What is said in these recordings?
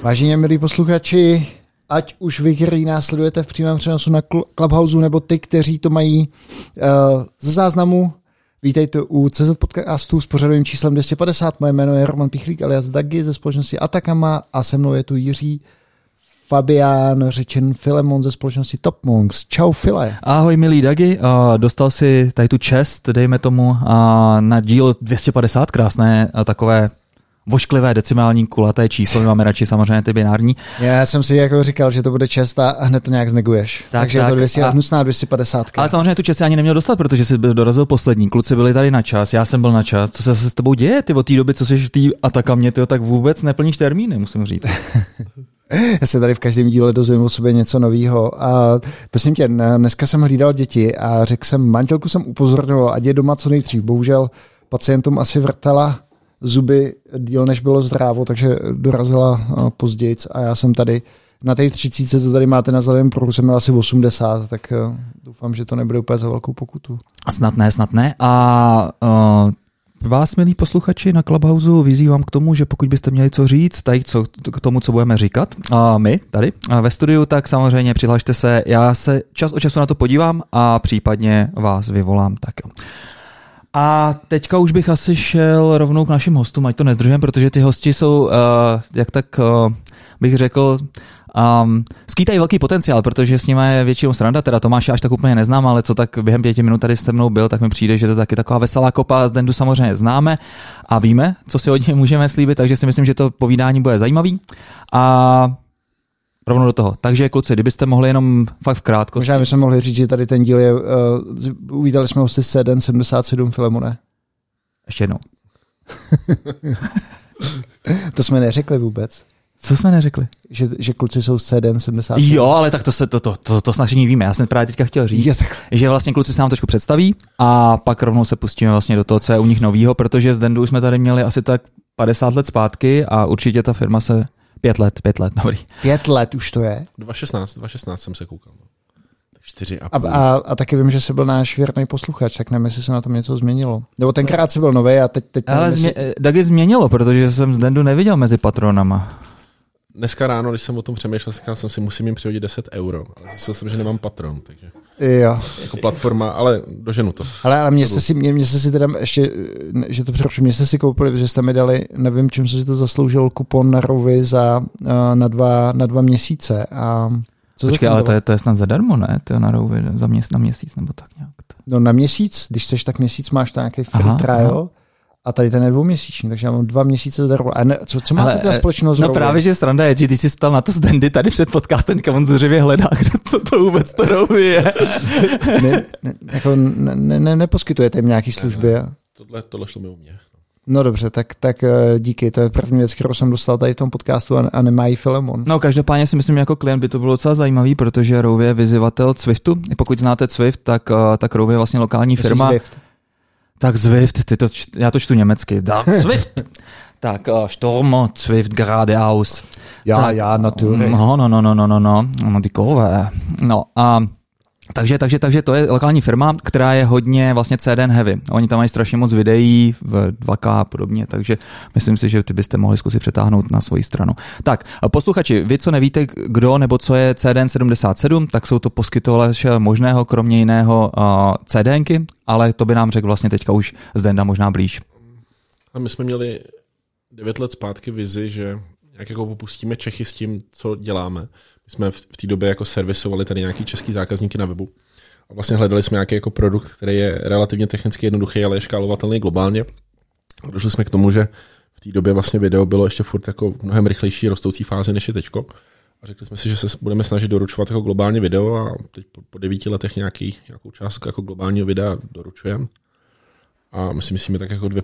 Vážení milí posluchači, ať už vy, který nás sledujete v přímém přenosu na Clubhouse, nebo ty, kteří to mají ze záznamu, vítejte u CZ podcastu s pořadovým číslem 250. Moje jméno je Roman Pichlík alias Dagi ze společnosti Atakama a se mnou je tu Jiří Fabián, řečen Filemon ze společnosti Top Monks. Čau, File. Ahoj, milý Dagi. Dostal si tady tu čest, dejme tomu, na díl 250, krásné takové vošklivé decimální kulaté číslo, my máme radši samozřejmě ty binární. Já jsem si jako říkal, že to bude čest a hned to nějak zneguješ. Takže je to 200, hnusná 250. Ale samozřejmě tu čest já ani neměl dostat, protože jsi dorazil poslední. Kluci byli tady na čas, já jsem byl na čas. Co se s tebou děje? Ty od té doby, co jsi v té Atakamě, ty tak vůbec neplníš termíny, musím říct. Já se tady v každém díle dozvím o sobě něco nového a prosím tě, dneska jsem hlídal děti a řekl jsem, manželku jsem upozorňoval, ať je doma co nejdřív. Bohužel pacientům asi vrtala zuby díl, než bylo zdrávo, takže dorazila pozdějc a já jsem tady na té 30, co tady máte na zeleném pruhu, jsem měl asi 80, tak doufám, že to nebude úplně za velkou pokutu. Snad ne. A vás, milí posluchači, na Clubhouse vyzývám k tomu, že pokud byste měli co říct, tady k tomu, co budeme říkat, a my tady ve studiu, tak samozřejmě přihlašte se, já se čas od času na to podívám a případně vás vyvolám. Tak jo. A teďka už bych asi šel rovnou k našim hostům, ať to nezdržujeme, protože ty hosti jsou, jak tak bych řekl, skýtají velký potenciál, protože s nimi je většinou sranda, teda Tomáše až tak úplně neznám, ale co tak během 5 minut tady se mnou byl, tak mi přijde, že to taky taková veselá kopa, z Dendu samozřejmě známe a víme, co si od něj můžeme slíbit, takže si myslím, že to povídání bude zajímavý a rovnou do toho. Takže kluci, kdybyste mohli jenom fakt v krátkosti. Možná bychom mohli říct, že tady ten díl je, uvítali jsme hosty C177 Filemone. Ještě jednou. To jsme neřekli vůbec. Co jsme neřekli? Že kluci jsou C177. Jo, ale tak to snad všichni víme. Já jsem právě teďka chtěl říct, že vlastně kluci se nám trošku představí a pak rovnou se pustíme vlastně do toho, co je u nich novýho, protože z Dendu jsme tady měli asi tak 50 let zpátky a určitě ta firma se 5 let, dobrý. 5 let už to je? 2016 jsem se koukal. 4,5. A taky vím, že jsi byl náš věrný posluchač, tak nevím, jestli se na tom něco změnilo. Nebo tenkrát jsi byl nový a teď ale Dagi změnilo, protože jsem z Dendu neviděl mezi patronama. Dneska ráno, když jsem o tom přemýšlel, jsem si musím jim přihodit 10 €. Ale zjistil jsem, že nemám patron, takže jo. Jako platforma, ale doženu to. Ale mě jste si teda ještě, že to přeruším, mě jste si koupili, že jste mi dali, nevím, čím se si to zasloužil, kupon na Rovi na 2 měsíce. A co počkej, ale to je snad zadarmo, ne? To je na Rovi na měsíc, nebo tak nějak. No na měsíc, když chceš, tak měsíc máš nějaký free trial. Aha. A tady ten je 2měsíční, takže já mám 2 měsíce zdarma. A co máte teda společného s No právě, že sranda je, že ty jsi stal na to z Dendy tady před podcastem, on zuřivě hledá, co to vůbec to Rovi je. Neposkytujete jim nějaký služby. Tohle šlo mimo mě. No dobře, tak díky, to je první věc, kterou jsem dostal tady v tom podcastu a nemá jí Filemon. No každopádně si myslím, jako klient by to bylo docela zajímavý, protože Rovi je vyzývatel Zwiftu. Pokud znáte Zwift, tak Rovi je vlastně lokální firma. Zwift. Tak Zwift, já to čtu německy. Zwift. Tak Sturm, Zwift geradeaus. Ja, natürlich. No, ty kové. No, takže to je lokální firma, která je hodně vlastně CDN heavy. Oni tam mají strašně moc videí v 2K a podobně, takže myslím si, že ty byste mohli zkusit přetáhnout na svoji stranu. Tak, posluchači, vy co nevíte, kdo nebo co je CDN 77, tak jsou to poskytovače možného, kromě jiného CDNky, ale to by nám řekl vlastně teďka už z Denda možná blíž. A my jsme měli 9 let zpátky vizi, že jak jako opustíme Čechy s tím, co děláme. My jsme v té době jako servisovali tady nějaký český zákazníky na webu a vlastně hledali jsme nějaký jako produkt, který je relativně technicky jednoduchý, ale je škálovatelný globálně. A došli jsme k tomu, že v té době vlastně video bylo ještě furt jako mnohem rychlejší rostoucí fázi než je teďko. A řekli jsme si, že se budeme snažit doručovat jako globálně video a teď po 9 letech nějakou částku jako globálního videa doručujeme. A my si myslíme tak jako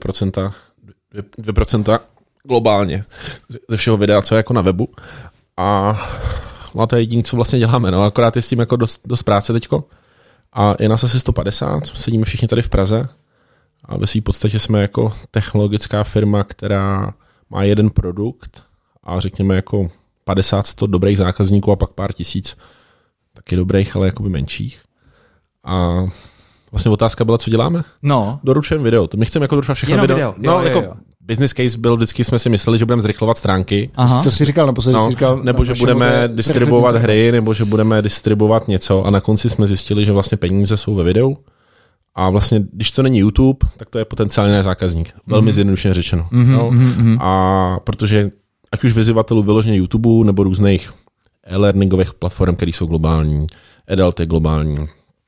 2% globálně ze všeho videa, co je jako na webu. A to je jediné, co vlastně děláme. No, akorát je s tím jako dost práce teďko. A je nás asi 150, sedíme všichni tady v Praze. A ve své podstatě jsme jako technologická firma, která má jeden produkt a řekněme jako 50-100 dobrých zákazníků a pak pár tisíc taky dobrých, ale jakoby menších. A vlastně otázka byla, co děláme? No. Doručujeme video. My chceme jako doručovat všechno video. No, jo. business case byl, vždycky jsme si mysleli, že budeme zrychlovat stránky. Aha. To si říkal naposledy, říkal. Nebo že budeme distribuovat hry, nebo že budeme distribuovat něco a na konci jsme zjistili, že vlastně peníze jsou ve videu. A vlastně, když to není YouTube, tak to je potenciální zákazník. Velmi zjednodušeně řečeno. A protože ať už vyzývatelů vyloženě YouTube nebo různých e-learningových platform, které jsou globální, Adult je globální,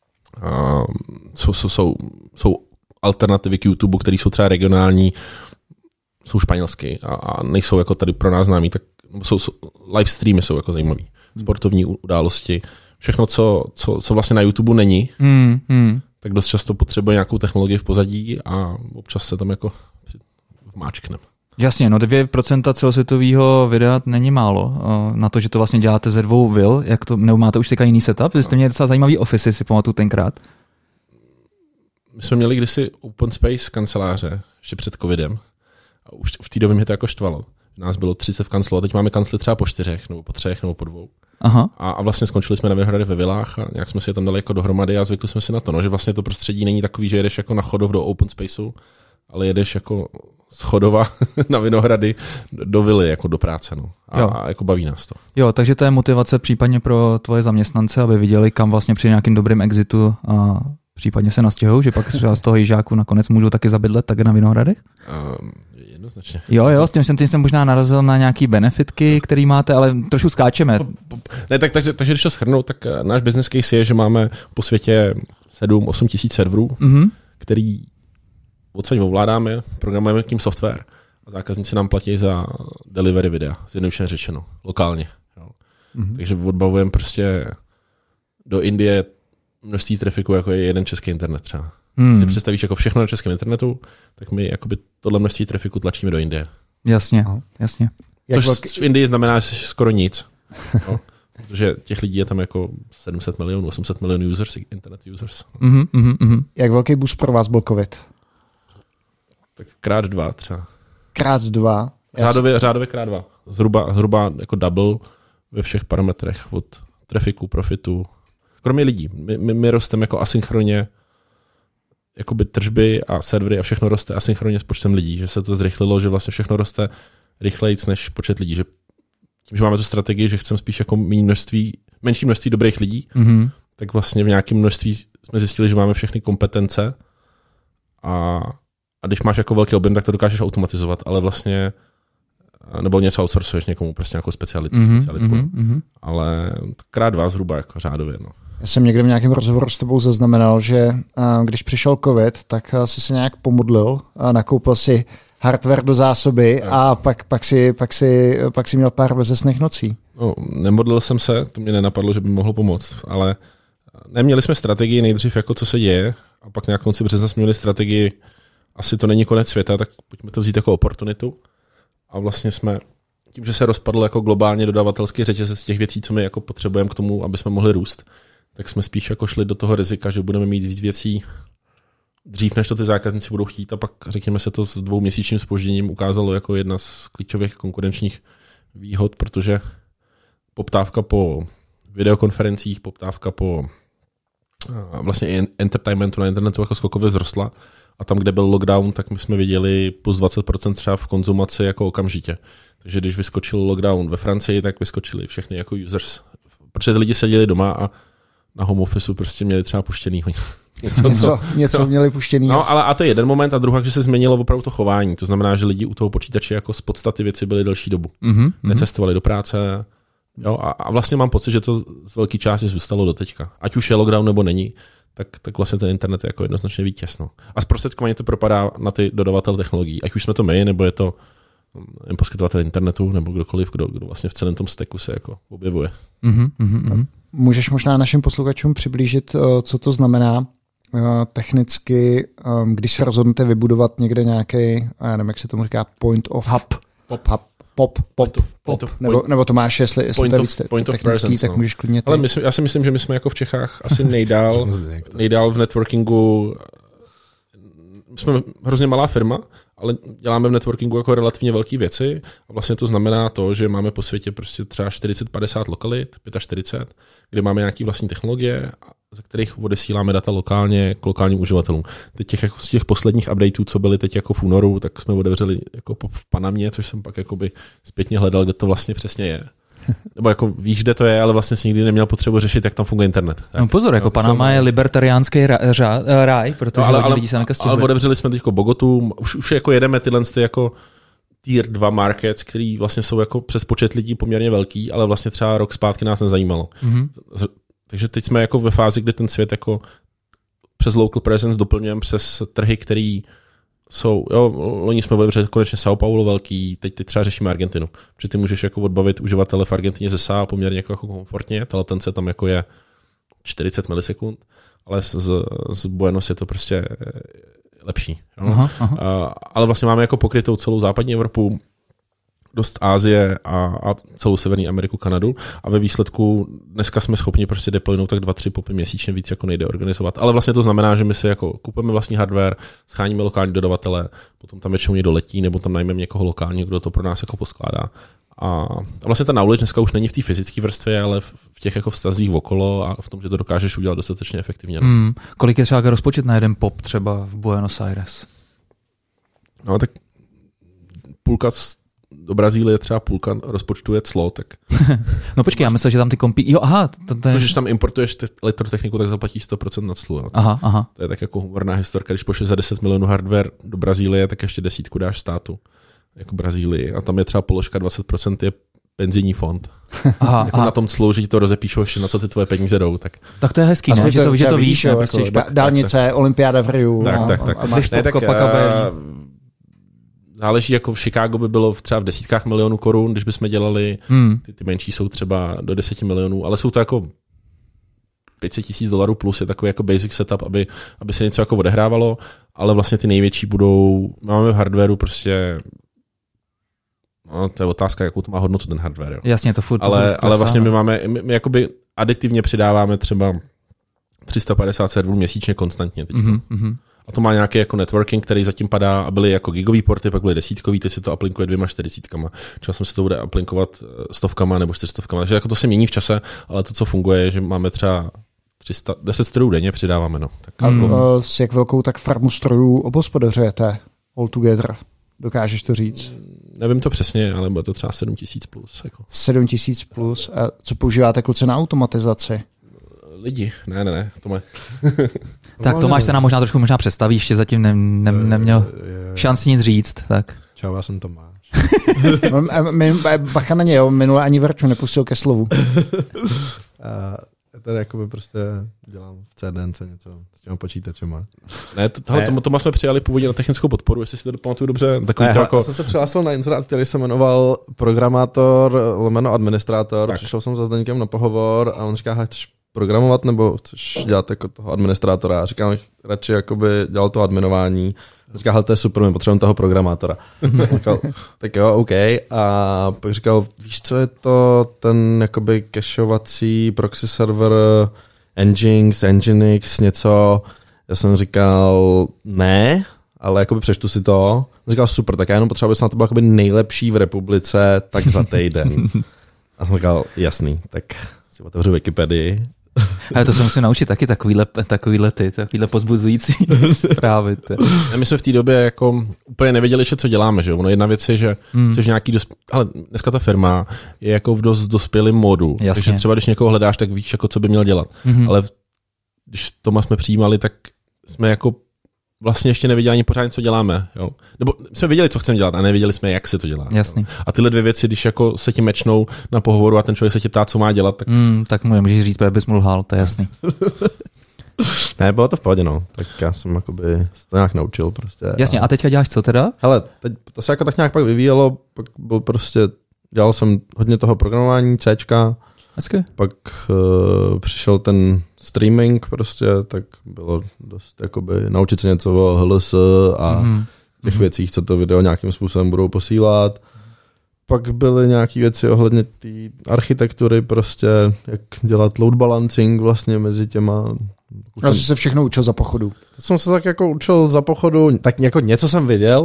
jsou alternativy k YouTube, které jsou třeba regionální, jsou španělsky a nejsou jako tady pro nás známí, tak jsou live streamy jsou jako zajímavý. Sportovní události, všechno, co vlastně na YouTube není, tak dost často potřebuje nějakou technologii v pozadí a občas se tam jako vmáčkne. Jasně, no 2% celosvětového videa není málo. Na to, že to vlastně děláte ze 2 vil, jak to, nebo máte už teďka jiný setup? Vy jste měli docela zajímavý office, si pamatuju tenkrát. My jsme měli kdysi open space kanceláře, ještě před covidem. A už v té době mě to jako štvalo. Nás bylo 30 v kanclu a teď máme kancly třeba po 4, nebo po 3, nebo po 2. Aha. A vlastně skončili jsme na Vinohradech ve vilách a nějak jsme si je tam dali jako dohromady a zvykli jsme si na to, no, že vlastně to prostředí není takový, že jedeš jako na Chodov do open spaceu, ale jedeš jako z Chodova na Vinohrady do vily, jako do práce. No. A jako baví nás to. Jo, takže to je motivace případně pro tvoje zaměstnance, aby viděli, kam vlastně při nějakým dobrým exitu a případně se nastěhují, že pak z toho jižáku nakonec můžou taky zabydlet tak na Vinohradech? Jednoznačně. Jo, s tím jsem možná narazil na nějaký benefitky, který máte, ale trošku skáčeme. Ne, takže když to shrnu, tak náš business case je, že máme po světě 7-8 tisíc serverů, který odsaď ovládáme, programujeme tím software a zákazníci nám platí za delivery videa, zjednodušeně řečeno, lokálně. Jo. Takže odbavujeme prostě do Indie množství trafiku, jako je jeden český internet třeba. Když si představíš jako všechno na českém internetu, tak my jakoby tohle množství trafiku tlačíme do Indie. Jasně. Což v Indii znamená skoro nic. No, protože těch lidí je tam jako 700 milionů, 800 milionů users, internet users. Jak velký boost pro vás byl COVID? Tak krát 2 třeba. Krát 2? Řádově krát 2. Zhruba jako double ve všech parametrech od trafiku, profitu. Kromě lidí. My rosteme jako asynchronně, jakoby tržby a servery a všechno roste asynchronně s počtem lidí, že se to zrychlilo, že vlastně všechno roste rychlejc než počet lidí, že tím, že máme tu strategii, že chceme spíš jako menší množství dobrých lidí, tak vlastně v nějakém množství jsme zjistili, že máme všechny kompetence a když máš jako velký objem, tak to dokážeš automatizovat, ale vlastně nebo něco outsourcuješ někomu, prostě nějakou specialitku. Ale krát 2 zhruba jako řádově. No. Já jsem někde v nějakém rozhovoru s tebou zaznamenal, že když přišel covid, tak si se nějak pomodlil a nakoupil si hardware do zásoby a pak si měl pár bezesných nocí. No, nemodlil jsem se, to mě nenapadlo, že by mohlo pomoct, ale neměli jsme strategii nejdřív, jako co se děje, a pak na konci března jsme měli strategii, asi to není konec světa, tak pojďme to vzít jako oportunitu. A vlastně jsme, tím, že se rozpadl jako globálně dodavatelský řetězec z těch věcí, co my jako potřebujeme k tomu, aby jsme mohli růst, tak jsme spíš jako šli do toho rizika, že budeme mít víc věcí dřív, než to ty zákazníci budou chtít, a pak, řekněme se to s 2měsíčním zpožděním ukázalo jako jedna z klíčových konkurenčních výhod, protože poptávka po videokonferencích, poptávka po vlastně entertainmentu na internetu jako skokově vzrostla, a tam, kde byl lockdown, tak my jsme viděli plus 20% třeba v konzumaci jako okamžitě. Takže když vyskočil lockdown ve Francii, tak vyskočili všechny jako users. Protože ty lidi seděli doma a na home officeu prostě měli třeba puštěný něco měli puštěný. No, ale a to je jeden moment, a druhá, že se změnilo opravdu to chování. To znamená, že lidi u toho počítače jako z podstaty věci byli delší dobu. Necestovali do práce. Jo, a vlastně mám pocit, že to z velké části zůstalo do teďka. Ať už je lockdown nebo není, tak vlastně ten internet je jako jednoznačně vítěz. No. A zprostředkování to propadá na ty dodavatel technologií. Ať už jsme to my, nebo je to poskytovatel internetu, nebo kdokoliv, kdo vlastně v celém tom stacku se jako objevuje. Můžeš možná našim posluchačům přiblížit, co to znamená technicky, když se rozhodnete vybudovat někde nějaký, já nevím, jak se tomu říká, point of pop. Nebo Tomáš, jestli to je víc technický, tak můžeš klidně. Ale já si myslím, že my jsme jako v Čechách asi nejdál v networkingu. Jsme hrozně malá firma, ale děláme v networkingu jako relativně velké věci, a vlastně to znamená to, že máme po světě prostě třeba 40-50 lokalit, 45, kde máme nějaké vlastní technologie ze kterých odesíláme data lokálně k lokálním uživatelům. Teď z těch posledních updateů, co byly teď jako v únoru, tak jsme otevřeli jako v Panamě, což jsem pak jakoby zpětně hledal, kde to vlastně přesně je. Nebo jako víš, kde to je, ale vlastně si nikdy neměl potřebu řešit, jak tam funguje internet. No pozor, jako Panama je libertariánský ráj, protože hodně lidí se nekastuje. Ale otevřeli jsme teď Bogotu, už jako jedeme tyhle jako tier 2 markets, který vlastně jsou jako přes počet lidí poměrně velký, ale vlastně třeba rok zpátky nás nezajímalo. Takže teď jsme jako ve fázi, kdy ten svět jako přes local presence doplňujeme přes trhy, který jsou, loni jsme otevřeli konečně São Paulo velký, teď třeba řešíme Argentinu, protože ty můžeš jako odbavit uživatele v Argentině ze SA poměrně jako komfortně, ta latence tam jako je 40 milisekund, ale z Buenos je to prostě lepší. Aha. Ale vlastně máme jako pokrytou celou západní Evropu, dost Asie a celou Severní Ameriku, Kanadu a ve výsledku dneska jsme schopni prostě deploynout tak 2-3 popy měsíčně, víc jako nejde organizovat. Ale vlastně to znamená, že my si jako kupujeme vlastní hardware, scháníme lokální dodavatele, potom tam většinou někdo letí nebo tam najmeme někoho lokálního, kdo to pro nás jako poskládá. A vlastně ta knowledge dneska už není v té fyzické vrstvě, ale v těch jako vztazích okolo a v tom, že to dokážeš udělat dostatečně efektivně. Kolik je třeba rozpočet na jeden pop třeba v Buenos Aires? No tak půlka do Brazílie třeba půlka rozpočtu je clo, tak... No počkej, já myslím, že tam ty kompí... Jo, aha. Když tam importuješ elektrotechniku, tak zaplatíš 100% na clu. Aha. To je tak jako humorná historka, když pošleš za 10 milionů hardware do Brazílie, tak ještě 10 dáš státu, jako Brazílii. A tam je třeba položka 20% je penzijní fond. Jako na tom clu, že ti to rozepíšou ještě, na co ty tvoje peníze jdou. Tak to je hezký, ne? Že to víš. Jako dálnice, olympiáda v Riu. Tak. Záleží, jako v Chicago by bylo třeba v desítkách milionů korun, když bychom dělali, ty menší jsou třeba do 10 milionů, ale jsou to jako $500,000 plus je takový jako basic setup, aby se něco jako odehrávalo, ale vlastně ty největší budou, máme v hardwareu prostě, no, to je otázka, jakou to má hodnotu ten hardware. Jo. Jasně, to furt. Ale vlastně my jakoby aditivně přidáváme třeba 350 serverů měsíčně konstantně. A to má nějaký jako networking, který zatím padá a byly jako gigový porty, pak byly desítkový, teď se to aplinkuje 240. Časem se to bude aplinkovat 100 nebo 400. Takže jako to se mění v čase, ale to, co funguje, je, že máme třeba 10 strojů denně přidáváme. No. Tak a s jak velkou tak farmu strojů obhospodařujete all together? Dokážeš to říct? Nevím to přesně, ale bude to třeba 7,000 plus. Jako. 7,000 plus. A co používáte kluci na automatizaci? Lidi, ne, Tome. Tak Tomáš se nám možná představí, ještě zatím neměl šanci nic říct. Tak. Čau, já jsem Tomáš. Bacha na něj, minule ani Verču nepustil ke slovu. Tady jakoby prostě dělám v CDNce něco s těma počítačema. Ne, Toma jsme přijali původně na technickou podporu, jestli si to pamatuju dobře. Já jsem se přihlásil na inzerát, který se jmenoval programátor / administrátor. Tak. Přišel jsem za Zdeňkem na pohovor a on říká, chceš programovat nebo chceš dělat jako toho administrátora? A říkám, radši jakoby dělal to adminování. Říkal, to je super, my potřebujeme toho programátora. Říkal, tak jo, OK. A pak říkal, víš, co je to ten jakoby cacheovací proxy server Nginx, něco. Já jsem říkal, ne, ale jakoby přečtu si to. Říkal, super, tak já jenom potřebuji, aby se na to byl jakoby nejlepší v republice, tak za týden. A jsem říkal, jasný, tak si otevřu Wikipedii. Ale to se musím naučit taky takovýhle pozbuzující zprávy. My jsme v té době jako úplně nevěděli, co děláme. Že? Ono jedna věc je, že jsi nějaký ale dneska ta firma je jako v dost dospělém modu. Jasně. Takže třeba když někoho hledáš, tak víš, jako, co by měl dělat. Ale když Toma jsme přijímali, tak jsme jako vlastně ještě nevěděli ani pořádně, co děláme. Jo? Nebo jsme věděli, co chceme dělat, a nevěděli jsme, jak se to dělá. Jasný. A tyhle dvě věci, když jako se ti mečnou na pohovoru a ten člověk se tě ptá, co má dělat, tak... Tak mu můžeš říct, protože bys mu lhal, to je jasný. Ne, bylo to v pohodě, no. Tak já jsem jakoby to nějak naučil prostě. Jasně, a teďka děláš co teda? Hele, teď to se jako tak nějak pak vyvíjelo, pak byl prostě, dělal jsem hodně toho programování, Cčka, hezky. Pak přišel ten streaming prostě, tak bylo dost jakoby naučit se něco o HLS a těch věcích, co to video nějakým způsobem budou posílat. Pak byly nějaké věci ohledně té architektury, prostě jak dělat load balancing vlastně mezi těma. Já jsem se všechno učil za pochodu. To jsem se tak jako učil za pochodu, tak jako něco jsem viděl,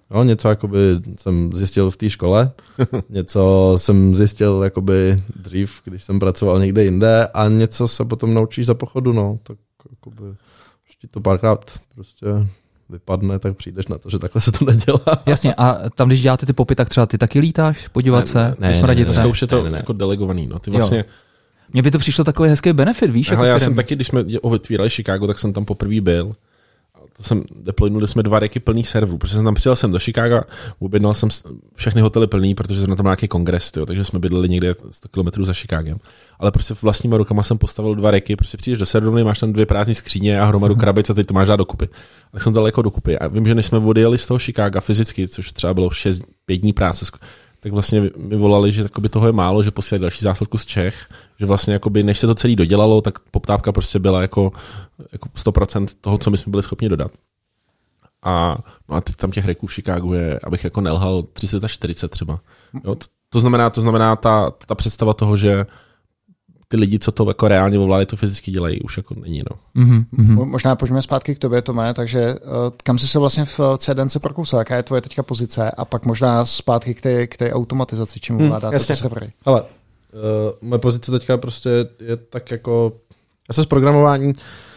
Jo, něco jakoby jsem zjistil v té škole, něco jsem zjistil jakoby dřív, když jsem pracoval někde jinde a něco se potom naučíš za pochodu, no, tak jakoby už ti to párkrát prostě vypadne, tak přijdeš na to, že takhle se to nedělá. Jasně, a tam, když děláte ty popy, tak třeba ty taky lítáš, podívat se, vysmradit se? Už je to jako delegovaný, no, ty vlastně... Mně by to přišlo takový hezký benefit, víš? Jako já jsem taky, když jsme otvírali Chicago, tak jsem tam poprvé byl. To jsem deploynuli jsme 2 reky plný serverů, protože jsem tam přijel do Chicaga, objednal jsem všechny hotely plný, protože jsem na tom nějaký kongres, tyjo, takže jsme bydleli někde 100 km za Chicagem. Ale prostě vlastníma rukama jsem postavil 2 reky, prostě přijdeš do serverovny, máš tam 2 prázdné skříně a hromadu krabic a teď to máš dát dokupy. Tak jsem dal jako dokupy. A vím, že než jsme odjeli z toho Chicaga fyzicky, což třeba bylo 5 dní práce, tak vlastně mi volali, že toho je málo, že posílali další zásilku z Čech, že vlastně jakoby, než se to celé dodělalo, tak poptávka prostě byla jako 100% toho, co my jsme byli schopni dodat. A teď tam těch reků v Chicagu je, abych jako nelhal, 30 až 40 třeba. Jo, to znamená ta představa toho, že ty lidi, co to jako reálně ovládají, to fyzicky dělají, už jako není. No. Možná pojďme zpátky k tobě, Tome, takže kam jsi se vlastně v CDNce prokousal, jaká je tvoje teďka pozice a pak možná zpátky k té automatizaci, čím ovládá ty servery. Ale moje pozice teďka prostě je tak jako, já se z programování,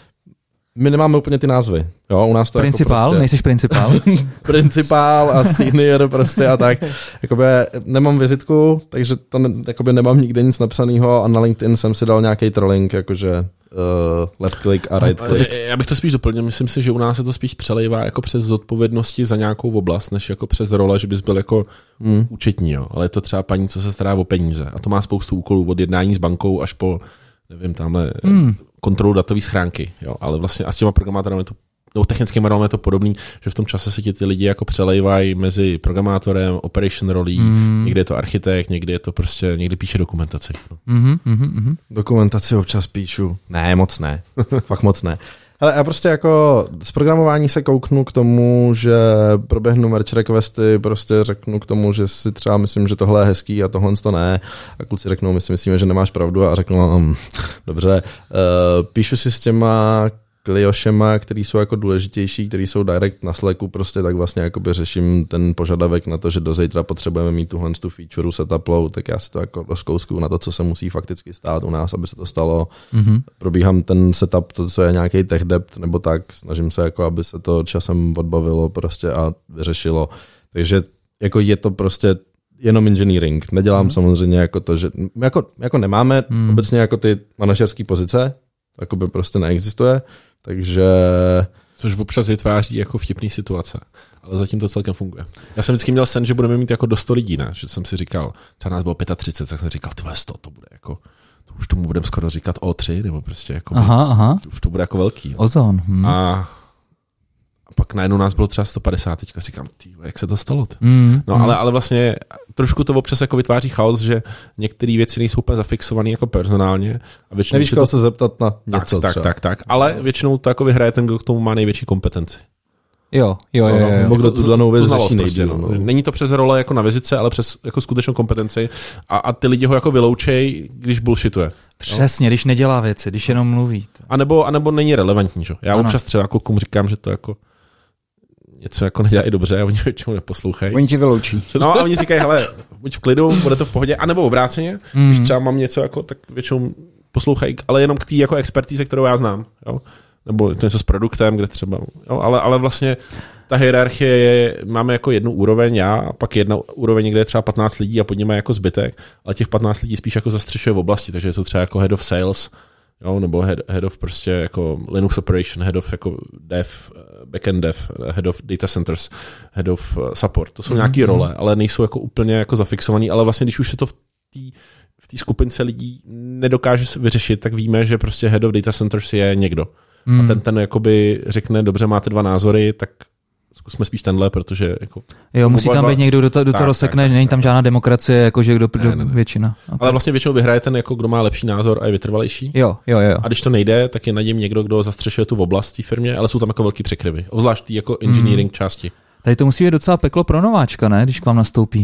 my nemáme úplně ty názvy. Jo, u nás to principál, jako prostě... nejsiš principál? Principál a senior prostě a tak. Jakoby nemám vizitku, takže to jakoby nemám nikde nic napsaného a na LinkedIn jsem si dal nějaký trolling, jakože left click a right click. Já bych to spíš doplnil, myslím si, že u nás se to spíš přelejvá jako přes zodpovědnosti za nějakou oblast, než jako přes role, že bys byl jako účetní, jo. Ale je to třeba paní, co se stará o peníze a to má spoustu úkolů od jednání s bankou až po, nevím, tamhle kontrolu datové schránky, jo, ale vlastně a s těma programátorem nebo technickým rolem je to podobný, že v tom čase se ti ty lidi jako přelejvají mezi programátorem, operation rolí, někdy je to architekt, někdy je to prostě, někdy píše dokumentaci. No. Dokumentaci občas píšu. Ne, moc ne. Fakt moc ne. Ale já prostě jako z programování se kouknu k tomu, že proběhnu merge requesty, prostě řeknu k tomu, že si třeba myslím, že tohle je hezký a tohle to ne. A kluci řeknou, my si myslíme, že nemáš pravdu a řeknu, dobře, píšu si s těma kliošema, který jsou jako důležitější, který jsou direct na Slacku, prostě tak vlastně jakoby řeším ten požadavek na to, že do zítra potřebujeme mít tuhle tu feature setup load, tak já si to jako rozkouskuju na to, co se musí fakticky stát u nás, aby se to stalo. Probíhám ten setup, to, co je nějaký tech debt, nebo tak, snažím se jako, aby se to časem odbavilo prostě a vyřešilo. Takže jako je to prostě jenom engineering. Nedělám samozřejmě jako to, že jako nemáme obecně jako ty manažerské pozice, jako by prostě neexistuje, takže... Což občas vytváří jako vtipný situace, ale zatím to celkem funguje. Já jsem vždycky měl sen, že budeme mít jako do 100 lidí, ne? Že jsem si říkal, třeba nás bylo 35, tak jsem říkal, tyhle 100, to bude jako, to už tomu budeme skoro říkat O3, nebo prostě jako, už to bude jako velký. Ozon. A pak najednou nás bylo třeba 150, teďka říkám, jak se to stalo? Ale vlastně trošku to občas jako vytváří chaos, že některé věci nejsou úplně zafixované jako personálně. A nevíš, koho se zeptat na něco tak. Ale většinou to jako vyhraje ten, kdo k tomu má největší kompetenci. Jo. Kdo tu danou věc řeší prostě, Není to přes role jako na vizice, ale přes jako skutečnou kompetenci a ty lidi ho jako vyloučej, když bullshituje. Přesně, když nedělá věci, když jenom mluví. A nebo není relevantní, že? Já občas třeba klukům říkám, že to jako něco jako nedělají dobře a oni většinou neposlouchají. Oni ti vyloučí. No a oni říkají, hele, buď v klidu, bude to v pohodě, anebo obráceně. Když třeba mám něco jako, tak většinou poslouchají, ale jenom k té jako expertíze, kterou já znám. Jo? Nebo to něco s produktem, kde třeba, jo? Ale vlastně ta hierarchie je, máme jako jednu úroveň já, a pak jedna úroveň, kde je třeba 15 lidí a pod nimi jako zbytek, ale těch 15 lidí spíš jako zastřešuje v oblasti, takže je to třeba jako head of sales, jo? Nebo head of prostě jako Linux operation, head of jako dev, backend dev, head of data centers, head of support. To jsou nějaké role, ale nejsou jako úplně jako zafixovaný, ale vlastně když už se to v té skupince lidí nedokáže se vyřešit, tak víme, že prostě head of data centers je někdo. A ten jakoby řekne, dobře, máte 2 názory, tak zkusme spíš tenhle, protože jako... Jo, musí tam být někdo, kdo to rozsekne, není tam žádná demokracie, jakože kdo většina. Okay. Ale vlastně většinou vyhraje ten, jako kdo má lepší názor a je vytrvalejší. Jo. A když to nejde, tak je na něm někdo, kdo zastřešuje tu oblast té firmě, ale jsou tam jako velký překryvy. Obzvlášť jako engineering části. Tady to musí být docela peklo pro nováčka, ne, když k vám nastoupí.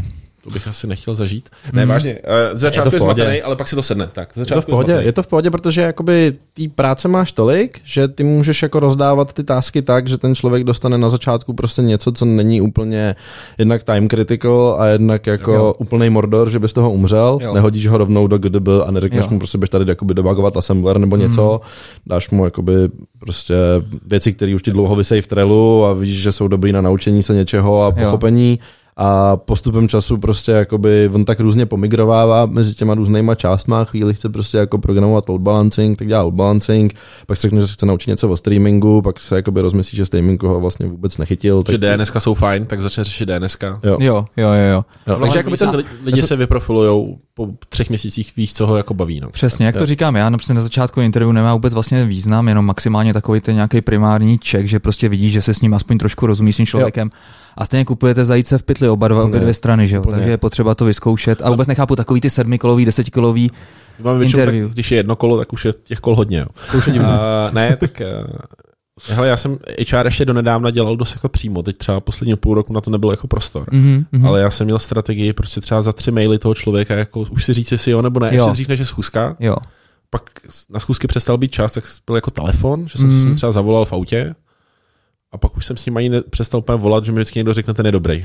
To bych asi nechtěl zažít. Ne, vážně. Začátku je zmatený, ale pak si to sedne. Tak, je to v pohodě, protože jakoby té práce máš tolik, že ty můžeš jako rozdávat ty tasky tak, že ten člověk dostane na začátku prostě něco, co není úplně jednak time critical a jednak jako úplnej mordor, že bys toho umřel. Nehodíš ho rovnou do GDB a neřekneš mu prostě běž tady jakoby debugovat assembler nebo něco. Dáš mu jakoby prostě věci, které už ti dlouho vysejí v Trellu a víš, že jsou dobrý na naučení se něčeho a pochopení. A postupem času prostě jakoby on tak různě pomigrovává mezi těma různýma částma, chvíli chce prostě jako programovat load balancing, tak dělá load balancing, pak se řekne, že se chce naučit něco o streamingu, pak se jakoby rozmyslí, že streamingu ho vlastně vůbec nechytil. Že DNSka jsou fajn, tak začne řešit DNSka. Jo. Takže jakoby lidi se vyprofilujou po 3 měsících, víš, co ho jako baví. No. Přesně, jak to říkám, já například na začátku interview nemá vůbec vlastně význam, jenom maximálně takový ten nějaký primární check, že prostě vidíš, že se s ním aspoň trošku rozumí s tím člověkem. A stejně kupujete zajíce v pytli obě dvě strany, že jo? Takže je potřeba to vyzkoušet. A vůbec nechápu takový ty 7kolový, 10kolový interview. Tak, když je 1 kolo, tak už je těch kol hodně. Jo. To už je ne, tak hele, já jsem HR ještě donedávna dělal dost jako přímo, teď třeba poslední půl roku na to nebylo jako prostor. Ale já jsem měl strategii prostě třeba za 3 maily toho člověka, jako už si říct, jestli jo nebo ne, ještě dřív než je schůzka. Jo. Pak na schůzky přestal být čas, tak byl jako telefon, že jsem si s ním třeba zavolal v autě. A pak už jsem s ním ani přestal úplně volat, že mi vždycky někdo řekne, ten je dobrý.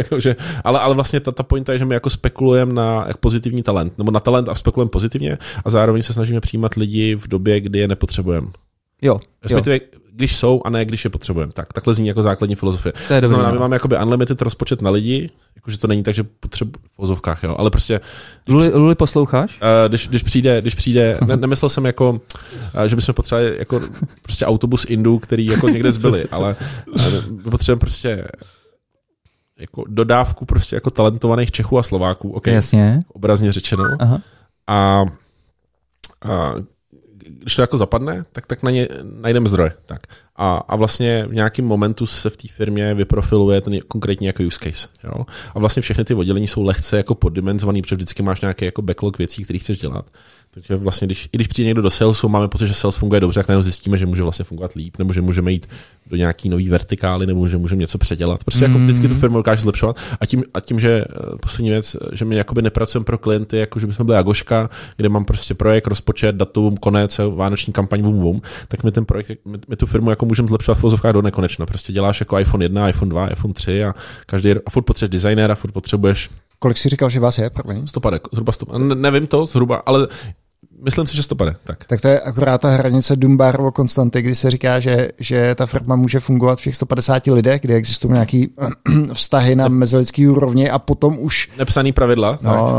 ale vlastně ta pointa je, že my jako spekulujeme na pozitivní talent, nebo na talent a spekulujeme pozitivně a zároveň se snažíme přijímat lidi v době, kdy je nepotřebujeme. Respektive, když jsou a ne když je potřebujeme. Takhle zní jako základní filozofie. To znamená, my máme jakoby unlimited rozpočet na lidi, jakože to není tak, že potřebuji v vozovkách, jo, ale prostě... Luli, posloucháš? Když přijde, nemyslel jsem jako, že bychom potřebovali jako prostě autobus Indů, který jako někde zbyli, ale potřebujeme prostě jako dodávku prostě jako talentovaných Čechů a Slováků, okay, jasně. Obrazně řečeno. Aha. A když to jako zapadne, tak na ně najdeme zdroje. Tak. A vlastně v nějakém momentu se v té firmě vyprofiluje ten konkrétní jako use case. Jo? A vlastně všechny ty oddělení jsou lehce jako poddimenzovaný, protože vždycky máš nějaký jako backlog věcí, které chceš dělat. Takže vlastně, když přijde někdo do salesu, máme pocit, že sales funguje dobře, tak najednou zjistíme, že může vlastně fungovat líp, nebo že můžeme jít do nějaký nový vertikály, nebo že můžeme něco předělat. Prostě jako vždycky tu firmu dokáže zlepšovat. A tím, že poslední věc, že my jakoby nepracujeme pro klienty, jako že bychom byli Agoška, kde mám prostě projekt, rozpočet, datum, konec, vánoční kampaň, bum, tak my ten projekt, my tu firmu jako můžeme zlepšovat v vozovkách do nekonečna. Prostě děláš jako iPhone 1, iPhone 2, iPhone 3 a furt potřebuješ designéra, furt potřebuješ. Kolik jsi říkal, že vás je? Zhruba 100. Nevím to zhruba, ale myslím si, že 100. Tak to je akorát ta hranice Dunbarovo konstanty, kdy se říká, že ta firma může fungovat v těch 150 lidech, kde existují nějaký vztahy na mezilidský úrovni a potom už... Nepsaný pravidla.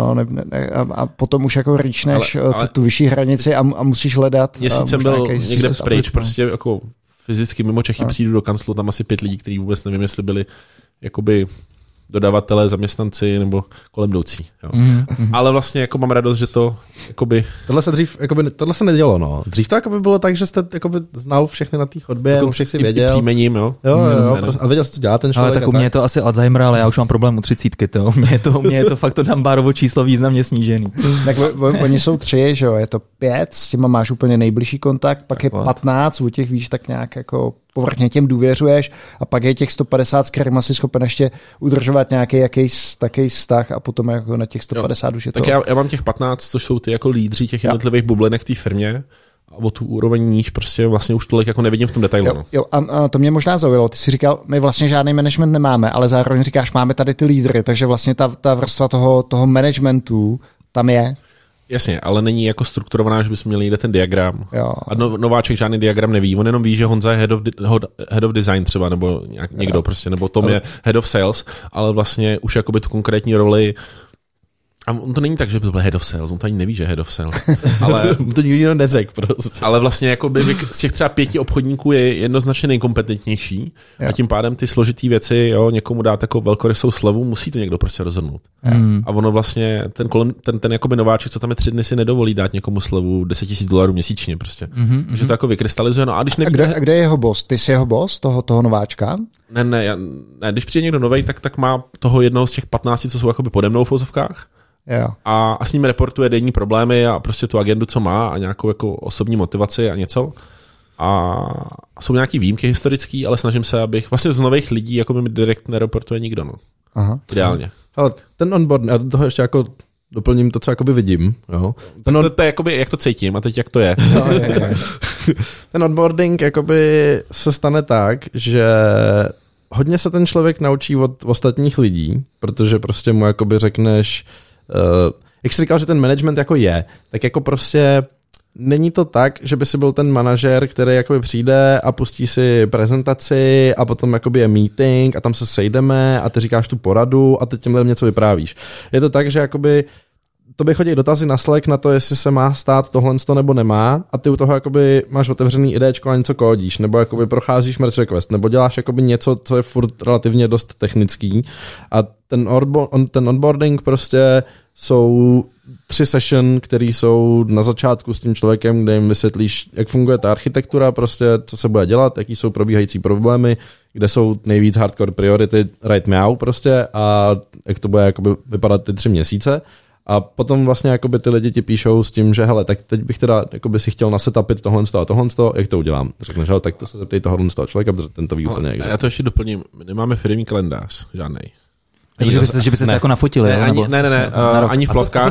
A potom už jako reachneš tu vyšší hranici a musíš hledat... Měsíc jsem byl někde pryč, prostě jako fyzicky mimo Čechy přijdu do kanclu, tam asi 5 lidí, kteří vůbec nevím, jestli byli jakoby dodavatelé, zaměstnanci nebo kolem jdoucí. Jo. Ale vlastně jako mám radost, že to jakoby... Tohle se nedělo, no. Dřív to jakoby bylo tak, že jste jakoby znal všechny na té chodbě, všech si věděl. I příjmením, jo. A věděl, co dělá ten člověk. Ale tak u mě je to asi Alzheimer, ale já už mám problém u 30, to. Mně je to fakt to Dunbarovo číslo významně snížený. Tak oni jsou 3, že jo, je to 5, s těma máš úplně nejbližší kontakt, pak je 15, u těch víš tak nějak jako povrchně těm důvěřuješ a pak je těch 150, s kterýma si schopen ještě udržovat nějaký takový vztah a potom jako na těch 150 už je to... Tak já mám těch 15, což jsou ty jako lídři těch jednotlivých bublinek v té firmě a o tu úroveň níž prostě vlastně už tolik jako nevidím v tom detailu. Jo, a to mě možná zaujalo. Ty jsi říkal, my vlastně žádný management nemáme, ale zároveň říkáš, máme tady ty lídry, takže vlastně ta vrstva toho managementu tam je. Jasně, ale není jako strukturovaná, že bychom měli někde ten diagram. Jo. A nováček žádný diagram neví. On jenom ví, že Honza je head of design třeba, nebo někdo prostě, nebo Tom je head of sales, ale vlastně už jakoby tu konkrétní roli. A on to není tak, že by byl head of sales, on to ani neví, že je head of sales. Ale to nikdo neřekl prostě. Ale vlastně jakoby z těch třeba 5 obchodníků je jednoznačně nejkompetentnější a tím pádem ty složitý věci, jo, někomu dát jako velkorysou slevu, musí to někdo prostě rozhodnout. A ono vlastně ten jakoby nováček, co tam je 3 dny, si nedovolí dát někomu slevu $10,000 měsíčně prostě. Takže to jako vykrystalizuje. No a když a kde je jeho boss? Ty jsi jeho boss, toho nováčka? Ne, když přijde někdo novej, tak má toho jednoho z těch 15, co jsou jakoby pode mnou v vozovkách. Jo. A s ním reportuje denní problémy a prostě tu agendu, co má a nějakou jako osobní motivaci a něco. A jsou nějaký výjimky historický, ale snažím se, abych vlastně z nových lidí jako mi direkt nereportuje nikdo. No. Aha. Ideálně. Ale ten onboarding, a do toho ještě jako doplním to, co jakoby vidím. Jo. To je jakoby, jak to cítím a teď jak to je. No, Ten onboarding jakoby se stane tak, že hodně se ten člověk naučí od ostatních lidí, protože prostě mu jakoby řekneš, jak jsi říkal, že ten management jako je, tak jako prostě není to tak, že by si byl ten manažer, který jakoby přijde a pustí si prezentaci a potom jakoby je meeting a tam se sejdeme a ty říkáš tu poradu a teď těmhle něco vyprávíš. Je to tak, že jakoby tobě chodí dotazy na Slack na to, jestli se má stát tohle nebo nemá a ty u toho jakoby máš otevřený idéčko a něco kódíš, nebo jakoby procházíš merge request, nebo děláš jakoby něco, co je furt relativně dost technický a ten onboarding prostě jsou 3 session, které jsou na začátku s tím člověkem, kde jim vysvětlíš, jak funguje ta architektura, prostě co se bude dělat, jaký jsou probíhající problémy, kde jsou nejvíc hardcore priority right now prostě a jak to bude jakoby vypadat ty 3 měsíce. A potom vlastně jakoby ty lidi ti píšou s tím, že hele, tak teď bych teda jakoby si chtěl nasetupit tohle a tohle, jak to udělám. Řekneš, hele, tak to se zeptej tohle z toho člověka, protože ten to ví úplně jak. Já to ještě doplním, my nemáme firmní kalendář, žádnej. Že byste se jako nafotili. Ne, ani v plavkách.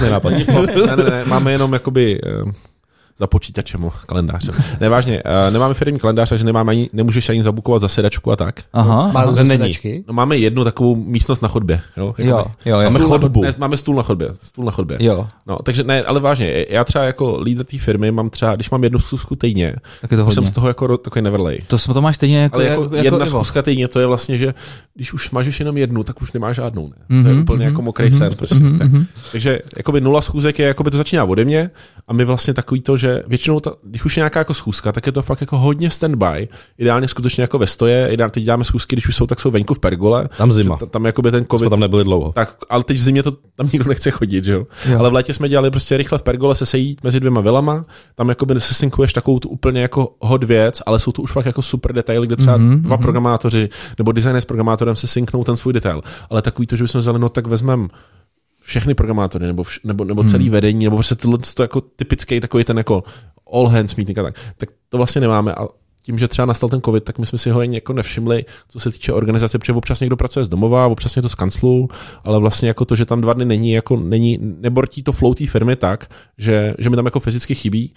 Ne, máme jenom jakoby za počítačem kalendářem. Nevážně, nemáme firmní kalendář, takže nemůžeš ani zabukovat zasedačku a tak. Aha. Máte zasedačky? No, máme jednu takovou místnost na chodbě. Jo. Máme chodbu. Máme stůl na chodbě. Jo. No, takže ne, ale vážně, já třeba jako lídr té firmy mám třeba, když mám jednu schůzku týdně, tak je to jsem z toho jako takový neverlej. To máš stejně jako, ale jako jedna jako schůzka týdně, to je vlastně, že když už máš jenom jednu, tak už nemáš žádnou. Ne? To je úplně jako mokrý sen. Prostě. Takže jakoby 0 schůzek je, jakoby to začíná ode mě a my vlastně takový to, že většinou když už je nějaká jako schůzka, tak je to fakt jako hodně standby. Ideálně skutečně jako ve stoje. Teď děláme schůzky, když už jsou, tak jsou venku v pergole. Tam zima. Tam jakoby ten covid. Jsme tam nebyli dlouho. Tak, ale teď v zimě to tam nikdo nechce chodit, že jo. Ale v létě jsme dělali prostě rychle v pergole se sejít mezi 2 vilama. Tam jakoby se synkuješ takovou tu úplně jako hot věc, ale jsou to už fakt jako super detaily, kde třeba 2 programátoři nebo designer s programátorem se synknou ten svůj detail. Ale takový to, že bychom vzali, no tak vezmeme všechny programátory nebo celý vedení, nebo prostě tohle to jako typický takový ten jako all hands meeting a tak to vlastně nemáme a tím, že třeba nastal ten covid, tak my jsme si ho ani jako nevšimli, co se týče organizace, protože občas někdo pracuje z domova, občas někdo z kanclu, ale vlastně jako to, že tam 2 dny nebortí to flow té firmy tak, že mi tam jako fyzicky chybí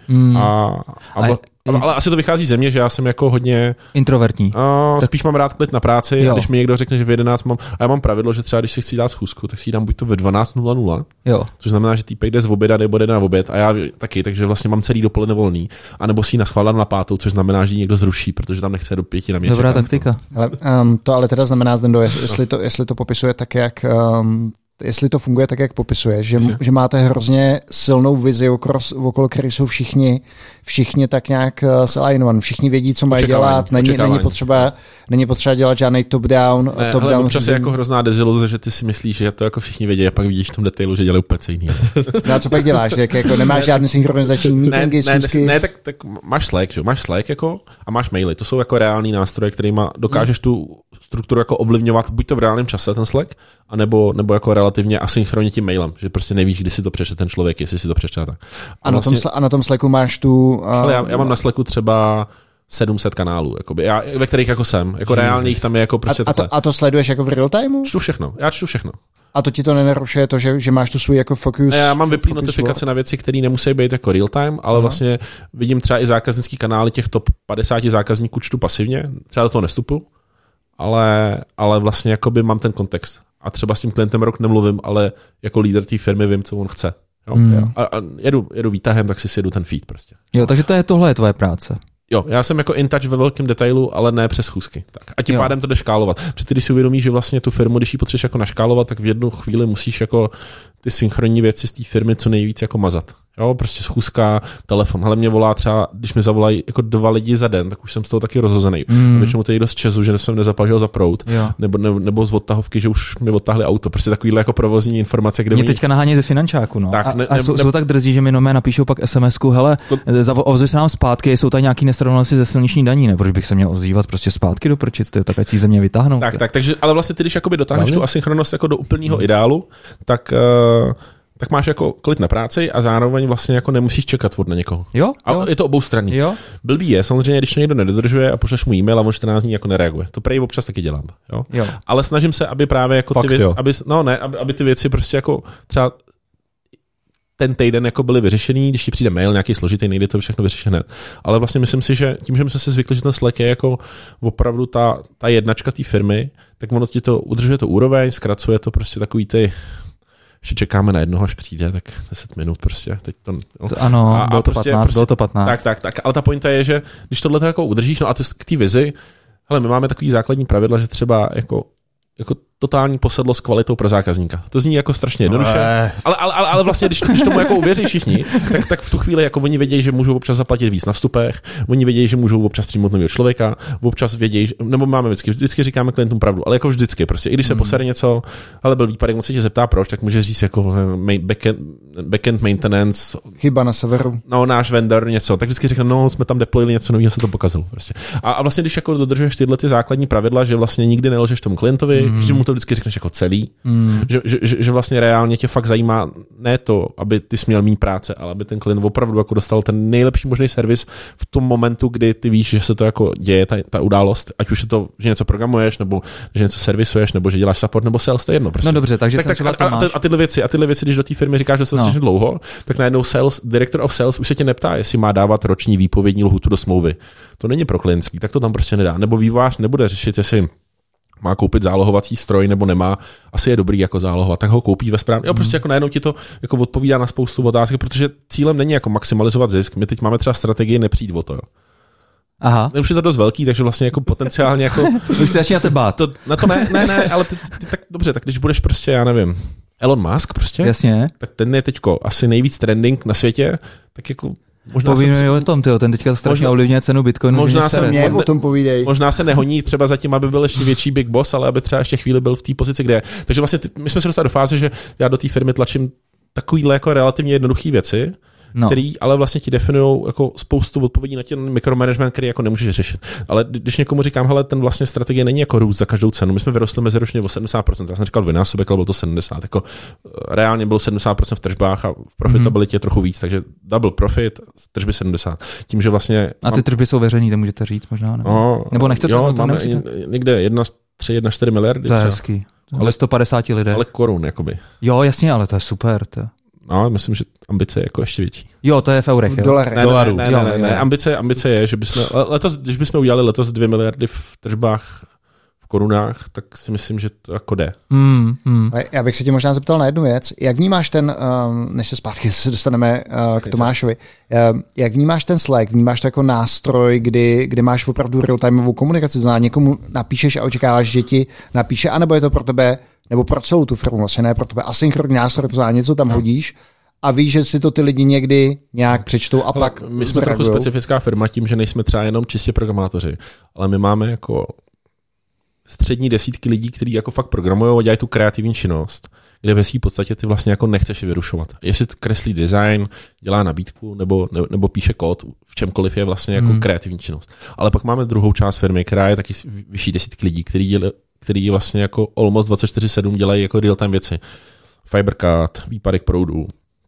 ale asi to vychází ze mě, že já jsem jako hodně introvertní. Spíš mám rád klid na práci, jo. Když mi někdo řekne, že v 11 mám, a já mám pravidlo, že třeba když si chci dát schůzku, tak si ji dám buď to ve 12:00, což znamená, že týpek jde z oběda nebo jde na oběd a já taky, takže vlastně mám celý dopoledne volný, anebo si ji naschválám na 5, což znamená, že ji někdo zruší, protože tam nechce do 5 na mě. Dobrá čekat. taktika. Ale, to ale teda znamená, Zdendo, jestli to popisuje tak, jak jestli to funguje tak, jak popisuje, že máte hrozně silnou vizi, okolo které jsou všichni tak nějak zalignovaní, všichni vědí, co mají dělat, není potřeba dělat žádný top-down. Ale občas je jako hrozná deziluze, že ty si myslíš, že to jako všichni vědí a pak vidíš v tom detailu, že dělají úplně jiný. No a co pak děláš? Jako nemáš žádný synchronizační meetingy, schůzky? Ne, tak máš Slack, že? Máš Slack jako a máš maily. To jsou jako reální nástroje, kterými dokážeš tu strukturu jako ovlivňovat buď to v reálném čase ten Slack, anebo jako relativně asynchronně tím mailem, že prostě nevíš, kdy si to přečte ten člověk, jestli si to přečte tak. A na tom Slacku máš tu... Ale já mám na Slacku třeba 700 kanálů, jakoby, ve kterých jako jsem. Jako reálně jich tam je jako prostě a to sleduješ jako v real timeu? Já čtu všechno. A to ti to nenarušuje to, že máš tu svůj jako focus? Já mám vyplý notifikace na věci, které nemusí být jako real time, ale vlastně vidím třeba i zákaznický kanály těch top 50 zákazníků čtu pasivně, třeba do toho nestupu, ale vlastně jakoby mám ten kontext. A třeba s tím klientem rok nemluvím, ale jako lídr té firmy vím, co on chce. Jo? A jedu výtahem, tak si sjedu ten feed prostě. Jo, takže tohle je tvoje práce. Jo, já jsem jako in touch ve velkém detailu, ale ne přes schůzky. Tak. A tím pádem to jde škálovat. Protože ty, když si uvědomíš, že vlastně tu firmu, když ji potřebuješ jako naškálovat, tak v jednu chvíli musíš jako ty synchronní věci z té firmy co nejvíc jako mazat. Jo, prostě schůzka, telefon. Ale mě volá třeba, když mi zavolají jako 2 lidi za den, tak už jsem z toho taky rozhozený. Většinou to je dost česu, že jsem nezaplatil za proud, nebo z odtahovky, že už mi odtahli auto. Prostě takovýhle jako provozní informace, kde mě teďka nahánějí ze finančáku, no. Tak, jsou tak drzí, že mi napíšou pak SMS-ku, hele, ozvi se nám zpátky, jsou tady nějaký nesrovnalosti ze silniční daní, ne? Proč bych se měl ozývat prostě zpátky do prčic, tak ať si ze mě vytáhnou. Takže ale vlastně ty, když jakoby dotáhneš tu asynchronnost jako do úplného ideálu, tak máš jako klid na práci a zároveň vlastně jako nemusíš čekat na někoho. Jo? A je to oboustranný. Jo? Blbý je, samozřejmě, když to někdo nedodržuje a pošleš mu e-mail a on 14 dní jako nereaguje. To prej občas taky dělám. Jo? Ale snažím se, aby právě jako fakt, aby ty věci prostě jako třeba ten týden jako byly vyřešený, když ti přijde mail nějaký složitý, nejde to všechno vyřešené. Ale vlastně myslím si, že tím, že jsme si zvykli, že ten Slack je jako opravdu ta jednačka té firmy, tak ono ti to udržuje to úroveň, zkracuje to prostě takový ty, že čekáme na jednoho, až přijde, tak 10 minut prostě. Teď to, ano, bylo to 15. Tak, ale ta pointa je, že když tohle jako udržíš, no a ty k té vizi, hele, my máme takový základní pravidla, že třeba jako totální posedlo s kvalitou pro zákazníka. To zní jako strašně jednoduše, ale vlastně, když tomu jako uvěří všichni, tak v tu chvíli jako oni vědějí, že můžou občas zaplatit víc na vstupech, oni vědějí, že můžou občas přijmout nového člověka, občas vědějí, nebo máme vždycky říkáme klientům pravdu, ale jako vždycky prostě, i když se posere něco, ale byl výpadek, on se tě zeptá proč, tak může říct jako backend maintenance, chyba na severu. No, náš vendor něco, tak vždycky řekne, no, jsme tam deployili něco nového, se to pokazilo prostě. A vlastně když jako dodržuješ tyhle ty základní pravidla, že vlastně nikdy nelžeš tomu klientovi, že mu to vždycky řekneš jako celý, že vlastně reálně tě fakt zajímá ne to, aby ty směl mít práce, ale aby ten klient opravdu jako dostal ten nejlepší možný servis v tom momentu, kdy ty víš, že se to jako děje, ta událost, ať už je to, že něco programuješ, nebo že něco servisuješ, nebo že děláš support, nebo sales, to je jedno. Prostě. No dobře, takže a tyhle věci, když do té firmy říkáš dostatečně dlouho, tak najednou director of sales už se tě neptá, jestli má dávat roční výpovědní lhůtu do smlouvy. To není pro klientský, tak to tam prostě nedá. Nebo vývojář nebude řešit, jestli má koupit zálohovací stroj nebo nemá, asi je dobrý jako zálohovat, tak ho koupí ve správně. Jo, prostě jako najednou ti to jako odpovídá na spoustu otázek, protože cílem není jako maximalizovat zisk. My teď máme třeba strategii nepřijít o to, jo. Aha. Už je to dost velký, takže vlastně jako potenciálně jako už se začínáte bát. Na to ne, ale ty tak dobře, tak když budeš prostě, já nevím, Elon Musk prostě, jasně, tak ten je teďko asi nejvíc trending na světě, tak jako povíme o tom, ten teďka strašně ovlivňuje cenu Bitcoinu. Možná se nehoní třeba zatím, aby byl ještě větší big boss, ale aby třeba ještě chvíli byl v té pozici, kde je. Takže vlastně my jsme se dostali do fáze, že já do té firmy tlačím takovýhle jako relativně jednoduché věci, který ale vlastně ti definují jako spoustu odpovědí na ten mikromanagement, který jako nemůžeš řešit. Ale když někomu říkám, hele, ten vlastně strategie není jako růst za každou cenu. My jsme vyrostli meziročně o 70%. Já jsem říkal dvojnásobek, ale bylo to 70. Jako reálně bylo 70% v tržbách a v profitabilitě trochu víc, takže double profit, tržby 70. Tím, že vlastně a ty tržby jsou veřejný, to můžete říct možná, nebo nechcete? Jo, máme někde 1,3–1,4 miliardy. To je hezký. Ale 150 lidé. Ale korun, jakoby. Jo, jasně, ale to je super. No, myslím, že ambice je jako ještě větší. Jo, to je v eurech, jo? Dolarů. Ne. Ambice je, že bychom letos, když bychom udělali letos 2 miliardy v tržbách v korunách, tak si myslím, že to jako jde. Já bych se tě možná zeptal na jednu věc. Jak vnímáš ten, než se zpátky dostaneme k Tomášovi, jak vnímáš ten Slack? Vnímáš to jako nástroj, kdy máš opravdu real-timeovou komunikaci? Znamená, někomu napíšeš a očekáváš, že ti napíše, anebo je to pro tebe nebo pro celou tu firmu, vlastně ne pro tebe asynchronní nástroj, to znamená něco tam hodíš a víš, že si to ty lidi někdy nějak přečtou a pak my jsme trochu specifická firma tím, že nejsme třeba jenom čistě programátoři, ale my máme jako střední desítky lidí, kteří jako fakt programují a dělají tu kreativní činnost, kde ve své podstatě ty vlastně jako nechceš je vyrušovat. Jestli kreslí design, dělá nabídku nebo píše kód, v čemkoliv je vlastně jako kreativní činnost. Ale pak máme druhou část firmy, která je taky vyšší desítky lidí, který vlastně jako almost 24/7 dělají jako real-time věci. Fibercut, výpadek proudu,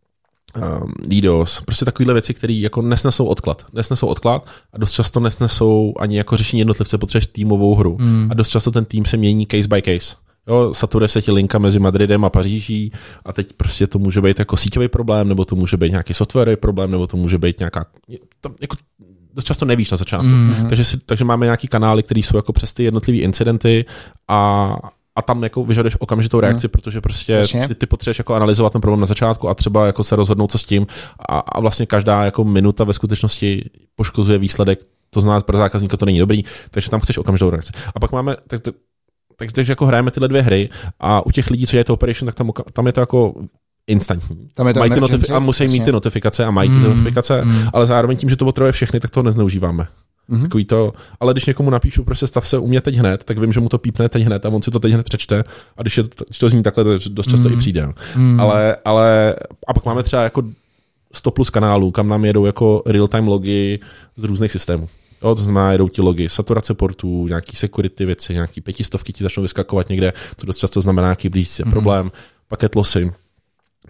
DDoS, prostě takovéhle věci, které jako nesnesou odklad a dost často nesnesou ani jako řešení jednotlivce, potřebuješ týmovou hru a dost často ten tým se mění case by case. Jo, saturuje se ti linka mezi Madridem a Paříží a teď prostě to může být jako síťový problém, nebo to může být nějaký softwarový problém, nebo to může být nějaká jako dost často nevíš na začátku. Takže máme nějaký kanály, které jsou jako přes ty jednotlivé incidenty a tam jako vyžaduješ okamžitou reakci, protože prostě ty potřebuješ jako analyzovat ten problém na začátku a třeba jako se rozhodnout, co s tím a vlastně každá jako minuta ve skutečnosti poškozuje výsledek, to znamená pro zákazníka to není dobrý, takže tam chceš okamžitou reakci. A pak máme takže jako hrajeme tyhle dvě hry a u těch lidí, co je to operation, tak tam je to jako instantní. A musí mít ty notifikace a mají ty notifikace, ale zároveň tím, že to potřebuje všechny, tak to nezneužíváme. Takový to, ale když někomu napíšu prostě stav se u mě teď hned, tak vím, že mu to pípne teď hned a on si to teď hned přečte a když to zní takhle, dost často i přijde. Ale a pak máme třeba jako 100+ kanálů, kam nám jedou jako real-time logy z různých systémů. Jo, to znamená, jedou ti logy saturace portů, nějaký security věci, nějaký 500 ti začnou vyskakovat někde, to dost často znamená nějaký blížící problém, paket lossy.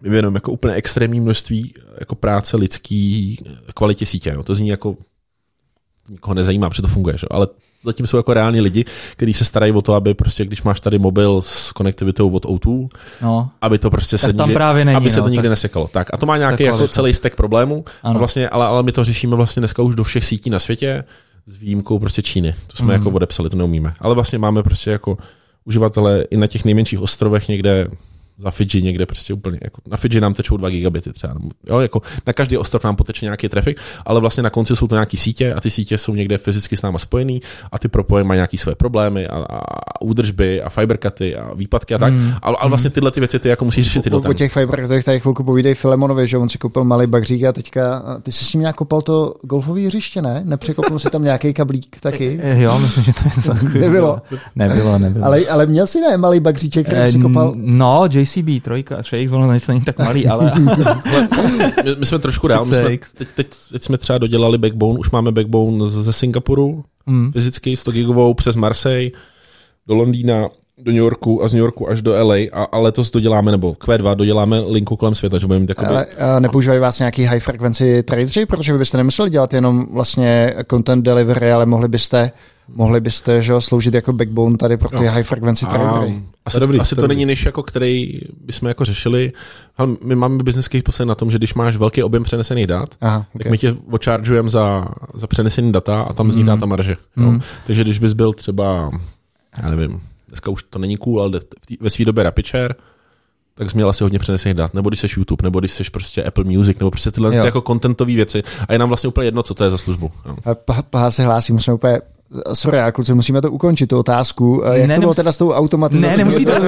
my věnujeme jako úplně extrémní množství jako práce lidský kvalitě sítě. Jo. To zní jako nikoho nezajímá, protože to funguje, že? Ale zatím jsou jako reální lidi, kteří se starají o to, aby prostě, když máš tady mobil s konektivitou od O2, aby to prostě se nikdy, není, aby se to nikdy nesekalo. Tak a to má nějaký jako celý stack problémů, a vlastně, ale my to řešíme vlastně dneska už do všech sítí na světě, s výjimkou prostě Číny. To jsme jako odepsali, to neumíme. Ale vlastně máme prostě jako uživatele i na těch nejmenších ostrovech někde za Fidži někde prostě úplně, jako na Fidži nám tečou 2 gigabity třeba, jo, jako na každý ostrov nám poteče nějaký trafik, ale vlastně na konci jsou to nějaký sítě a ty sítě jsou někde fyzicky s náma spojený a ty propojení mají nějaký své problémy a údržby a fibercuty a výpadky a tak, ale vlastně tyhle ty věci ty jako musíš řešit O těch fibercutech tady chvilku povídej Filemonovi, že on si koupil malý bagřík a teďka, ty jsi s ním nějak kopal to golfové hřiště, ne? Nepřekopnul si tam nějaký kablík taky? Jo, myslím, že to je takový. Nebylo. Ale měl si ne malý bagříček, který si kopal? No, JCB 3X, ono není tak malý, ale... my jsme trošku dál, teď jsme třeba dodělali backbone, už máme backbone ze Singapuru, fyzicky 100 gigovou přes Marseille, do Londýna, do New Yorku a z New Yorku až do LA a letos doděláme, nebo Q2 doděláme linku kolem světa, že budeme mít takový... Ale nepoužívají vás nějaký high frequency tradeři, protože vy byste nemuseli dělat jenom vlastně content delivery, ale mohli byste že, sloužit jako backbone tady pro ty high frequency tradery. Asi to není než jako, který bychom jako řešili. Ale my máme business case posledně na tom, že když máš velký objem přenesených dat, tak my tě odchargeujeme za přenesený data a tam vzniká ta marže. Takže když bys byl třeba, já nevím, dneska už to není cool, ale ve své době RapidShare, tak jsi měl asi hodně přenesených dat, nebo když jsi YouTube, nebo když jsi prostě Apple Music, nebo prostě tyhle jako contentové věci. A je nám vlastně úplně jedno, co to je za službu. Pahá se hlásí, musíme úplně... Sorry, kluci, musíme to ukončit, tu otázku. Jak to bylo teda s tou automatizací? Ne, nemusí to.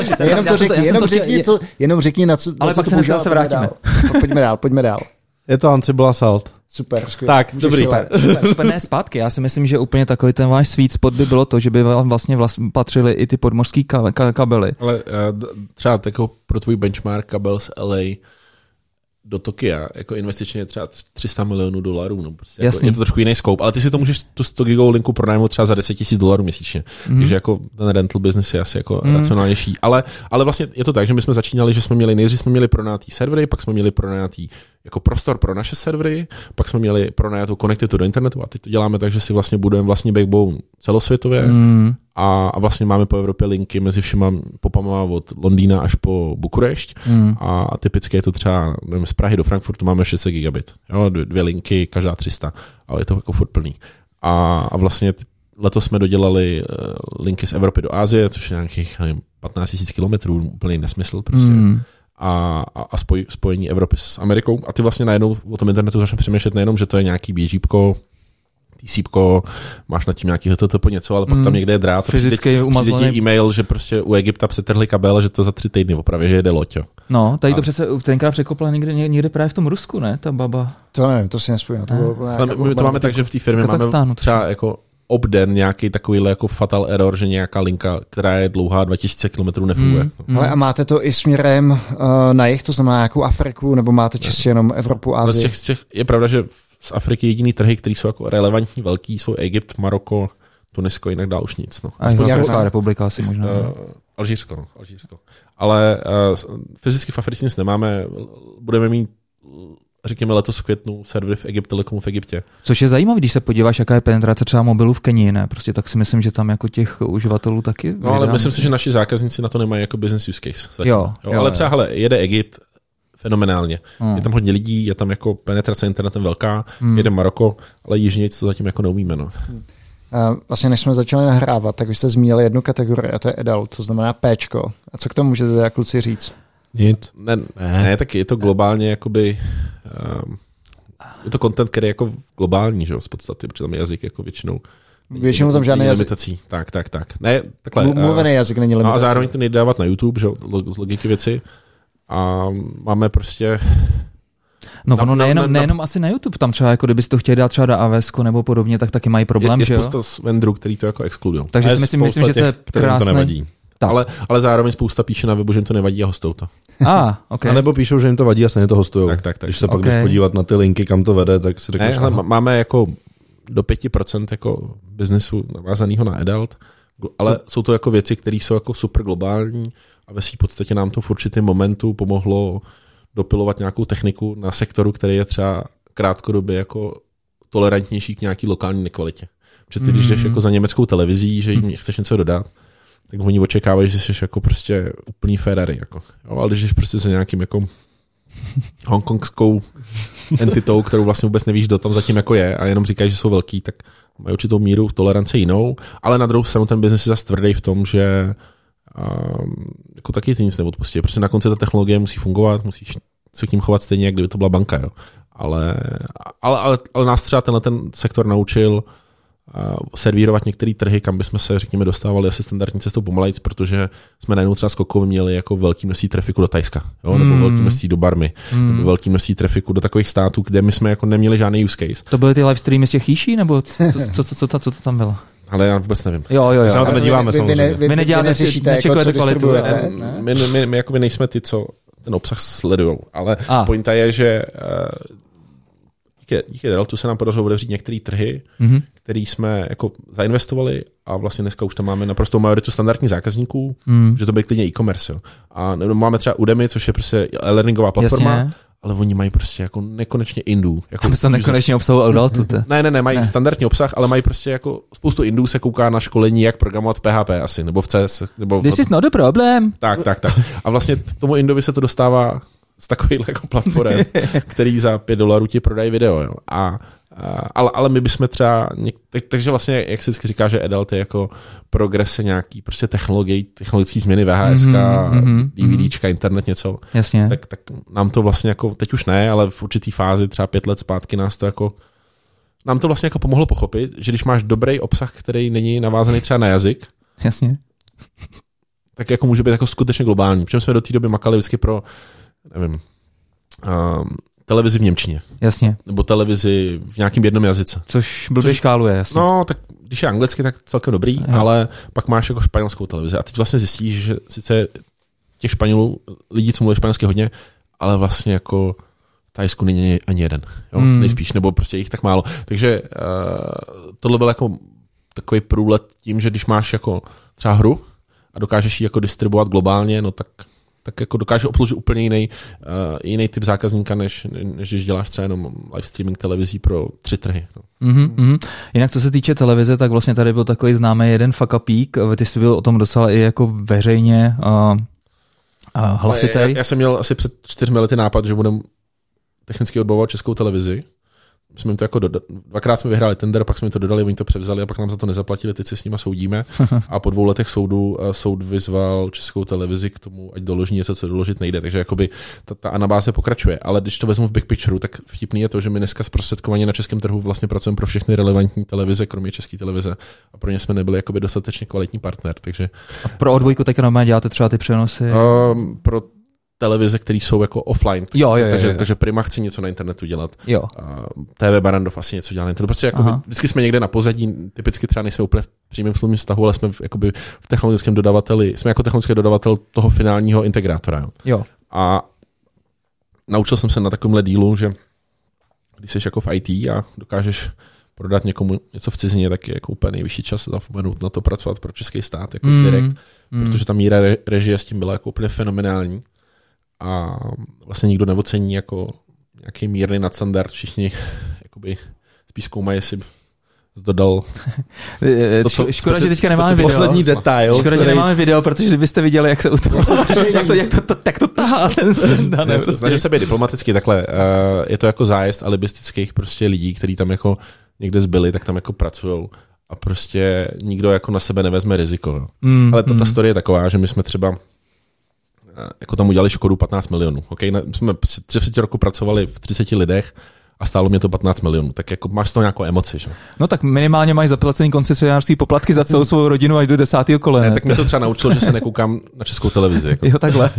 Jenom řekni, na co ale to používá. Se vrátíme. Pojďme dál. Je to Ansible Assault. Super, skvělé. Tak, dobrý. Super, ne, zpátky. Já si myslím, že úplně takový ten váš sweet spot by bylo to, že by vlastně patřily i ty podmořský kabely. Ale třeba takový pro tvůj benchmark kabel z LA do Tokia, jako investičně třeba $300 milionů, no prostě jako je to trošku jiný scope, ale ty si to můžeš tu 100 gigovou linku pronajmout třeba za $10,000 měsíčně. Takže jako ten rental business je asi jako racionálnější. Ale vlastně je to tak, že my jsme začínali, že nejdřív jsme měli pronajatý servery, pak jsme měli pronajatý jako prostor pro naše servery, pak jsme měli pronajatou konektivitu do internetu a teď to děláme tak, že si vlastně budujeme vlastní backbone celosvětově a vlastně máme po Evropě linky mezi všema popama od Londýna až po Bukurešť a typicky je to třeba, nevím, z Prahy do Frankfurtu máme 600 gigabit. Jo, 2 linky, každá 300, ale je to jako furt plný. A vlastně letos jsme dodělali linky z Evropy do Asie, což je nějakých 15 000 kilometrů, úplný nesmysl prostě. A spojení Evropy s Amerikou. A ty vlastně najednou o tom internetu začneš přemýšlet nejenom, že to je nějaký běžípko, TCPko, máš nad tím nějaký HTTP něco, ale pak tam někde je drát. Fyzicky umazlený e-mail, že prostě u Egypta přetrhli kabel, že to za 3 týdny opravě, že jede loď. Jo. No, tady to přece tenkrát překopla někde právě v tom Rusku, ne? Ta baba. To nevím, to si nespomínám. My to máme tak, že v té firmě máme třeba jako obden nějaký takovýhle jako fatal error, že nějaká linka, která je dlouhá 2000 km nefunguje. Ale a máte to i směrem na jih, to znamená nějakou Afriku, nebo máte čistě jenom Evropu, Asii? Je pravda, že z Afriky jediný trhy, které jsou jako relevantní, velký, jsou Egypt, Maroko, Tunisko, jinak dál už nic. No. A Jihoafrická republika asi možná. Alžírsko. Ale fyzicky v Africe nic nemáme. Budeme mít, řekněme, letos v květnu servery v Telekomu v Egyptě. Což je zajímavé, když se podíváš, jaká je penetrace třeba mobilů v Kenii, ne? Prostě tak si myslím, že tam jako těch uživatelů taky. No, ale myslím si, že naši zákazníci na to nemají jako business use case. Jo, ale třeba, hele, jede Egypt fenomenálně. Je tam hodně lidí, je tam jako penetrace internetem velká, jede Maroko, ale jižně to zatím jako neumíme. No. Vlastně než jsme začali nahrávat, tak vy jste zmínili jednu kategorii, a to je adult, to znamená Péčko. A co k tomu můžete teda kluci říct? Nic. Ne, tak je to globálně jakoby je to content, který je jako globální, že jo, z podstaty, protože tam jazyk jako většinou tam žádný jazyk. Limitací. Tak. Ne, takhle. Mluvený jazyk není limitací. No a zároveň to nejde dávat na YouTube, že jo, z logiky věci. A máme prostě no ono nejenom asi na YouTube, tam třeba jako kdybyste to chtěli dát třeba do AWS nebo podobně, tak taky mají problém, že jo? Je spousta vendorů, který to jako exkludujou. Takže si myslím, že to je krásné. To nevadí. Ale zároveň spousta píše na webu, že jim to nevadí a hostou to. Okay. A nebo píšou, že jim to vadí a stejně to hostujou. Tak. Když se pak jdeš podívat na ty linky, kam to vede, tak si řekneš. Máme jako do 5% jako biznesu navázaného na adult. Ale jsou to jako věci, které jsou jako super globální a ve svým podstatě nám to v určitém momentu pomohlo dopilovat nějakou techniku na sektoru, který je třeba krátkodobě jako tolerantnější k nějaký lokální nekvalitě. Protože ty, když jdeš jako za německou televizí, že jim chceš něco dodat, tak oni očekávají, že jsi jako prostě úplný Ferrari. Jako. Jo, ale když jdeš prostě za nějakým jako hongkongskou entitou, kterou vlastně vůbec nevíš, kdo tam zatím jako je a jenom říkají, že jsou velký, tak mají určitou míru tolerance jinou, ale na druhou stranu ten biznes je zase tvrdý v tom, že jako taky ty nic neodpustí. Prostě na konci ta technologie musí fungovat, musíš se k ním chovat stejně, jak kdyby to byla banka. Jo. Ale nás třeba ten sektor naučil servírovat některé trhy, kam bychom se, řekněme, dostávali asi standardní cestou pomalejc, protože jsme najednou třeba skokově měli jako velký množství trafiku do Thajska, jo? Nebo velký množství do Barmy, nebo velký množství trafiku do takových států, kde my jsme jako neměli žádný use case. To byly ty live streamy z těch Jíší, nebo co to tam bylo? Ale já vůbec nevím. Jo. My se na to nedíváme samozřejmě. Vy neděláte, nečekujete kvalitu. My jakoby nejsme ty, co ten obsah sledujou, ale pointa je, že díky Deltu se nám podařilo otevřít některé trhy, které jsme jako zainvestovali a vlastně dneska už tam máme naprosto majoritu standardních zákazníků, že to bude klidně e-commerce. Jo. A máme třeba Udemy, což je prostě e-learningová platforma, jasně. Ale oni mají prostě jako nekonečně indů. Jako a my se nekonečně obsahu Adaltu. Ne, mají standardní obsah, ale mají prostě jako spoustu indů se kouká na školení, jak programovat v PHP asi, nebo v CS. Nebo This is not a problem. Tak. A vlastně tomu Indovi se to dostává z takových jako platform, který za $5 ti prodají video. Jo. Ale my bychom třeba, takže vlastně, jak se vždycky říká, že Adult je jako progrese nějaký prostě technologické změny, VHS, DVDčka, internet, něco. Jasně. Tak nám to vlastně jako, teď už ne, ale v určitý fázi, třeba 5 let zpátky nám to vlastně jako pomohlo pochopit, že když máš dobrý obsah, který není navázaný třeba na jazyk, jasně. Tak jako může být jako skutečně globální. Protože jsme do té doby makali vždycky pro, nevím, televizi v němčině. Jasně. Nebo televizi v nějakém jednom jazyce. Což blbě škáluje, jasně. No, tak když je anglicky, tak celkem dobrý, ale pak máš jako španělskou televizi. A teď vlastně zjistíš, že sice těch Španělů, lidí, co mluví španělsky hodně, ale vlastně jako v Thajsku není ani jeden. Jo? Nejspíš, nebo prostě jich tak málo. Takže tohle byl jako takový průlet tím, že když máš jako třeba hru a dokážeš ji jako distribuovat globálně, no tak jako dokáže obsloužit úplně jiný typ zákazníka, než když děláš třeba jenom live streaming televizí pro 3 trhy. No. Jinak co se týče televize, tak vlastně tady byl takový známý jeden fuck-upík, ty jsi byl o tom docela i jako veřejně hlasitej. Já jsem měl asi před 4 lety nápad, že budem technicky odbavovat Českou televizi. Jsme jim to jako dvakrát jsme vyhráli tender, pak jsme jim to dodali, oni to převzali a pak nám za to nezaplatili, teď se s nima soudíme. A po 2 letech soud vyzval Českou televizi k tomu, ať doloží něco, co doložit nejde. Takže jakoby ta anabáze pokračuje. Ale když to vezmu v big picture, tak vtipný je to, že my dneska zprostředkovaně na českém trhu vlastně pracujeme pro všechny relevantní televize, kromě České televize. A pro ně jsme nebyli jakoby dostatečně kvalitní partner. Takže a pro O2 teď normálně děláte třeba ty přenosy? Pro televize, které jsou jako offline. Takže Prima chce něco na internetu dělat. Jo. TV Barandov asi něco dělá na internetu. Prostě jakoby, vždycky jsme někde na pozadí, typicky třeba nejsme úplně v přímém slovním vztahu, ale jsme jakoby v technologickém dodavateli, jsme jako technologický dodavatel toho finálního integrátora. Jo. A naučil jsem se na takovémhle dílu, že když jsi jako v IT a dokážeš prodat někomu něco v cizině, tak je jako úplně nejvyšší čas zapomenout na to pracovat pro český stát jako direkt, protože ta míra režie s tím byla jako úplně fenomenální. A vlastně nikdo neocení jako nějaký mírný nadstandard, všichni jakoby spíš zkoumají, jestli dodal. Škoda, že teďka nemáme video. Poslední detail. Škoda, že nemáme video, protože kdybyste viděli, jak se jak to tahá ten stand. Snažím se být diplomaticky takhle. Je to jako zájezd alibistických prostě lidí, kteří tam jako někde zbyli, tak tam jako pracujou a prostě nikdo jako na sebe nevezme riziko. Ale ta story je taková, že my jsme třeba jako tam udělali škodu 15 milionů. Okay? Jsme 30 roku pracovali v 30 lidech a stálo mě to 15 milionů. Tak jako máš z toho nějakou emoci, že? No tak minimálně máš zaplacený koncesionářský poplatky za celou svou rodinu až do 10. kolena. Ne, tak mě to třeba naučilo, že se nekoukám na Českou televizi. Jako. Jo, takhle.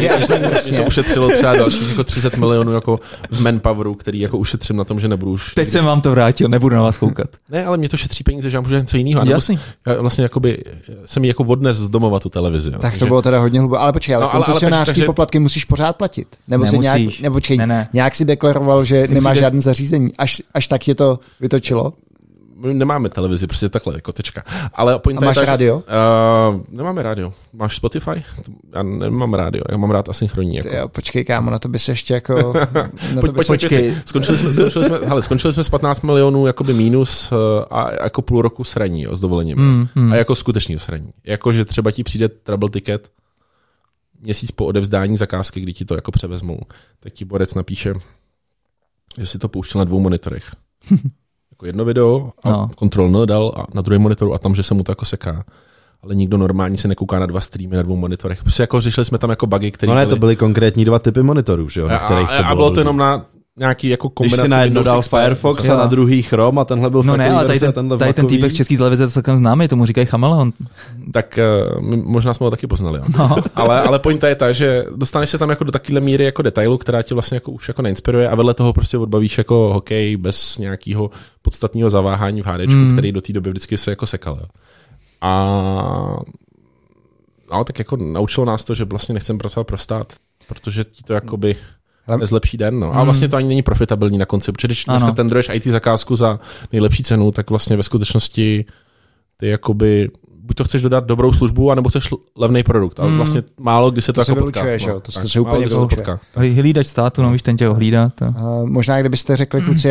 Mě to ušetřilo třeba dalších jako 30 milionů jako v manpoweru, který jako ušetřím na tom, že nebudu už. Teď jsem vám to vrátil, nebudu na vás koukat. Ne, ale mě to šetří peníze, že já můžu něco jiného. Jasný. Já vlastně jakoby jsem jako odnes z domova tu televizi. Tak to bylo teda hodně hluboké. Ale počkej, ale koncesionářský poplatky musíš pořád platit. Nebo si nějak si deklaroval, že nemáš žádné zařízení. Až tak tě to vytočilo? My nemáme televizi, prostě takhle, jako tečka. Ale a máš rádio? Nemáme rádio. Máš Spotify? Já nemám rádio, já mám rád asynchronní. Jako. Jo, počkej, kámo, na to by se ještě jako... Počkej. Skončili jsme s 15 milionů jakoby mínus a jako půl roku sraní, s dovolením. A jako skutečný sraní. Jako, že třeba ti přijde trouble ticket měsíc po odevzdání zakázky, kdy ti to jako převezmou, tak ti borec napíše, že si to pouštěl na 2 monitorech. Jako jedno video a Ctrl-N dal a na druhém monitoru a tam, že se mu to jako seká. Ale nikdo normálně se nekouká na 2 streamy na 2 monitorech. Prostě jako řešili jsme tam jako bugy, které byly... to byly konkrétní 2 typy monitorů, že jo, na kterých to bylo. A bylo to jenom na nějaký jako kombinaci. Když si na jedno dal Firefox a na druhý Chrome a tenhle byl v takový verzi a tenhle v tady ten týpek z České televize je celkem známý, tomu říkají chameleon. Tak možná jsme ho taky poznali. Jo. No. ale pointa je ta, že dostaneš se tam jako do takovéhle míry jako detailu, která ti vlastně jako už jako neinspiruje a vedle toho prostě odbavíš jako hokej bez nějakého podstatného zaváhání v HDčku, který do té doby vždycky se jako sekal. Jo. A tak jako naučilo nás to, že vlastně nechcem pracovat pro stát, protože ti to jakoby nezlepší den. No. A vlastně to ani není profitabilní na konci, protože když dneska tendruješ IT zakázku za nejlepší cenu, tak vlastně ve skutečnosti ty jakoby buď to chceš dodat dobrou službu, anebo chceš levný produkt. Ale vlastně málo kdy se to jako potká. To se úplně vylučuje. Hlídač státu, no víš, ten tě ohlídá. Možná kdybyste řekli, kluci,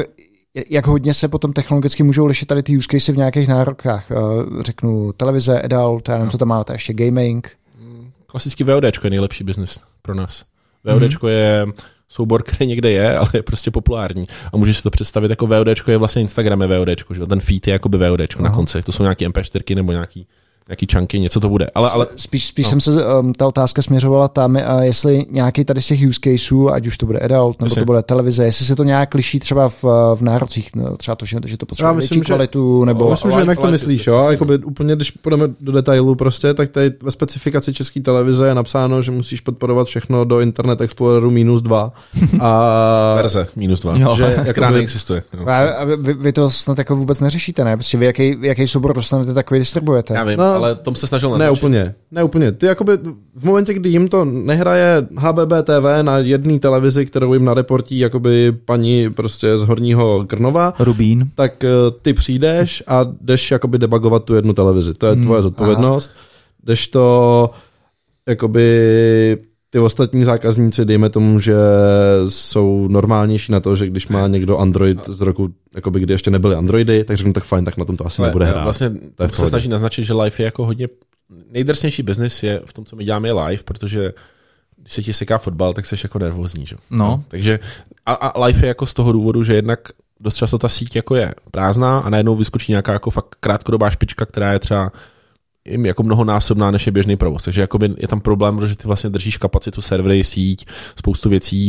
jak hodně se potom technologicky můžou lišit tady ty use case v nějakých nárokách. Řeknu televize, adult, já nevím, co tam máte, ještě gaming. Klasický VODčko je nejlepší biznis pro nás. VODčko je soubor, který někde je, ale je prostě populární. A můžeš si to představit jako VODčko je vlastně Instagram je VODčko, že ten feed je jakoby VODčko na konci. To jsou nějaký MP4 nebo nějaký chunky, něco to bude. Ale spíš jsem se, ta otázka směřovala tam, jestli nějaký tady z těch use caseů, ať už to bude adult, nebo to bude televize, jestli se to nějak liší třeba v nárocích, třeba to, že to potřebuje větší kvalitu, nebo... Myslím, že jak to myslíš, jo? Jakoby úplně, když půjdeme do detailu prostě, tak tady ve specifikaci České televize je napsáno, že musíš podporovat všechno do Internet Exploreru -2. A... verze -2. Že jaká neexistuje. A vy to snad jako vůbec neřešíte, ne? Prostě vy jaký soubor dostanete, takový distribuujete. Já vím, ale tom se snažil naznačit. Ne úplně. Ty jakoby v momentě, kdy jim to nehraje HBB TV na jedné televizi, kterou jim nareportí jakoby paní prostě z Horního Krnova, Rubín, tak ty přijdeš a jdeš jakoby debugovat tu jednu televizi. To je tvoje zodpovědnost. Jdeš to jakoby ty ostatní zákazníci, dejme tomu, že jsou normálnější na to, že když má někdo Android z roku, jakoby, kdy ještě nebyly Androidy, tak řeknu tak fajn, tak na tom to asi nebude hrát. Vlastně to se snaží naznačit, že live je jako hodně nejdrsnější biznis je v tom, co my děláme, je live, protože když se ti seká fotbal, tak jsi jako nervózní. Že? No. Takže a live je jako z toho důvodu, že jednak dost často ta síť jako je prázdná a najednou vyskočí nějaká jako fakt krátkodobá špička, která je třeba jako mnohonásobná, než je běžný provoz. Takže jakoby je tam problém, protože ty vlastně držíš kapacitu servery, síť, spoustu věcí,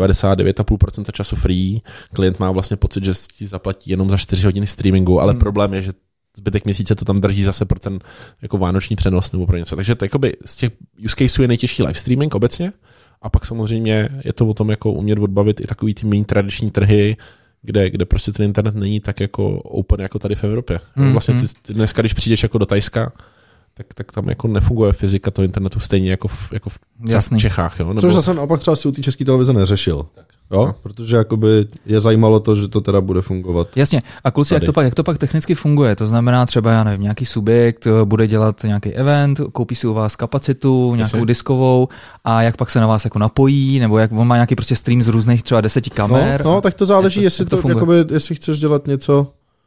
99,5% času free. Klient má vlastně pocit, že ti zaplatí jenom za 4 hodiny streamingu, ale problém je, že zbytek měsíce to tam drží zase pro ten jako vánoční přenos nebo pro něco. Takže to jakoby z těch use caseů je nejtěžší live streaming obecně a pak samozřejmě je to o tom jako umět odbavit i takový ty méně tradiční trhy, kde prostě ten internet není tak jako open jako tady v Evropě. Vlastně ty dneska, když přijdeš jako do Tajska, tak tam jako nefunguje fyzika toho internetu stejně jako v Čechách. Jo? Což zase naopak třeba si u té české televize neřešil. Jo? Protože jakoby je zajímalo to, že to teda bude fungovat. Jasně. A kluci, jak to pak technicky funguje? To znamená třeba, já nevím, nějaký subjekt bude dělat nějaký event, koupí si u vás kapacitu, nějakou diskovou a jak pak se na vás jako napojí, nebo jak on má nějaký prostě stream z různých třeba 10 kamer. No, tak to záleží, jestli to jakoby, jestli chceš dělat něco.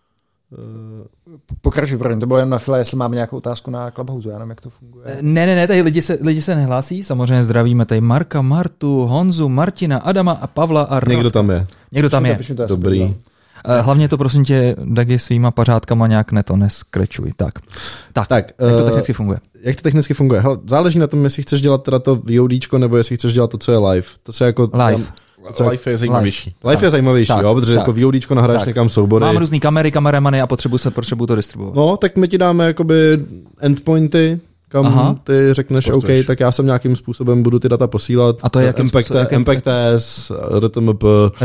Pokračuj, to bylo jen na file, jestli máme nějakou otázku na Clubhouse, já nevím, jak to funguje. Ne, tady lidi se nehlásí, samozřejmě zdravíme tady Marka, Martu, Honzu, Martina, Adama a Pavla a Radka. Někdo tam je. Dobrý. Hlavně to prosím tě, Dagi, svýma pařádkama nějak neskrečuj. Tak, jak to technicky funguje? Jak to technicky funguje? Hele, záleží na tom, jestli chceš dělat teda to VODčko, nebo jestli chceš dělat to, co je live. To se jako live. Live je zajímavější. Live je zajímavější, jo, protože jako VODčko nahraješ někam soubory. Mám různý kameramany a potřebuji to distribuovat. No, tak my ti dáme jakoby endpointy, kam ty řekneš OK, tak já jsem nějakým způsobem budu ty data posílat. A to je MPEG-TS, RTMP,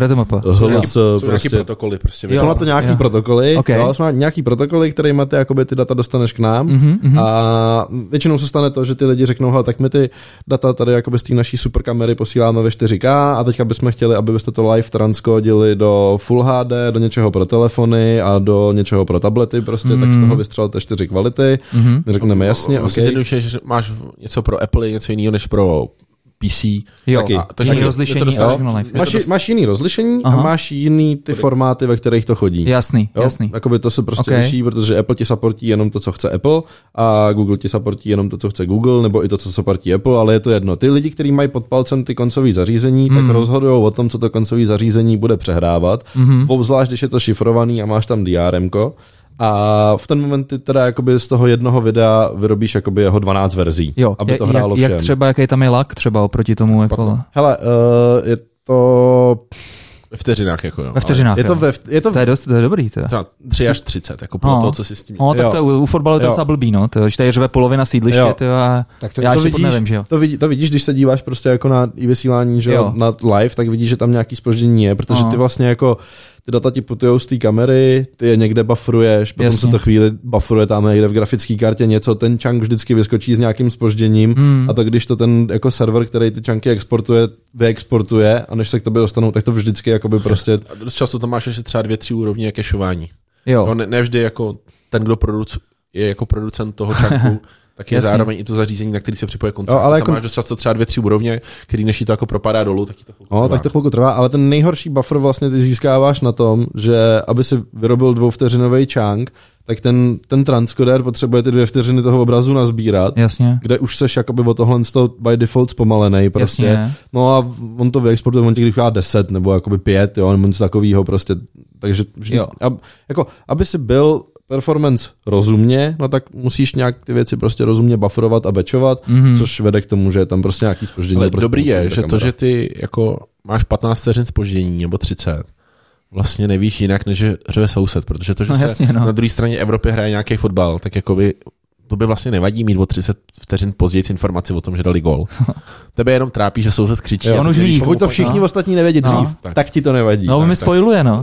HLS, prostě protokoly. Prostě jsou na to nějaký protokoly, jsou nějaký protokoly, kterými ty jakoby ty data dostaneš k nám a většinou se stane to, že ty lidi řeknou, hele, tak my ty data tady jakoby z té naší superkamery posíláme ve 4K a teďka bychom chtěli, aby byste to live transkodili do Full HD, do něčeho pro telefony a do něčeho pro tablety prostě, tak z toho vystřelíte 4 kvality. My řekneme jasně, že máš něco pro Apple, něco jiného než pro PC. Jo, jiný rozlišení. Máš jiný rozlišení a máš jiný ty formáty, ve kterých to chodí. Jasný. Jakoby to se prostě liší, protože Apple ti supportí jenom to, co chce Apple a Google ti supportí jenom to, co chce Google, nebo i to, co supportí Apple, ale je to jedno. Ty lidi, kteří mají pod palcem ty koncové zařízení, tak rozhodují o tom, co to koncové zařízení bude přehrávat. Obzvlášť, když je to šifrovaný a máš tam DRMko. A v ten moment ty teda jakoby z toho jednoho videa vyrobíš jakoby jeho 12 verzí, aby to hrálo všem. Jak třeba, jaký tam je lag třeba oproti tomu? Jako... Hele, je to... Ve vteřinách, jako jo. Ve vteřinách, to je dobrý. To je. 3 až 30, jako pro to, co si s tím... tak to u fotbalu je to docela blbý, no. Když tady řve polovina sídliště, a já ještě nevím, že jo. To vidíš, když se díváš prostě jako na vysílání, že jo, na live, tak vidíš, že tam nějaký zpoždění je, protože ty vlastně jako ty data ti putujou z té kamery, ty je někde bufferuješ, potom se to chvíli bufferuje tam někde v grafické kartě něco, ten chunk vždycky vyskočí s nějakým zpožděním a to když to ten jako server, který ty chunky exportuje, vyexportuje a než se k tobě dostanou, tak to vždycky jakoby prostě... A dost často to máš ještě třeba 2-3 úrovně cacheování. Jo. No, ne vždy jako ten, kdo je jako producent toho chunku, tak je zároveň i to zařízení, na který se připoje koncert. No, ale tam máš dost často třeba 2-3 úrovně, který než to jako propadá dolů, tak to chvilku trvá. Tak to chvilku trvá, ale ten nejhorší buffer vlastně ty získáváš na tom, že aby si vyrobil 2vteřinový chunk, tak ten transkoder potřebuje ty 2 vteřiny toho obrazu nazbírat, kde už seš jakoby o tohle by default zpomalenej prostě. Jasně. No a on to vyexportuje, on ti když 10 nebo jakoby 5, jo, nebo něco takového prostě. Takže vždy, jako, aby si byl performance rozumně, no tak musíš nějak ty věci prostě rozumně bufferovat a batchovat, což vede k tomu, že je tam prostě nějaký zpoždění. Ale dobrý je, že to, že ty jako máš 15 vteřin zpoždění nebo 30, vlastně nevíš jinak, než že řve soused, protože to, že na druhé straně Evropy hraje nějaký fotbal, tak jakoby to by vlastně nevadí mít o 30 vteřin později informaci o tom, že dali gól. Tebe jenom trápí, že soused křičí. On už ví, pokud to všichni ostatní nevědí dřív, tak ti to nevadí. No, mi spojuje, no.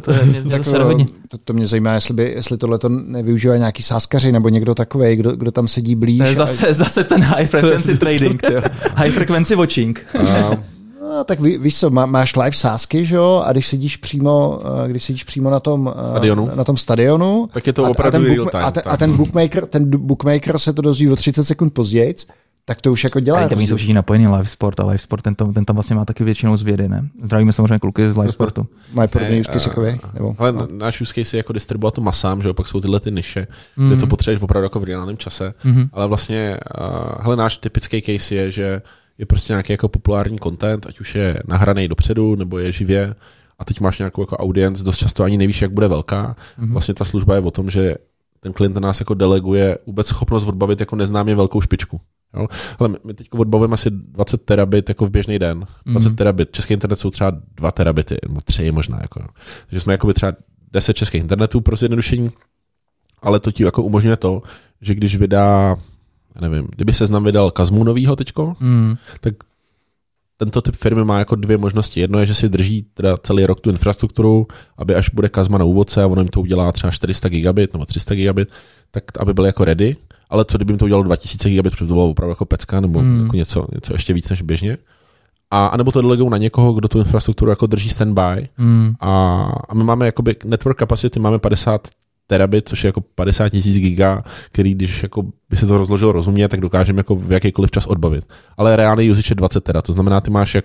To mě zajímá, jestli tohle to nevyužívá nějaký sáskaři nebo někdo takovej, kdo tam sedí blíž. To je zase ten high frequency trading, high frequency watching. No, tak víš co, máš live sázky, že jo, a když sedíš přímo na tom stadionu, tak je to opravdu real time. A ten bookmaker se to dozví o 30 sekund později, tak to už jako dělá. Ale tam jsou všichni napojení Live Sport a Live Sport, ten tam vlastně má taky většinou z vědy, ne? Zdravíme samozřejmě kluky z Live Sportu. Mají podobný use case jako vy? Ale náš use case je jako distribuovat to masám, že jo, pak jsou tyhle ty niše, kde to potřebuješ opravdu jako v reálném čase, ale vlastně, náš typický case je, že je prostě nějaký jako populární content, ať už je nahraný dopředu, nebo je živě, a teď máš nějakou jako audience, dost často ani nevíš, jak bude velká. Vlastně ta služba je o tom, že ten klient na nás jako deleguje vůbec schopnost odbavit jako neznámě velkou špičku. Jo? Ale my teď odbavujeme asi 20 terabit jako v běžný den. 20 terabit. Český internet jsou třeba 2 terabity, nebo 3 možná. Jako. Takže jsme jako třeba 10 českých internetů pro zjednodušení, ale to ti jako umožňuje to, že když vydá, nevím, kdyby Seznam vydal Kazmu novýho teďko, tak tento typ firmy má jako 2 možnosti. Jedno je, že si drží teda celý rok tu infrastrukturu, aby až bude Kazma na úvodce a ono jim to udělá třeba 400 gigabit nebo 300 gigabit, tak aby byl jako ready. Ale co kdyby jim to udělalo 2000 gigabit, protože to bylo opravdu jako pecka nebo jako něco ještě víc než běžně. A nebo to delegují na někoho, kdo tu infrastrukturu jako drží standby. A my máme jakoby network capacity, máme 50 terabit, což je jako 50 000 giga, který když jako by se to rozložilo rozumně, tak dokážeme jako v jakýkoliv čas odbavit. Ale reálný usage je 20 tera, to znamená,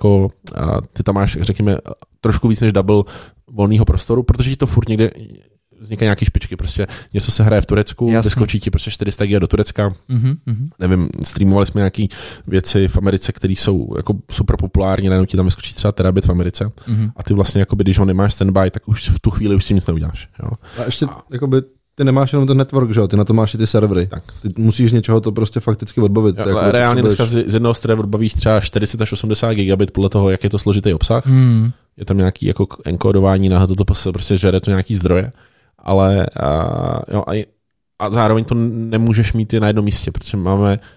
ty tam máš, řekněme, trošku víc než double volného prostoru, protože ti to furt někde vznikají nějaký špičky, prostě něco se hraje v Turecku, vyskočí ti prostě 400 giga do Turecka. Nevím, streamovali jsme nějaký věci v Americe, které jsou jako super populární, najednou ti tam vyskočí třeba terabit v Americe. A ty vlastně jakoby, když ho nemáš standby, tak už v tu chvíli už si nic neuděláš. Jo? A ještě jakoby ty nemáš jenom ten network, že jo? Ty na to máš i ty servery. Tak. Ty musíš z něčeho to prostě fakticky odbavit. Ja, jako reálně dneska z jednoho stroje odbavíš třeba 40 až 80 gigabit podle toho, jak je to složitý obsah. Je tam nějaký jako enkodování, na to prostě žere to nějaký zdroje. Ale a zároveň to nemůžeš mít i na jednom místě, protože máme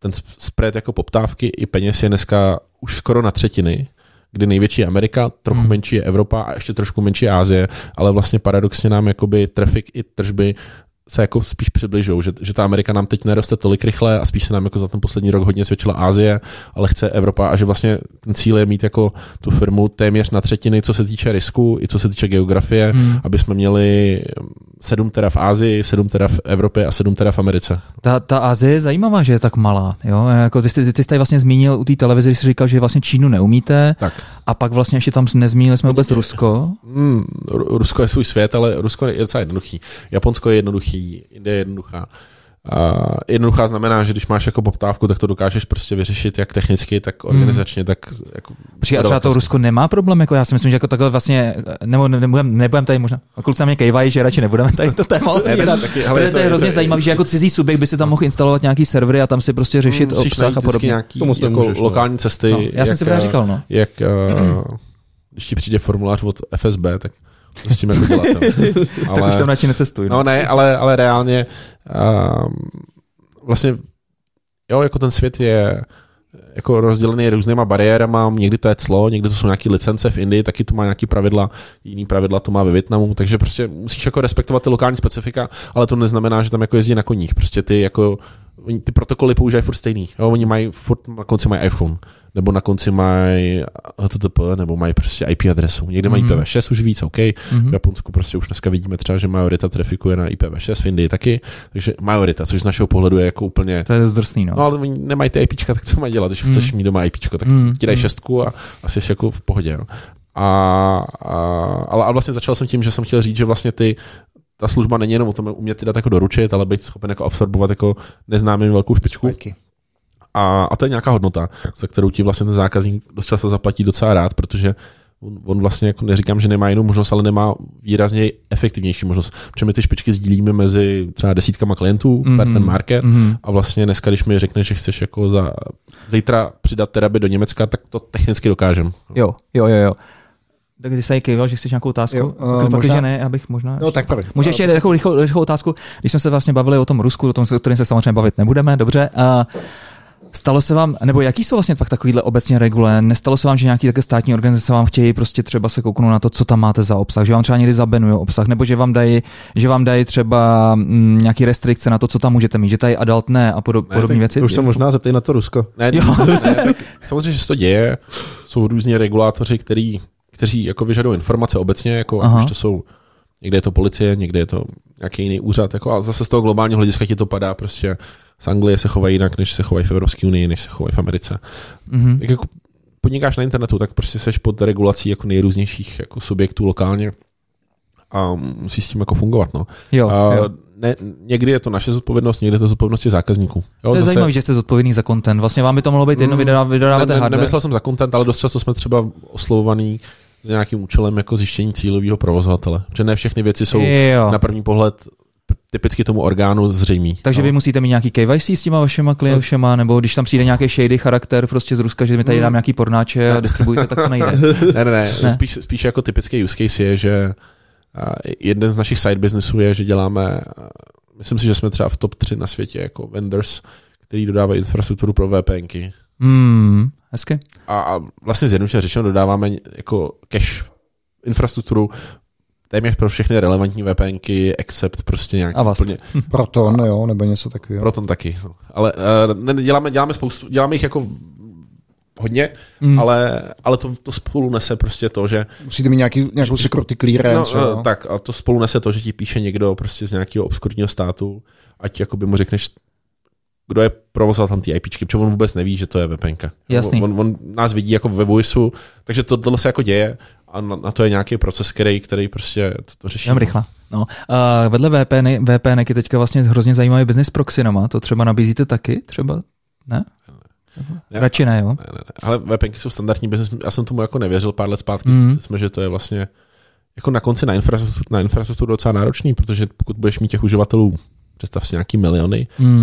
ten spread jako poptávky i peněz je dneska už skoro na třetiny, kdy největší je Amerika, trochu menší je Evropa a ještě trošku menší je Asie, ale vlastně paradoxně nám jakoby traffic i tržby se jako spíš přibližují, že ta Amerika nám teď neroste tolik rychle a spíš se nám jako za ten poslední rok hodně svědčila Asie, ale chce Evropa a že vlastně ten cíl je mít jako tu firmu téměř na třetiny, co se týče risku i co se týče geografie, aby jsme měli 7 teda v Asii, 7 teda v Evropě a 7 teda v Americe. Ta Asie je zajímavá, že je tak malá. Jo? Jako ty jsi tady vlastně zmínil u té televize, když jsi říkal, že vlastně Čínu neumíte, tak. A pak vlastně ještě tam nezmínili jsme vůbec Rusko. Rusko je svůj svět, ale Rusko je docela jednoduchý. Japonsko je jednoduchý, Indie je jednoduchá. Jednoduchá znamená, že když máš jako poptávku, tak to dokážeš prostě vyřešit jak technicky, tak organizačně, tak jako... A třeba to Rusko nemá problém, jako já si myslím, že jako takhle vlastně, nebo nebudem tady možná, kluci se mě kejvají, že radši nebudeme tady to téma otvírat. To je hrozně zajímavé, že jako cizí subjekt by si tam mohl instalovat nějaký servery a tam si prostě řešit obsah a podobně. Nějaký jako lokální cesty. No, já jsem si právě říkal, no. Když ti přijde formulář od FSB, tak s tím jako dělat. Ale, tak už tam radši necestuj. No ne, ale reálně vlastně jo, jako ten svět je jako rozdělený různýma bariérama, někdy to je clo, někdy to jsou nějaké licence v Indii, taky to má nějaký pravidla, jiný pravidla to má ve Vietnamu, takže prostě musíš jako respektovat ty lokální specifika, ale to neznamená, že tam jako jezdí na koních, prostě ty protokoly používají furt stejný, jo, oni mají furt na konci mají iPhone, nebo na konci mají HTTP, nebo mají prostě IP adresu. Někde mají IPv6 už víc, OK. V Japonsku prostě už dneska vidíme třeba, že majorita trafiku je na IPv6, v Indii taky, takže majorita, což z našeho pohledu je jako úplně... To je zdrsný, no. No ale oni nemají ty IPčka, tak co mají dělat, když chceš mít doma IPčko, tak ti dají 6 a jsi jako v pohodě. No. Ale vlastně začal jsem tím, že jsem chtěl říct, že vlastně ta služba není jenom o tom umět ty data jako doručit, ale být schopen jako absorbovat jako neznámým velkou špičku. A to je nějaká hodnota, za kterou ti vlastně ten zákazník dost často zaplatí docela rád, protože on vlastně jako neříkám, že nemá jinou možnost, ale nemá výrazně efektivnější možnost. Protože my ty špičky sdílíme mezi třeba desítkama klientů per ten market a vlastně dneska, když mi řekneš, že chceš jako zítra přidat terabit do Německa, tak to technicky dokážem. Jo. Tak ty jsi tady kejval, že chceš nějakou otázku? Možná... ne, abych možná... No tak první. Můžeš ještě rychlou otázku, když jsme se vlastně bavili o tom Rusku, o kterém se samozřejmě bavit nebudeme, dobře. Stalo se vám, nebo jaký jsou vlastně pak takovýhle obecně regule? Nestalo se vám, že nějaký také státní organizace vám chtějí prostě třeba se kouknout na to, co tam máte za obsah, že vám třeba někdy zabenují obsah, nebo že vám dají třeba nějaký restrikce na to, co tam můžete mít, že tady adult ne a podobné věci? To už se možná zeptej na to Rusko. Ne, samozřejmě, že se to děje. Jsou různí regulátoři, kteří jako vyžadují informace obecně, jako už to jsou, někde je to policie, někde je to nějaký jiný úřad, jako, a zase z toho globálního hlediska ti to padá prostě. Z Anglie se chovají jinak, než se chovají v Evropské unii, než se chovají v Americe. Jak jako podnikáš na internetu, tak prostě seš pod regulací jako nejrůznějších jako subjektů lokálně a musíš s tím jako fungovat. No. Jo. Ne, někdy je to naše zodpovědnost, někdy je to zodpovědnost zákazníků. To je zajímavé, že jste zodpovědný za content. Vlastně vám by to mohlo být jedno vydáváte hardware. Nemyslel jsem za content, ale dost často jsme třeba oslovovaný s nějakým účelem jako zjištění cílového provozovatele. Protože ne všechny věci jsou na první pohled typicky tomu orgánu zřejmý. Takže vy musíte mít nějaký KYC s těma vašima klientama, nebo když tam přijde nějaký shady charakter prostě z Ruska, že mi tady dám nějaký pornáče a distribujete, tak to nejde. Ne. Spíš jako typický use case je, že jeden z našich side businessů je, že děláme, myslím si, že jsme třeba v top 3 na světě jako vendors, který dodávají infrastrukturu pro VPNky. Hezky. A vlastně zjednodušeně řečeno dodáváme jako cache infrastrukturu téměř pro všechny relevantní VPNky, except prostě nějaký úplně... Proton, jo, nebo něco takového. Proton taky. No. Ale děláme jich jako hodně, ale to spolu nese prostě to, že... Musíte mít nějakou security clearance. No, tak, a to spolu nese to, že ti píše někdo prostě z nějakého obskurního státu, ať jakoby mu řekneš, kdo je provozoval tam ty IPčky, protože on vůbec neví, že to je VPNka. Jasný. On nás vidí jako ve voiceu, takže tohle se jako děje a na to je nějaký proces, který prostě to řeší. Jdem rychle. No. Vedle VPNky teďka vlastně hrozně zajímavý business proxynama, to třeba nabízíte taky? Třeba? Ne? Radši ne, jo? Ne. Ale VPNky jsou standardní business, já jsem tomu jako nevěřil pár let zpátky, jsme, že to je vlastně jako na konci na infrastrukturu docela náročný, protože pokud budeš mít těch uživatelů, představ si nějaký miliony,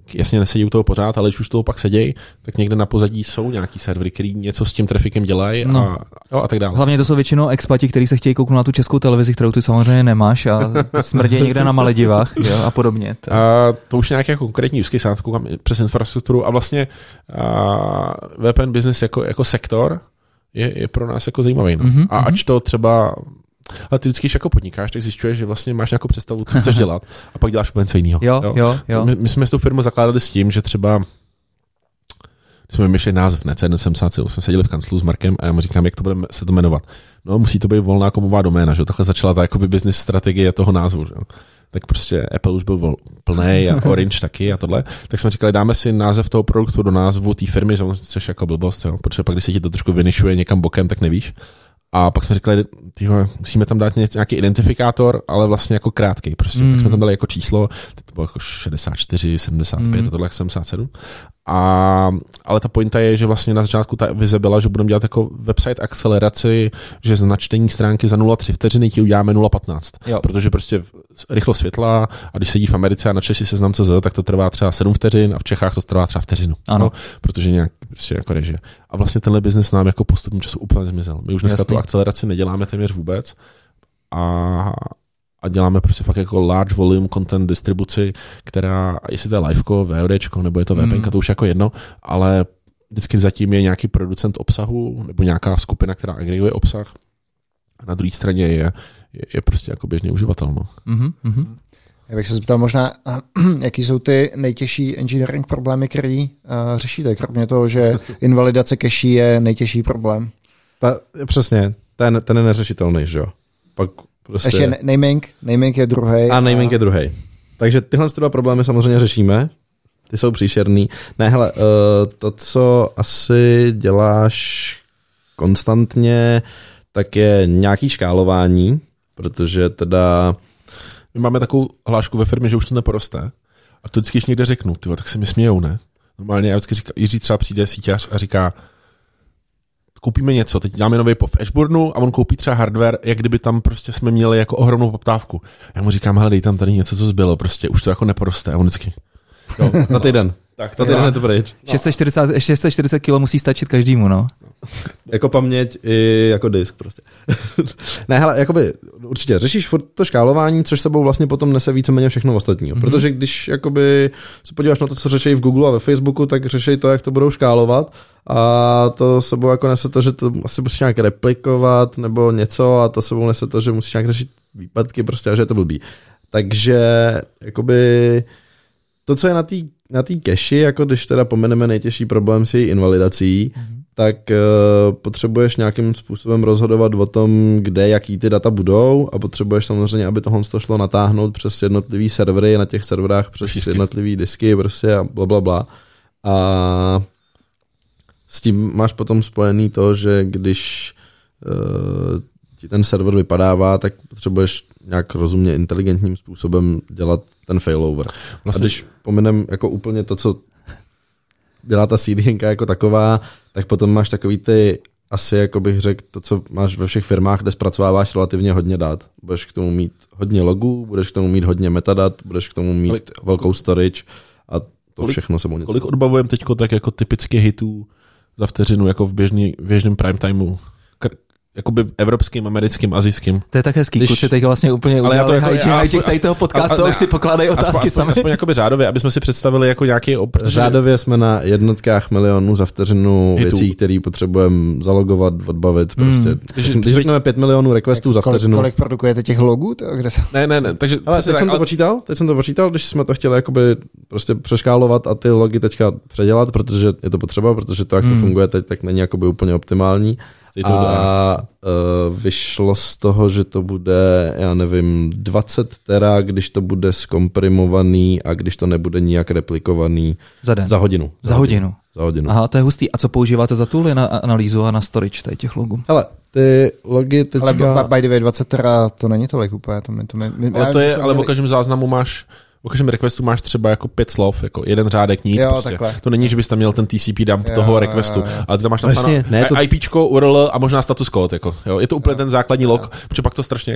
jasně nesedí u toho pořád, ale když už toho pak sedějí, tak někde na pozadí jsou nějaký servery, který něco s tím trafikem dělají a tak dále. Hlavně to jsou většinou expati, kteří se chtějí kouknout na tu českou televizi, kterou ty samozřejmě nemáš a smrdí někde na Maledivách, jo, a podobně. A to už nějaké konkrétní use case, přes infrastrukturu a vlastně VPN business jako sektor je pro nás jako zajímavý. No. A ač to třeba ale ty vždycky, když jako podnikáš, tak zjišťuješ, že vlastně máš nějakou představu, co chceš dělat a pak děláš úplně něco jiného. Jo. My jsme s tou firmu zakládali s tím, že třeba když jsme vymýšleli název, ne, CNSM, jsme seděli v kanclu s Markem a já mu říkám, jak to bude se to jmenovat. No, musí to být volná komová doména, že? Takhle začala ta jakoby business strategie toho názvu, že? Tak prostě Apple už byl plnej a Orange taky a tohle. Tak jsme říkali, dáme si název toho produktu do názvu té firmy, že on což jako blbost, jo? Protože pak, když se ti to trošku vynišuje někam bokem, tak nevíš. A pak jsme říkali, musíme tam dát nějaký identifikátor, ale vlastně jako krátkej. Prostě tak jsme tam dali jako číslo, to bylo jako 64, 75 a tohle 77. Ale ta pointa je, že vlastně na začátku ta vize byla, že budeme dělat jako website akceleraci, že z načtení stránky za 0,3 vteřiny ti uděláme 0,15. Protože prostě rychlost světla a když sedí v Americe a načteš si seznam.cz, tak to trvá třeba 7 vteřin a v Čechách to trvá třeba vteřinu. Ano. No, protože nějak prostě jako režie. A vlastně tenhle biznes nám jako postupem času úplně zmizel. My už dneska tu akceleraci neděláme téměř vůbec a děláme prostě fakt jako large volume content distribuci, která, jestli to je liveko, VODčko, nebo je to VPNka, to už jako jedno, ale vždycky zatím je nějaký producent obsahu, nebo nějaká skupina, která agreguje obsah a na druhé straně je prostě jako běžný uživatel. No. Já bych se zeptal možná, jaký jsou ty nejtěžší engineering problémy, který řešíte, kromě toho, že invalidace cache je nejtěžší problém. Přesně, ten je neřešitelný, že jo? Pak prostě... Ještě naming je druhý. A naming je druhý. Takže tyhle dva problémy samozřejmě řešíme. Ty jsou příšerný. Ne, hele, to, co asi děláš konstantně, tak je nějaký škálování, protože teda... My máme takovou hlášku ve firmě, že už to neporoste. A to vždycky, když někde řeknu, tyvo, tak se mi smějou, ne? Normálně já vždycky říkám, Jiří třeba přijde síťař a říká, koupíme něco, teď děláme nový POV v Ashburnu a on koupí třeba hardware, jak kdyby tam prostě jsme měli jako ohromnou poptávku. Já mu říkám, hele, dej tam tady něco, co zbylo, prostě už to jako neporoste. A on vždycky, jo, za týden. Tak za týden je to pryč. 640 kg musí stačit každému, no. Jako paměť i jako disk prostě. Ne, hele, jakoby určitě řešíš furt to škálování, což sebou vlastně potom nese víceméně všechno ostatního. Protože když jakoby se podíváš na to, co řeší v Google a ve Facebooku, tak řeší to, jak to budou škálovat a to sebou jako nese to, že to asi musíš nějak replikovat nebo něco a to sebou nese to, že musíš nějak řešit výpadky prostě a že je to blbý. Takže jakoby to, co je na té cache, jako když teda pomeneme nejtěžší problém s její invalidací, tak potřebuješ nějakým způsobem rozhodovat o tom, kde, jaký ty data budou a potřebuješ samozřejmě, aby tohle šlo natáhnout přes jednotlivý servery, na těch serverách přes jednotlivý disky prostě a blablabla. A s tím máš potom spojený to, že když ti ten server vypadává, tak potřebuješ nějak rozumně inteligentním způsobem dělat ten failover. Vlastně. A když pominem jako úplně to, co dělá ta CDNka jako taková, tak potom máš takový ty, asi jako bych řekl, to, co máš ve všech firmách, kde zpracováváš relativně hodně dat. Budeš k tomu mít hodně logů, budeš k tomu mít hodně metadat, budeš k tomu mít velkou storage a to všechno sebou něco. Kolik odbavujeme teďko tak jako typicky hitů za vteřinu, jako v běžném prime timeu? Jakoby evropským, americkým, asijským. To je tak hezký, kluci teď vlastně úplně udělali hygiene tady toho podcastu a už si pokládají otázky sami. Aspoň jakoby řádově, aby jsme si představili jako nějaký... Řádově jsme na jednotkách milionů za vteřinu věcí, které potřebujeme zalogovat, odbavit. Prostě. Když řekneme 5 milionů requestů za vteřinu... Kolik produkujete těch logů? Ne. Takže ale teď jsem to počítal, když jsme to chtěli jakoby prostě přeškálovat a ty logy teďka předělat, protože je to potřeba, protože to, jak to funguje teď, tak není jakoby úplně optimální. A vyšlo z toho, že to bude, já nevím, 20 tera, když to bude zkomprimovaný a když to nebude nijak replikovaný za hodinu. Za hodinu. Aha, to je hustý. A co používáte za tooly na analýzu a na storage těch logů? Hele, ty logy teďka... Ale by the way, 20 tera to není tolik úplně. Ale v každém záznamu máš... V každém requestu máš třeba jako 5 slov, jako jeden řádek, nic. Jo, prostě. To není, že bys tam měl ten TCP dump toho requestu, ale ty tam máš napsáno IPčko, URL a možná status code. Jako, jo. Je to úplně ten základní log, protože pak to strašně jako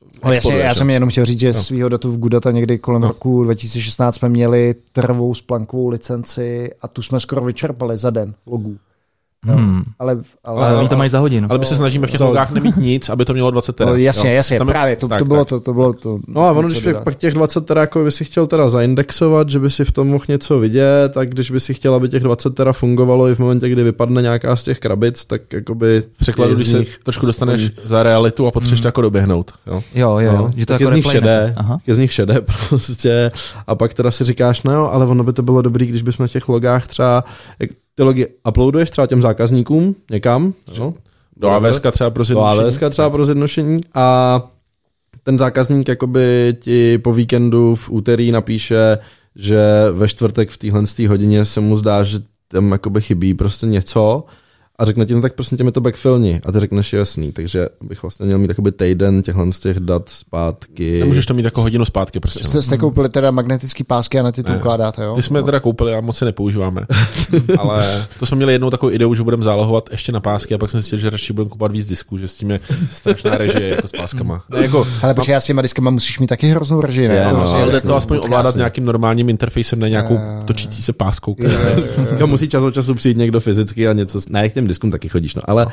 Já jsem jenom chtěl říct, že svýho datu v Goodata někdy kolem roku 2016 jsme měli trvou splankovou licenci a tu jsme skoro vyčerpali za den logů. Ale oni to mají za hodinu. Ale my se snažíme v těch logách nemít nic, aby to mělo 20 tera. No, jasně, právě, to bylo to. No a ono, když by pak těch 20 tera, jako by si chtěl teda zaindexovat, že by si v tom mohl něco vidět, tak když by si chtěl, aby těch 20 tera fungovalo i v momentě, kdy vypadne nějaká z těch krabic, tak jakoby v překladu, když se trošku dostaneš za realitu a potřebuješ to jako doběhnout. Jo. Že to tak jako je z nich šedé prostě. A pak teda si říkáš, no jo, ale ono by to bylo dobrý, když bychom v těch logách třeba ty logy uploaduješ třeba těm zákazníkům někam, no, do AWS třeba pro zjednodušení a ten zákazník jakoby ti po víkendu v úterý napíše, že ve čtvrtek v téhle hodině se mu zdá, že tam jakoby chybí prostě něco a řekne ti, no tak prostě mi to backfillni a ty řekneš jasný, takže bych vlastně měl mít jakoby týden z těch dat zpátky. Nemůžeš to mít jako hodinu zpátky prostě. Jste koupili teda magnetický pásky a na ty to ukládáte, jo? Ty jsme teda koupili a moc se nepoužíváme. Ale to jsme měli jednou takovou ideu, že budeme zálohovat ještě na pásky a pak jsem zjistil, že radši budeme kupovat víc disků, že s tím je strašná režie jako s páskama. Ale protože já s těma diskama musíš mít taky hroznou režii, ne? Ale jde to aspoň ovládat nějakým normálním interfejsem, ne nějakou točící se páskou. Musí čas od času přijít někdo fyzicky a něco, ne, k těm diskům taky chodíš, no, ale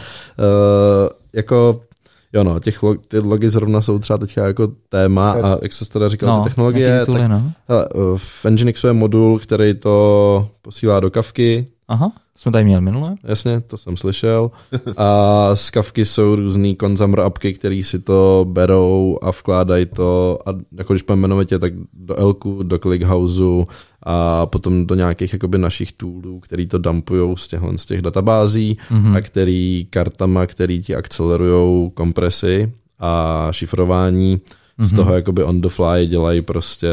jako jo no, ty logy zrovna jsou třeba teďka jako téma a jak se teda říkal, ty technologie, tuly, tak v Nginxu je modul, který to posílá do Kafky. Aha, jsme tady měli minule. Jasně, to jsem slyšel. A z Kafky jsou různý consumer appky, který si to berou a vkládají to, a jako když půjdeme jmenovitě, tak do Elku, do ClickHouseu a potom do nějakých jakoby našich toolů, který to dumpujou z těch databází a který kartama, který ti akcelerujou kompresy a šifrování, z toho jakoby on the fly dělají prostě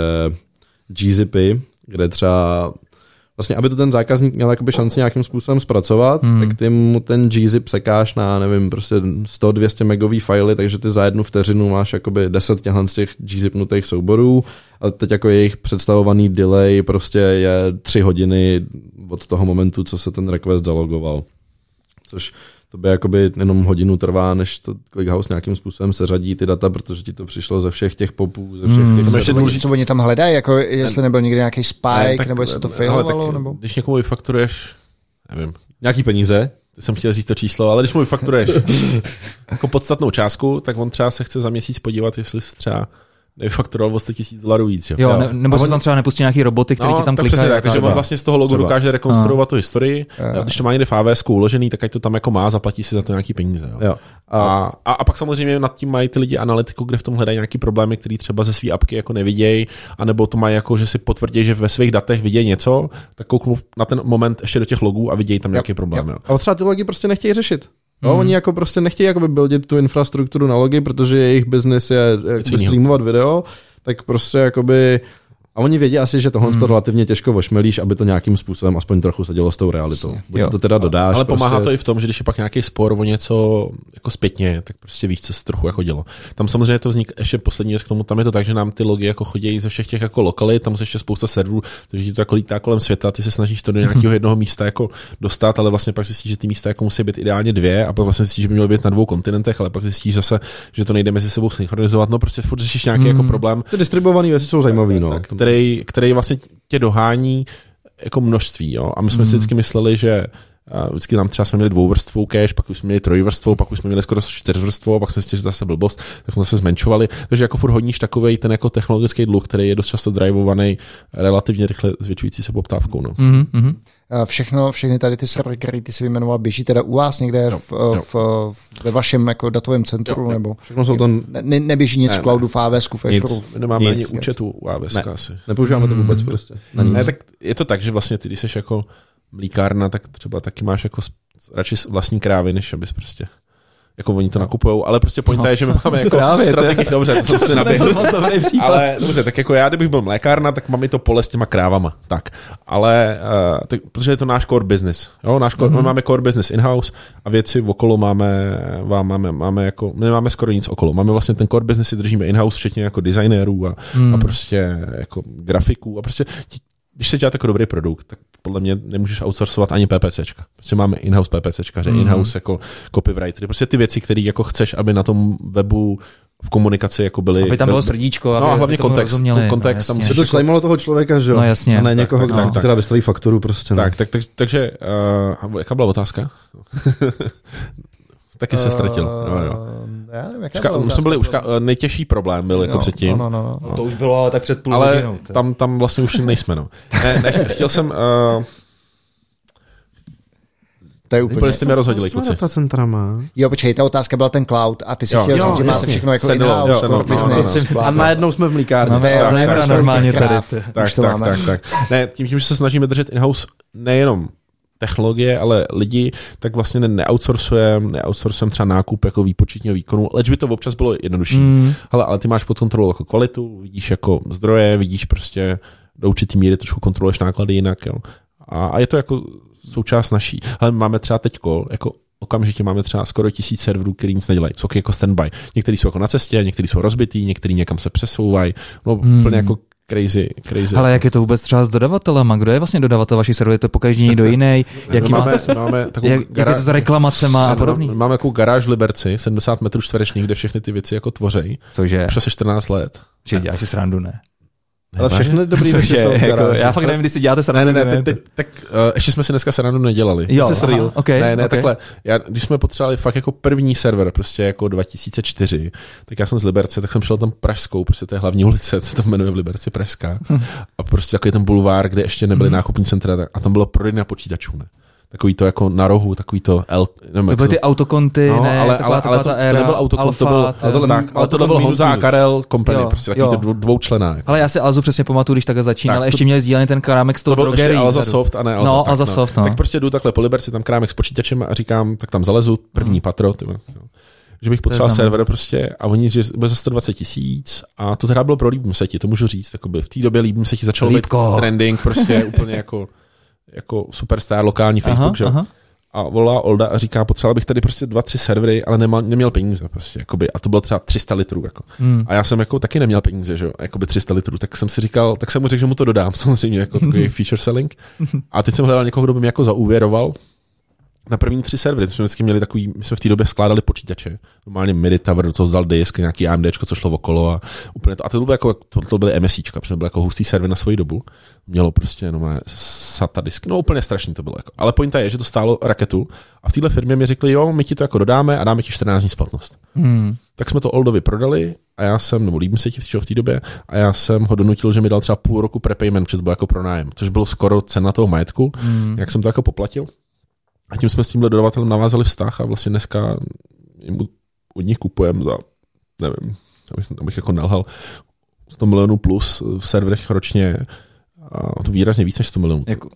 gzipy, kde třeba vlastně, aby to ten zákazník měl jakoby šanci nějakým způsobem zpracovat, tak ty mu ten gzip sekáš na, nevím, prostě 100-200 megový fajly, takže ty za 1 vteřinu máš jakoby 10 z těch gzipnutých souborů a teď jako jejich představovaný delay prostě je 3 hodiny od toho momentu, co se ten request zalogoval. Což to by jakoby jenom hodinu trvá, než to ClickHouse nějakým způsobem seřadí ty data, protože ti to přišlo ze všech těch popů, ze všech těch... Co oni tam hledají, jako jestli nebyl někdy nějaký spike, nebo jestli to failovalo, nebo... Když někomu vyfakturuješ, nevím, nějaký peníze, jsem chtěl říct to číslo, ale když mu vyfakturuješ jako podstatnou částku, tak on třeba se chce za měsíc podívat, jestli třeba nevyfakturoval o $100,000 víc. Jo, nebo se tam třeba nepustí nějaký roboty, který ti tam klikají. Takže on vlastně z toho logu dokáže rekonstruovat tu historii. Když to má někde v AWS uložený, tak ať to tam jako má, zaplatí si za to nějaký peníze. Jo. A pak samozřejmě nad tím mají ty lidi analytiku, kde v tom hledají nějaký problémy, který třeba ze své apky jako nevidějí, anebo to mají jako, že si potvrdí, že ve svých datech vidějí něco, tak kouknou na ten moment ještě do těch logů a vidějí tam nějaký problém. A třeba ty logy prostě nechtějí řešit. No, oni jako prostě nechtějí jakoby buildit tu infrastrukturu na logy, protože jejich business je streamovat video, tak prostě jakoby... A oni vědí asi, že tohle to relativně těžko ošmelíš, aby to nějakým způsobem aspoň trochu se dělo s tou realitou. Buď to teda dodáš. Ale pomáhá to i v tom, že když je pak nějaký spor o něco jako zpětně, tak prostě víš, co se trochu jako dělo. Tam samozřejmě to vznik ještě poslední věc k tomu, tam je to tak, že nám ty logy jako chodí ze všech těch jako lokalit, tam je ještě spousta serverů, takže ti to jako lítá kolem světa, ty se snažíš to do nějakého jednoho místa jako dostat, ale vlastně pak zjistíš, že ty místa jako musí být ideálně 2 a pak vlastně zjistíš, že by měly být na 2 kontinentech, ale pak zjistíš zase, že to nejde mezi sebou synchronizovat. No prostě furt řešíš nějaký jako problém. Ty distribuované věci jsou zajímavý, no. Který vlastně tě dohání jako množství, jo. A my jsme si vždycky mysleli, že vždycky tam třeba jsme měli 2vrstvou cache, pak už jsme měli 3vrstvou, pak už jsme měli skoro 4vrstvou, pak jsme si že zase blbost, tak jsme se zmenšovali. Takže jako furt hodníš takovej ten jako technologický dluh, který je dost často drivovaný relativně rychle zvětšující se poptávkou. No. Všechny tady ty servery, které ty si vyjmenoval, běží teda u vás někde ve vašem jako datovém centru, nebo všechno jsou to... neběží nic v cloudu, v AWS, v Azure? Nemáme ani účet u AWS asi. Nepoužíváme to vůbec prostě. Ne, tak je to tak, že vlastně ty, když jsi jako mlíkárna, tak třeba taky máš jako radši vlastní krávy, než abys prostě jako oni to nakupujou, ale prostě pointa je, že my máme jako strategii, dobře, to jsem si naběhl. Ale dobře, tak jako já, kdybych byl mlékárna, tak mám i to pole s těma krávama. Tak, ale tak, protože je to náš core business. Jo, my máme core business in-house a věci okolo máme jako, my nemáme skoro nic okolo. Máme vlastně ten core business si držíme in-house, včetně jako designérů a prostě jako grafiků a prostě když se děláte jako dobrý produkt, tak podle mě nemůžeš outsourcovat ani PPCčka. Prostě máme in-house PPCčkaře, in-house jako copywritery. Prostě ty věci, které jako chceš, aby na tom webu v komunikaci jako byly. Aby tam bylo srdíčko, no a hlavně kontext. Kontext tam se to šlejmalo toho člověka, že jo? No jasně. A ne někoho, kdo teda vystaví fakturu prostě. Takže jaká byla otázka? Taky se ztratil. Já nevím, jaká byla otázka. Nejtěžší problém byl jako předtím. No. To už bylo ale tak před půl ale hodinou. Tam vlastně už nejsme. No. Ne, chtěl jsem... To je úplně jste mě rozhodili, kluci. Jo, počkej, ta otázka byla ten cloud a ty si chtěl říct, že máte všechno jako in-house, business. A najednou jsme v mlíkárně. Normálně tady. Tak. Ne, tím, že se snažíme držet in-house nejenom technologie, ale lidi, tak vlastně neoutsourcujeme třeba nákup jako výpočetního výkonu, leč by to občas bylo jednodušší. Ale ty máš pod kontrolou jako kvalitu, vidíš jako zdroje, vidíš prostě do určitý míry trošku kontroluješ náklady jinak. Jo. A je to jako součást naší. Ale máme třeba teďko, jako okamžitě máme třeba skoro 1000 serverů, který nic nedělají. Jsou jako standby. Některý jsou jako na cestě, některý jsou rozbitý, některý někam se přesouvají. No úplně jako crazy. Ale jak je to vůbec třeba s dodavatelem? Kdo je vlastně dodavatel vaší serveru? Je to pokaždý někdo jiný? Máme jak je to s reklamacema a podobný? Máme takovou garáž v Liberci, 70 metrů čtverečních, kde všechny ty věci jako tvořejí. Cože? Už asi 14 let. Že děláš si srandu, ne? Ale všechny dobrý věci jsou jako, já fakt nevím, kdy si děláte srandu. Ne, tak ještě jsme si dneska srandu nedělali. Jo, okay. Takhle. Když jsme potřebovali fakt jako první server, prostě jako 2004, tak já jsem z Liberce, tak jsem šel tam Pražskou, prostě to je hlavní ulice, co to jmenuje v Liberci Pražská. A prostě takový ten bulvár, kde ještě nebyly nákupní centra, a tam bylo prodejna počítačů, ne? Takový to jako na rohu, takový to to byly ty autokonty, no, ne? Ale to nebyl autokont, to byl Honza a Karel Company, prostě takový to dvoučlená. Ale já si Alzu přesně pamatuju, když takhle začínal, ale ještě měli sdílený ten krámek s tou drogerií. To byl ještě Alza Soft a ne Alza. No, Alza Soft, no. Tak prostě jdu takhle po Liberci, tam krámek s počítačem a říkám, tak tam zalezu první patro, že bych potřeboval server prostě a oni, že bude za 120 000 a to teda bylo pro Líbím se ti, to můžu říct, jakoby v té době Líbím se ti začalo být trending, prostě úplně jako superstar lokální Facebook, že? A volá Olda a říká, potřeboval bych tady prostě 2-3 servery, ale neměl peníze prostě, jakoby, a to bylo třeba 300 litrů, jako. A já jsem jako taky neměl peníze, že jo, jakoby 300 litrů, tak jsem si říkal, tak jsem mu řekl, že mu to dodám, samozřejmě, jako takový feature selling. A teď jsem hledal někoho, kdo by mě jako zaúvěroval na první 3 servery. Jsme vždycky měli takový, my jsme v té době skládali počítače, normálně MIDI tower, co zdal disk, nějaký AMDčko, co šlo okolo a úplně to. A to bylo jako, to byly MSIčka, protože byl jako hustý server na svoji dobu. Mělo prostě jenom SATA disk, no úplně strašný to bylo. Jako. Ale pointa je, že to stálo raketu a v téhle firmě mi řekli, jo, my ti to jako dodáme a dáme ti 14 dní splatnost. Tak jsme to Oldovi prodali a já jsem, nebo Líbím se ti v té době, a já jsem ho donutil, že mi dal třeba půl roku prepayment, protože to bylo jako pronájem, což bylo skoro cena toho majetku, jak jsem to jako poplatil. A tím jsme s tímhle dodavatelem navázali vztah a vlastně dneska od nich kupujeme za, nevím, abych jako nelhal, 100 milionů plus v serverech ročně, a to výrazně víc než 100 milionů. Jako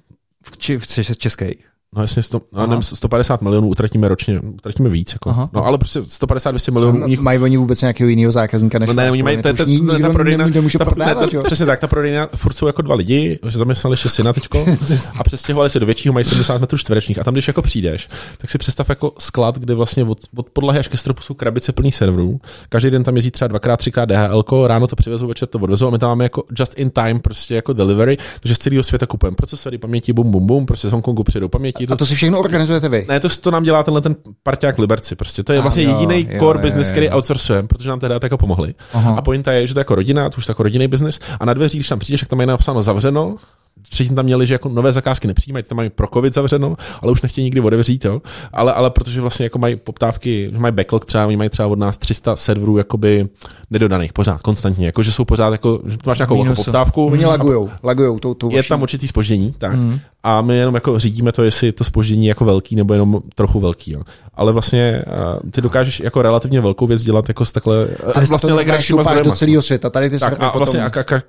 v českých? No jasně, 150 milionů utratíme ročně, utratíme víc. Jako. No ale prostě 150-200 milionů. Mají oni vůbec nějakého jiného zákazníka než ne, oni mají ta prodejna. Nemůže prodávat, přesně tak, ta prodejna furt jsou jako 2 lidi, že zaměstnali ještě syna teďko a přestěhovali se do většího, mají 70 metrů čtverečních a tam, když jako přijdeš, tak si představ jako sklad, kde vlastně od podlahy až ke stropu jsou krabice plný serverů. Každý den tam jezdí třeba 2x, 3x DHL, ráno to přivezou, večer to odvezou a my tam máme jako just in time prostě jako delivery, protože z celého světa kupujeme procesory, paměti, bum, prostě z Hongkongu přijdou paměti. A to si všechno organizujete vy? Ne, to nám dělá ten parťák v Liberci. Prostě. To je vlastně jediný core business, který outsourcujeme, protože nám teda jako pomohli. A pointa je, že to je jako rodina, to už je jako rodinný business a na dveří, když tam přijdeš, tak tam je napsáno zavřeno. Předtím tam měli, že jako nové zakázky nepřijímají, tam mají pro covid zavřeno, ale už nechtějí nikdy otevřít, jo. Ale protože vlastně jako mají poptávky, mají backlog třeba, oni mají třeba od nás 300 serverů jakoby nedodaných pořád, konstantně, jako že jsou pořád jako, že máš nějakou jako poptávku. Oni lagujou tou je tam určitý zpoždění, tak. A my jenom jako řídíme to, jestli to zpoždění je jako velký nebo jenom trochu velký, jo. Ale vlastně ty dokážeš jako relativně velkou věc dělat jako s takhle vlastně legračníma zdrojema do celého světa. Tady ty tak, a vlastně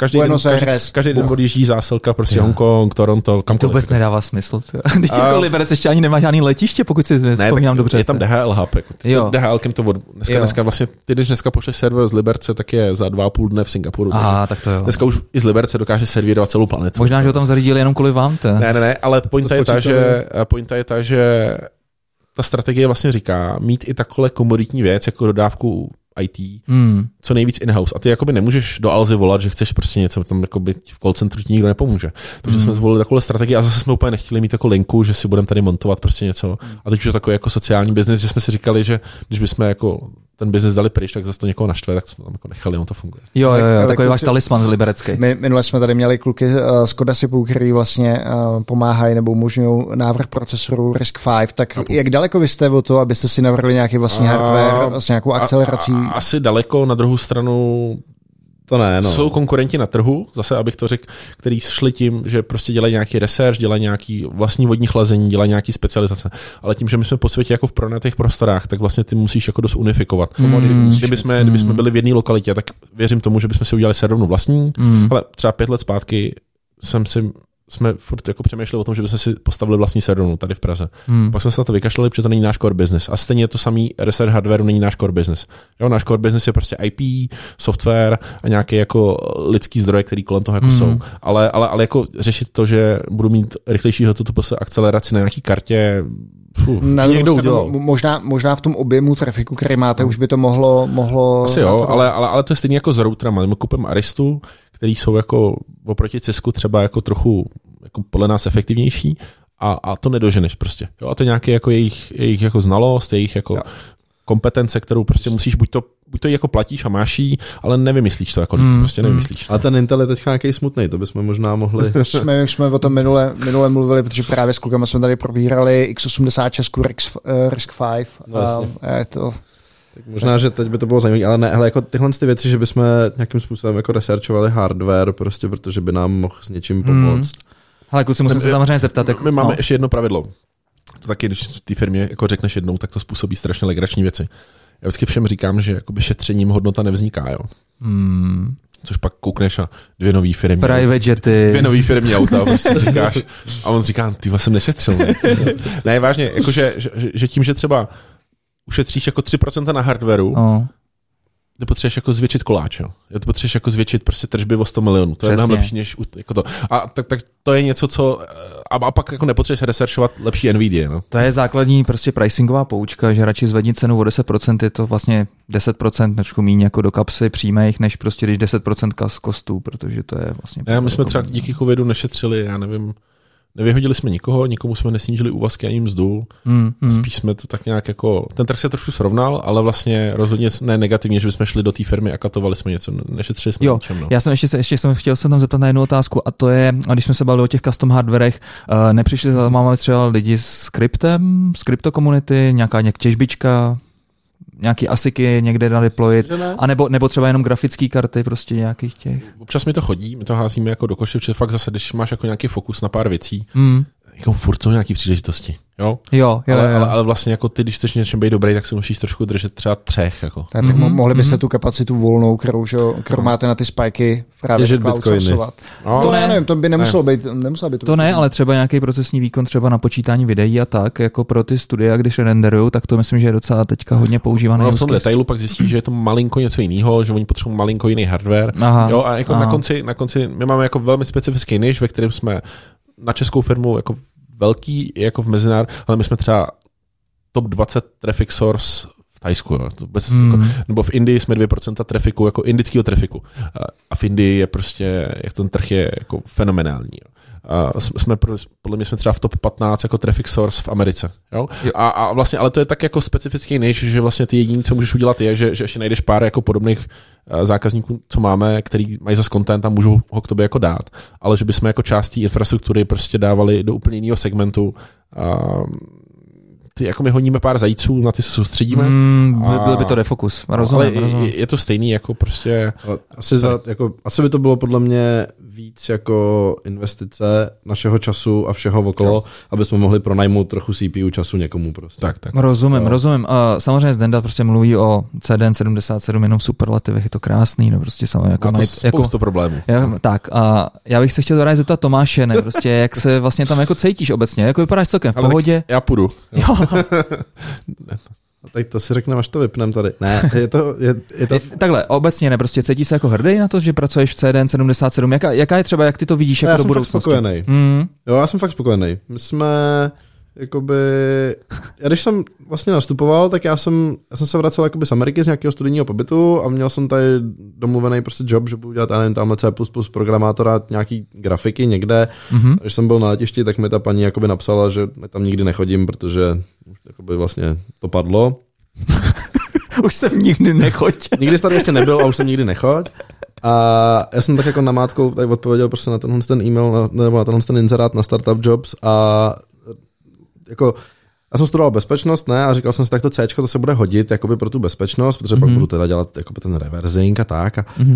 každý den odjíždí zásilka prostě Hongkong, Toronto, kamkoliv. To vůbec nedává smysl. Když jako Liberec ještě ani nemá žádný letiště, pokud si vzpomínám dobře. Je tam DHL hub. Jako, DHLkem to dneska vlastně, ty když dneska pošleš server z Liberce, tak je za 2,5 dne v Singapuru. Tak to jo. Dneska už i z Liberce dokáže servírovat celou planetu. Možná, že ho tam zařídili jenom kvůli vám. Ne, ale pointa je ta, že ta strategie vlastně říká mít i takhle komoditní věc jako dodávku IT, co nejvíc in-house. A ty jakoby nemůžeš do Alzy volat, že chceš prostě něco, tam jakoby v call centru ti nikdo nepomůže. Takže jsme zvolili takovou strategii a zase jsme úplně nechtěli mít jako linku, že si budeme tady montovat prostě něco. A teď už je takový jako sociální biznis, že jsme si říkali, že když bychom jako ten biznis dali pryč, tak zase to někoho naštve, tak jsme tam jako nechali, on to funguje. Jo, takový váš talisman liberecký. Minule jsme tady měli kluky z Codasipu, který vlastně pomáhají nebo umožňují návrh procesorů RISC-V, tak jak daleko vy jste o to, abyste si navrhli nějaký vlastní hardware s nějakou akcelerací? Asi daleko, na druhou stranu to ne, no. Jsou konkurenti na trhu, zase abych to řekl, který šli tím, že prostě dělají nějaký research, dělají nějaký vlastní vodní chlazení, dělají nějaký specializace, ale tím, že my jsme po světě jako v pronatých prostorách, tak vlastně ty musíš jako dost unifikovat. Kdyby jsme byli v jedné lokalitě, tak věřím tomu, že bychom si udělali serverovnu vlastní, ale třeba 5 let zpátky jsme furt jako přemýšleli o tom, že bychom si postavili vlastní serverovnu tady v Praze. Pak jsme se na to vykašlali, protože to není náš core business. A stejně to samý research hardwareu není náš core business. Jo, náš core business je prostě IP, software a nějaké jako lidský zdroje, který kolem toho jako jsou. Ale jako řešit to, že budu mít rychlejší HTTPS akceleraci na nějaký kartě, někdo udělal. Možná v tom objemu trafiku, který máte, už by to mohlo asi jo, ale to je stejně jako s routerama. My kupujeme Aristu, který jsou jako oproti Cisku třeba jako trochu jako podle nás efektivnější a to nedoženeš prostě. Jo, a to je nějaký jako jejich jako znalost, jejich jako kompetence, kterou prostě musíš buď to jako platíš a máš jí, ale nevymyslíš to jako prostě nevymyslíš. Ale ten Intel je teďka nějaký smutný, to bychom možná mohli. jsme o tom minule mluvili, protože právě s klukama jsme tady probírali x86 RISC-V a je to... Tak možná, že teď by to bylo zajímavé, ale ne, hele, jako tyhle ty věci, že bychom nějakým způsobem jako researchovali hardware, prostě protože by nám mohl s něčím pomoct. Ale kluci, musím se samozřejmě zeptat. My máme ještě jedno pravidlo. To taky, když v té firmě jako řekneš jednou, tak to způsobí strašně legrační věci. Já vždycky všem říkám, že jakoby šetřením hodnota nevzniká, jo. Což pak koukneš a dvě nový firmní auta, prostě říkáš, a on říká, ty jsem nešetřil. Ne, vážně, jakože, že tím, že třeba ušetříš jako 3% na hardwareu, nepotřebuješ jako zvětšit koláč, jo. Potřebuješ jako zvětšit prostě tržby o 100 milionů. To je mnohem lepší než jako to. A tak to je něco, co a pak jako nepotřebuješ researchovat lepší NVIDIA, no. To je základní prostě pricingová poučka, že radši zvedni cenu o 10%, je to vlastně 10% nečku míň jako do kapsy přímých, než prostě když 10% z kostů, protože to je vlastně... My jsme třeba díky covidu nešetřili, já nevím, nevyhodili jsme nikomu jsme nesnížili úvazky ani mzdu, spíš jsme to tak nějak jako, ten trh se trošku srovnal, ale vlastně rozhodně ne negativně, že bychom šli do té firmy a katovali jsme něco, nešetřili jsme ničem. No. Já jsem ještě jsem chtěl se tam zeptat na jednu otázku a to je, když jsme se bavili o těch custom hardwarech, nepřišli za máme třeba lidi s kryptem, z kryptokomunity, nějaká těžbička, nějaký ASICy někde nadeployit, nebo třeba jenom grafické karty prostě nějakých těch. Občas mi to chodí, my to házíme jako do koše, protože fakt zase, když máš jako nějaký fokus na pár věcí, jako furt jsou nějaký příležitosti, jo? Ale vlastně jako ty, když chceš něčem být dobrý, tak se musíš trošku držet třeba 3. Jako. Tak mohli byste tu kapacitu volnou, kterou máte na ty spajky právě crowdsourcovat. To ne, nevím, to by nemuselo být. To ne, ale třeba nějaký procesní výkon třeba na počítání videí a tak, jako pro ty studia, když renderujou, tak to myslím, že je docela teďka hodně používaný. No, v tom detailu pak zjistíš, že je to malinko něco jiného, že oni potřebují malinko jiný hardware. Jo, a jako na konci my máme jako velmi specifický niž, ve kterém jsme na českou firmu jako velký, jako v mezinárodě, ale my jsme třeba top 20 traffic source v Thajsku, jako, nebo v Indii jsme 2% trafiku, jako indického trafiku. A v Indii je prostě, jak ten trh je jako fenomenální. Podle mě jsme třeba v top 15 jako traffic source v Americe. Jo? A vlastně, ale to je tak jako specifický niž, že vlastně ty jediné, co můžeš udělat, je, že ještě najdeš pár jako podobných zákazníků, co máme, který mají zase content a můžou ho k tobě jako dát. Ale že bychom jako část té infrastruktury prostě dávali do úplně jiného segmentu. Jako my honíme pár zajíců, na ty se soustředíme. Byl by to defokus. Rozumím. Je to stejný jako prostě... Asi by to bylo podle mě víc jako investice našeho času a všeho okolo, aby jsme mohli pronajmout trochu CPU času někomu prostě. Tak. Rozumím. Samozřejmě Zdenda prostě mluví o CDN 77 jenom v superlativech, je to krásný, no prostě samozřejmě jako... Má to spoustu problémů. Tak a já bych se chtěl rád zeptat Tomáše, ne, prostě jak se vlastně tam jako cítíš obecně, jako vypadáš celkem v pohodě? Já půjdu. Jo. Tak to si řekneme, až to vypneme tady. Ne, je to... Takhle, obecně ne, prostě cítíš se jako hrdý na to, že pracuješ v CDN 77, jaká je třeba, jak ty to vidíš jako do budoucnosti? Já jsem fakt spokojený. Jo, já jsem fakt spokojený. My jsme jakoby, já když jsem vlastně nastupoval, tak já jsem se vracel jakoby z Ameriky z nějakého studijního pobytu a měl jsem tady domluvený prostě job, že budu dělat, já nevím, tamhle C++ programátora, nějaký grafiky někde. Když jsem byl na letišti, tak mi ta paní jakoby napsala, že tam nikdy nechodím, protože jakoby vlastně to padlo. Už jsem nikdy nechoď. Nikdy jsi tady ještě nebyl a už jsem nikdy nechoď. A já jsem tak jako namátkou tady odpověděl prostě na tenhle ten e-mail, nebo na tenhle ten inzerát na Startup Jobs a jako já jsem studoval bezpečnost, ne, a říkal jsem si, tak to Cčko, to se bude hodit jakoby pro tu bezpečnost, protože pak budu teda dělat jakoby ten reversing a tak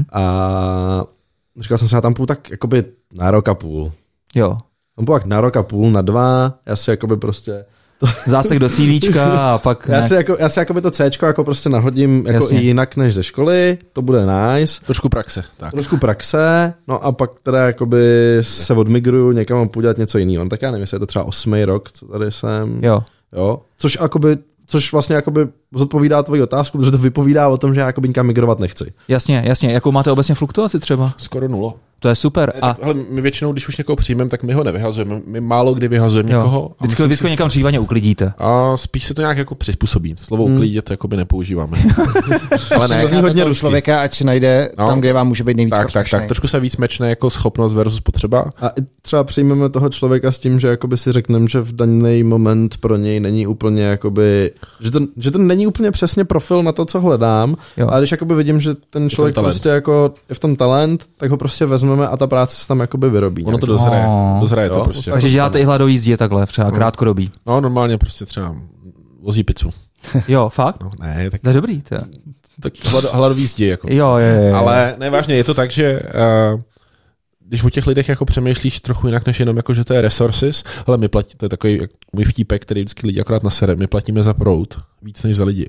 a říkal jsem si, já tam půjdu tak jakoby na rok a půl. Jo. Tam půjdu tak na rok a půl, na 2, já si jakoby prostě Zásek do CVčka a pak... Já si jakoby to Cčko jako prostě nahodím jako i jinak než ze školy, to bude nice. Trošku praxe. Tak. Trošku praxe, no a pak teda jakoby se odmigruju někam a půjdu dělat něco jiného. Tak já nevím, jestli je to třeba 8. rok, co tady jsem. Jo. Což vlastně jakoby zodpovídá tvoji otázku, protože to vypovídá o tom, že já jakoby nikam migrovat nechci. Jasně. Jakou máte obecně fluktuaci třeba? Skoro 0. To je super. Ale my většinou, když už někoho přijmeme, tak my ho nevyhazujeme. My málo kdy vyhazujeme někoho. Vždycky někam dřívaně uklidíte. A spíš se to nějak jako přizpůsobí. Slovo uklidit jakoby nepoužíváme. Ale ne, hodně do člověka, ať si najde tam, kde vám může být nejvíc prospěšný. Tak, trošku se víc mečne jako schopnost versus potřeba. A třeba přijmeme toho člověka s tím, že jakoby si řekneme, že v daný moment pro něj není úplně jakoby, že to není úplně přesně profil na to, co hledám. A když jakoby vidím, že ten člověk prostě jako je v tom talent, tak ho prostě vezmeme a ta práce se tam jakoby vyrobí. Ono to dozraje to prostě. Takže děláte i hladový jízdě takhle, třeba krátkodobí. No, normálně prostě třeba vozí pizzu. Jo, fakt? No, ne, tak... To je dobrý, to. Tak hladový jízdě, jako. Jo. Ale nevážně, je to tak, že když o těch lidech jako přemýšlíš trochu jinak, než jenom jako, že to je resources, ale my platíme, to je takový můj vtípek, který vždycky lidi akorát nasere, my platíme za proud víc než za lidi.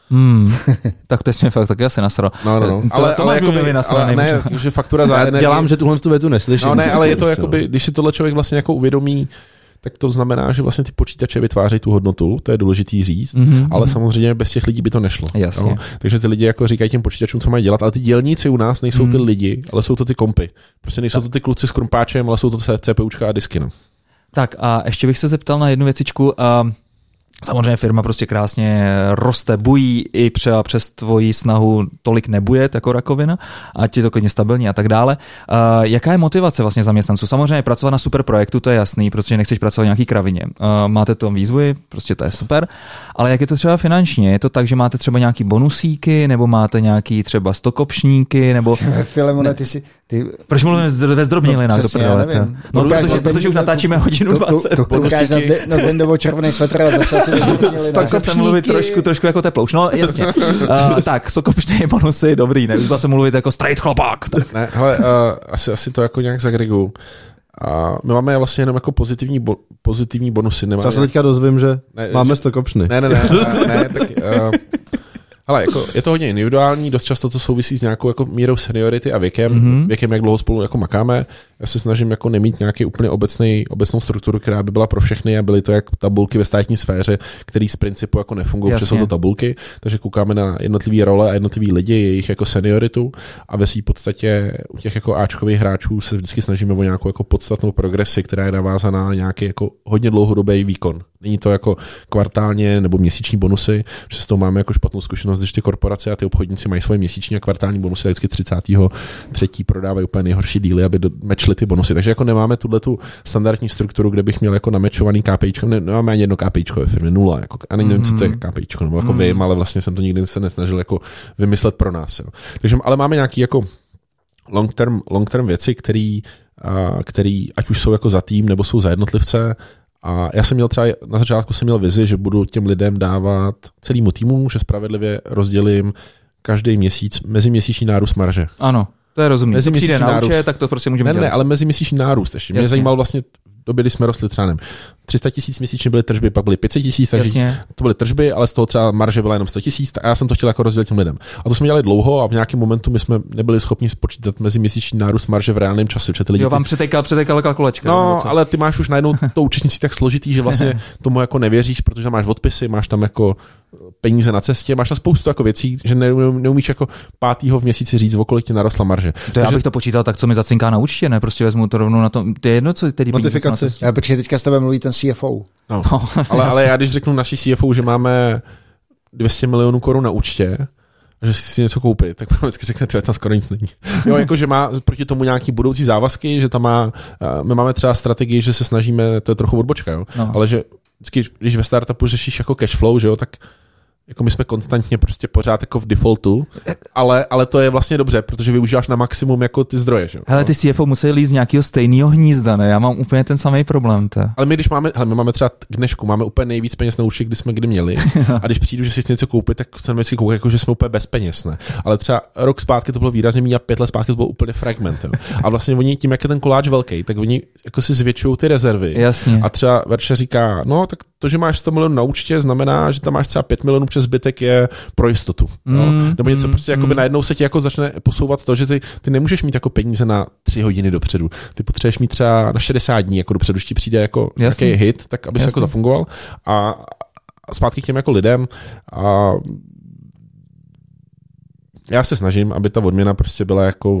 Tak to je fakt taky asi nasral. No. To máš jakoby nasraný. Ne, že faktura za energii. Dělám, že tuhle větu neslyším. No ne, ale je to jakoby, když si tohle člověk vlastně jako uvědomí, tak to znamená, že vlastně ty počítače vytvářejí tu hodnotu, to je důležitý říct, ale samozřejmě bez těch lidí by to nešlo. Jasně. Jo? Takže ty lidi jako říkají těm počítačům, co mají dělat, ale ty dělníci u nás nejsou ty lidi, ale jsou to ty kompy. Prostě nejsou to ty kluci s krumpáčem, ale jsou to CPUčka a disky. No. Tak a ještě bych se zeptal na jednu věcičku. Samozřejmě firma prostě krásně roste, bují i přes tvoji snahu tolik nebujet jako rakovina, ať je to klidně stabilní a tak dále. Jaká je motivace vlastně zaměstnanců? Samozřejmě pracovat na super projektu, to je jasný, protože nechceš pracovat v nějaký kravině. Máte tam výzvy, prostě to je super, ale jak je to třeba finančně? Je to tak, že máte třeba nějaký bonusíky, nebo máte nějaký třeba stokopšníky, nebo... Filemone, ty... Proč mluvím ve zdrobnilinách do prdele? No, protože už natáčíme hodinu 20. Koukáš na Zdendovo červený svetr a začal si tak se mluvit trošku jako teplouš. No jasně. Tak, stokopšné bonusy, dobrý, ne? Už se mluvit jako straight chlapák. Tak. Ne, hele, asi to jako nějak zagriguju. My máme vlastně jenom jako pozitivní bonusy. Já se teďka dozvím, že máme stokopšny. Ne, tak... Ale jako je to hodně individuální, dost často to souvisí s nějakou jako mírou seniority a věkem, jak dlouho spolu jako makáme. Já se snažím jako nemít nějaký úplně obecnou strukturu, která by byla pro všechny a byly to jak tabulky ve státní sféře, které z principu jako nefungují, protože jsou to tabulky, takže koukáme na jednotlivé role a jednotlivý lidi, jejich jako senioritu a ve své podstatě u těch jako áčkových hráčů se vždycky snažíme o nějakou jako podstatnou progresi, která je navázaná na nějaký jako hodně dlouhodobý výkon. Není to jako kvartálně nebo měsíční bonusy, přesto máme jako špatnou zkušenost, když ty korporace a ty obchodníci mají svoje měsíční a kvartální bonusy, vždycky 33. prodávají úplně nejhorší díly, aby mečli ty bonusy. Takže jako nemáme tu standardní strukturu, kde bych měl jako namečovaný KPIčko, nemáme ani jedno KPIčko ve firmě, 0, jako, a nevím, co to je KPIčko, nebo jako vím, ale vlastně jsem to nikdy se nesnažil jako vymyslet pro nás. Jo. Takže, ale máme nějaký jako long term věci, který ať už jsou jako za tým, nebo jsou za jednotlivce. A já jsem měl třeba, na začátku jsem měl vizi, že budu těm lidem dávat celému týmu, že spravedlivě rozdělím každý měsíc meziměsíční nárůst marže. Ano, to je rozumný. Meziměsíční nárůst, tak to prostě můžeme dělat. Ne, ale meziměsíční nárůst ještě. Mě zajímalo vlastně v době, kdy jsme rostli třeba 300 000 měsíčně byly tržby, pak byly 500 000, takže to byly tržby, ale z toho třeba marže byla jenom 100 000 a já jsem to chtěl jako rozdělit těm lidem. A to jsme dělali dlouho a v nějakém momentu my jsme nebyli schopni spočítat meziměsíční nárůst marže v reálném čase. Jo, vám přetékala kalkulačka. No, ale ty máš už najednou to účetnictví tak složitý, že vlastně tomu jako nevěříš, protože máš odpisy, máš tam jako peníze na cestě, máš tam spoustu jako věcí, že neumíš jako 5. v měsíci říct, o kolik ti narostla marže. To já bych to počítal tak, co mi zacinká na účtě, ne? Prostě vezmu to rovnou na tom. To je jedno, co tedy notifikace. Protože teďka s tebe mluví ten CFO. No. Ale já když řeknu naší CFO, že máme 200 milionů korun na účtě, že si něco koupit, tak vždycky řekne, že tam skoro nic není. Jo, jako, že má proti tomu nějaký budoucí závazky, že tam má, my máme třeba strategii, že se snažíme, to je trochu odbočka, jo, ale že vždycky, když ve startupu řešíš jako cash flow, že jo, tak jako my jsme konstantně prostě pořád jako v defaultu, ale to je vlastně dobře, protože využíváš na maximum jako ty zdroje. Že? Hele, ty CFO museli líst z nějakého stejného hnízda, ne? Já mám úplně ten samý problém. Ale my my máme třeba k dnešku, máme úplně nejvíc peněz na účtě, kdy jsme kdy měli. A když přijdu, že si chci něco koupit, tak jsem vždycky koukal, jako, že jsme úplně bez peněz, ne? Ale třeba rok zpátky to bylo výrazně méně a 5 let zpátky to bylo úplně fragment. Jo? A vlastně oni tím, jak je ten koláč velký, tak oni jako si zvětšují ty rezervy. Jasně. A třeba Verša říká, no tak to, že máš 100 milionů na účtě, znamená, že tam máš třeba 5 milionů přes zbytek je pro jistotu. Nebo něco prostě jakoby najednou se ti jako začne posouvat to, že ty nemůžeš mít jako peníze na 3 hodiny dopředu. Ty potřebuješ mít třeba na 60 dní jako dopředu, když ti přijde jako nějaký hit, tak aby se jako zafungoval. A zpátky k těm jako lidem. A já se snažím, aby ta odměna prostě byla jako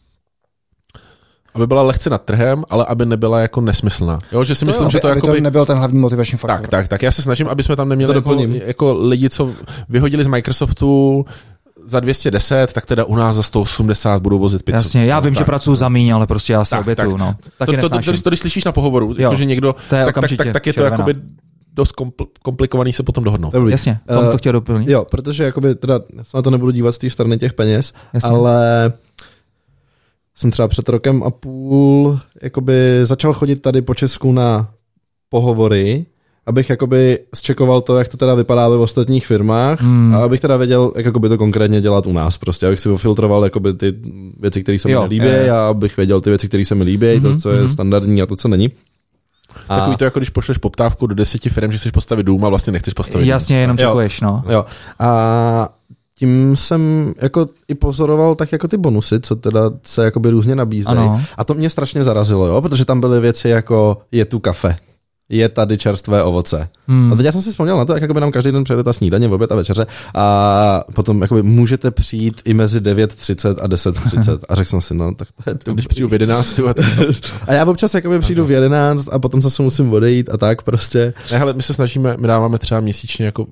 aby byla lehce nad trhem, ale aby nebyla jako nesmyslná. Jo, že si myslím, že to jako nebyl ten hlavní motivační faktor. Tak já se snažím, aby jsme tam neměli jako lidi, co vyhodili z Microsoftu za 210, tak teda u nás za 180 budou vozit pizzu. Jasně, já vím, že pracuji za míň, ale prostě já se obětuju, no. To když slyšíš na pohovoru, jako, že někdo, tak je to jakoby dost komplikovaný se potom dohodnout. Jasně, tam to chtěl doplnit. Jo, protože jakoby teda se na to nebudu dívat z té strany těch peněz, ale jsem třeba před rokem a půl jakoby začal chodit tady po Česku na pohovory, abych jakoby zčekoval to, jak to teda vypadá ve ostatních firmách a abych teda věděl, jak jakoby to konkrétně dělat u nás. Prostě abych si filtroval jakoby ty věci, které se mi nelíbí a abych věděl ty věci, které se mi líbí, to, co je standardní a to, co není. Takový to, jako když pošleš poptávku do 10 firm, že chceš postavit dům a vlastně nechceš postavit Jasně, jenom čekuješ, no. Jo. A tím jsem jako i pozoroval tak jako ty bonusy, co teda se jakoby různě nabízejí. A to mě strašně zarazilo, jo, protože tam byly věci jako je tu kafe, je tady čerstvé ovoce. A teď já jsem si vzpomněl na to, jak jakoby nám každý den přijde ta snídaně, oběd a večeře a potom jakoby můžete přijít i mezi 9:30 a 10:30 a řekl jsem si, no tak to je dobrý. Když přijdu v 11. A já občas jakoby přijdu v 11 a potom zase musím odejít a tak prostě. Ne, hele, my se snažíme, my dáváme třeba měsíčně jako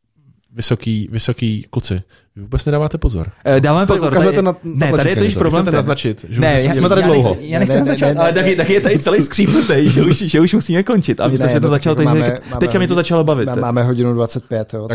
vysoký kluci. Vy vůbec nedáváte pozor. Dáváme pozor. Ne, tady je to již problém. Chcete naznačit. Že ne, jsme tady dlouho. Já nechci naznačit, ale taky je tady celý skřípnutý, že už musíme končit. A mě to začalo teďka mě to začalo bavit. Máme 1:25, jo.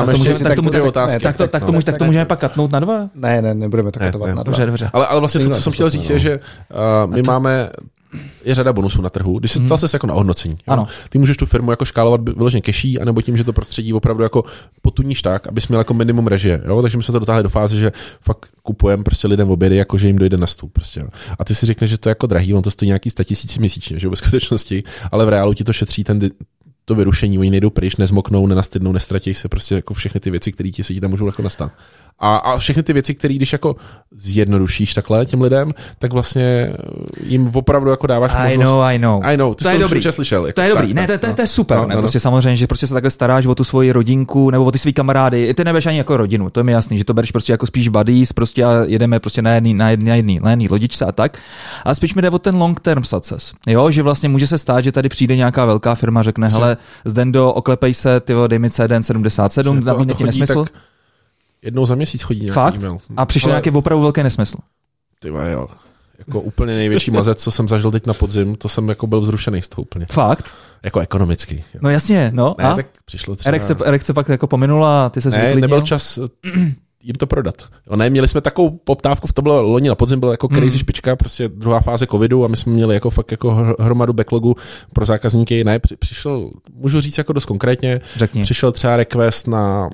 Tak to můžeme pak katnout na 2? Ne, nebudeme to katovat na 2. Dobře. Ale vlastně to, co jsem chtěl říct, je, že my máme je řada bonusů na trhu. Když se ptal ses jako na ohodnocení. Ty můžeš tu firmu jako škálovat vyloženě keší, anebo tím, že to prostředí opravdu jako potuníš tak, abys měl jako minimum režie. Jo? Takže my jsme to dotáhli do fáze, že fakt kupujeme prostě lidem obědy, jako že jim dojde na stůl. Prostě, jo? A ty si řekneš, že to je jako drahý, on to stojí nějaký 100 000 měsíčně, že ve skutečnosti, ale v reálu ti to šetří to vyrušení, oni nejdou pryč, nezmoknou, nenastydnou, nestratí se prostě jako všechny ty věci, které ti se tam můžou jako nastat. A všechny ty věci, které když jako zjednodušíš takhle těm lidem, tak vlastně jim opravdu jako dáváš možnost. I know. To je dobrý. Slyšel, jako, to je dobrý. To je super. No. Prostě samozřejmě, že prostě se takhle staráš o tu svoji rodinku nebo o ty svý kamarády. Ty nebereš ani jako rodinu. To je mi jasný, že to bereš prostě jako spíš buddies, prostě a jedeme prostě na jedný lodičce a tak. A spíš mi jde o ten long term success. Jo, že vlastně může se stát, že tady přijde nějaká velká firma, řekne, hele, Zdendo, oklepej se, dej mi CDN 77, nabídne ti nesmysl. Jednou za měsíc chodí nějaký fakt? E-mail. A přišel nějaký opravdu velký nesmysl. Tyva, jo. Jako úplně největší mazec, co jsem zažil teď na podzim, to jsem jako byl vzrušený z toho úplně. Fakt? Jako ekonomicky. Jo. No jasně, no. Ne, tak přišlo třeba... Erekce pak jako pominula a ty se Ne, nebyl čas jim to prodat. Jo, ne, měli jsme takovou poptávku, to bylo loni na podzim, byla jako crazy špička, prostě druhá fáze covidu a my jsme měli jako fakt jako hromadu backlogu pro zákazníky. Ne, přišel, můžu říct jako dost konkrétně, přišel třeba request na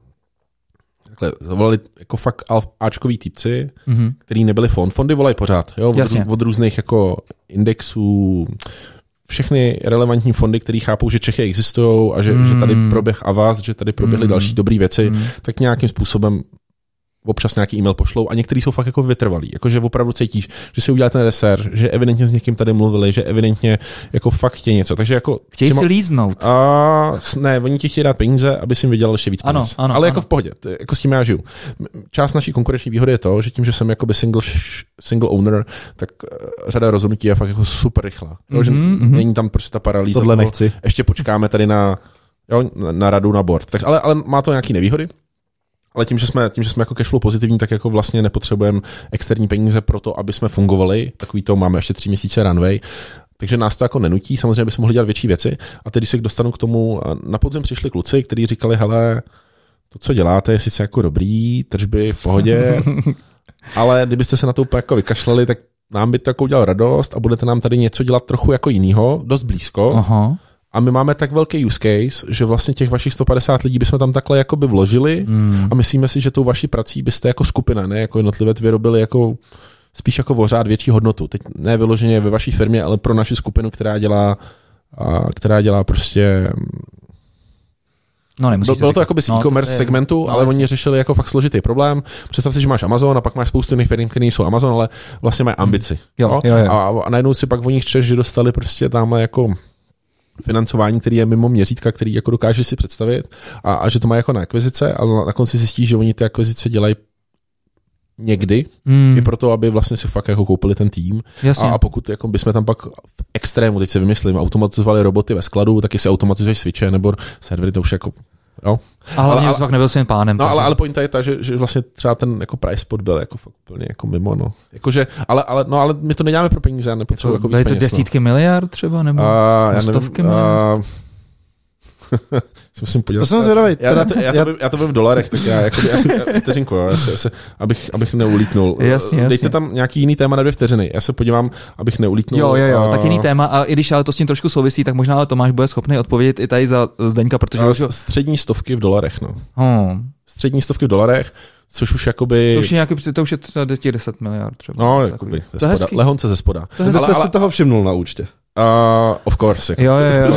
zavolali jako fakt áčkoví týpci, který nebyli fondy volají pořád, jo, od různých jako indexů, všechny relevantní fondy, které chápou, že Čechy existují a že tady proběh Avast, že tady proběhly další dobré věci, tak nějakým způsobem občas nějaký e-mail pošlou a některý jsou fakt jako vytrvalý, jakože opravdu cítíš, že si udělali ten research, že evidentně s někým tady mluvili, že evidentně jako fakt chtějí něco, takže jako... Chtějí si líznout. Ne, oni ti chtějí dát peníze, aby si jim vydělal ještě víc peněz. Ano, ale jako v pohodě, jako s tím já žiju. Část naší konkurenční výhody je to, že tím, že jsem jakoby single owner, tak řada rozhodnutí je fakt jako super rychlá. Že není tam prostě ta paralýza. Tohle nechci. Ještě počkáme tady na radu na board. Tak, ale má to nějaký nevýhody. Ale tím, že jsme jako cashflow pozitivní, tak jako vlastně nepotřebujeme externí peníze pro to, aby jsme fungovali. Takový to máme ještě 3 měsíce runway. Takže nás to jako nenutí, samozřejmě bychom mohli dělat větší věci. A teď, když se dostanu k tomu, na podzim přišli kluci, kteří říkali, hele, to, co děláte, je sice jako dobrý, tržby v pohodě, ale kdybyste se na to úplně jako vykašlali, tak nám by to jako udělal radost a budete nám tady něco dělat trochu jako jinýho, dost blízko. Aha. A my máme tak velký use case, že vlastně těch vašich 150 lidí bychom tam takhle jakoby vložili a myslíme si, že tou vaší prací byste jako skupina, ne jako jednotlivec, vyrobili jako spíš jako vořád větší hodnotu. Teď ne vyloženě ve vaší firmě, ale pro naši skupinu, která dělá prostě... No, bylo to jakoby z e-commerce segmentu, ale oni řešili jako fakt složitý problém. Představ si, že máš Amazon a pak máš spoustu jiných firm, které jsou Amazon, ale vlastně mají ambici. Jo. A najednou si pak o nich čteš, že dostali prostě tamhle jako financování, který je mimo měřítka, který jako dokáže si představit a že to má jako na akvizice, ale na konci zjistíš, že oni ty akvizice dělají někdy i proto, aby vlastně si fakt jako koupili ten tým. A pokud jako bychom tam pak v extrému, teď si vymyslím, automatizovali roboty ve skladu, taky si automatizuješ switche nebo servery, to už jako jo. A hlavně pak nebyl svým pánem. No, ale pointa je ta, že vlastně třeba ten jako price spot byl jako fakt úplně jako mimo, no. Jakože, ale my to neděláme pro peníze, nepotřebujeme jako víc peněz. Byly to desítky miliard třeba, nebo stovky miliard? Musím podívat. To jsem zvědavý. Já to vím v dolarech, tak já jakoby, asi vteřinku, abych neulítnul. Jasně. Dejte tam nějaký jiný téma na 2 vteřiny. Já se podívám, abych neulítnul. Jo, tak jiný téma. A i když ale to s tím trošku souvisí, tak možná ale Tomáš bude schopný odpovědět i tady za Zdeňka, protože... Střední stovky v dolarech, no. Střední stovky v dolarech, což už jakoby... To už je třeba 10 miliard třeba. No, jakoby, lehonce ze spoda. Kdybyste si toho všimnul na účtě. Of course. Jo.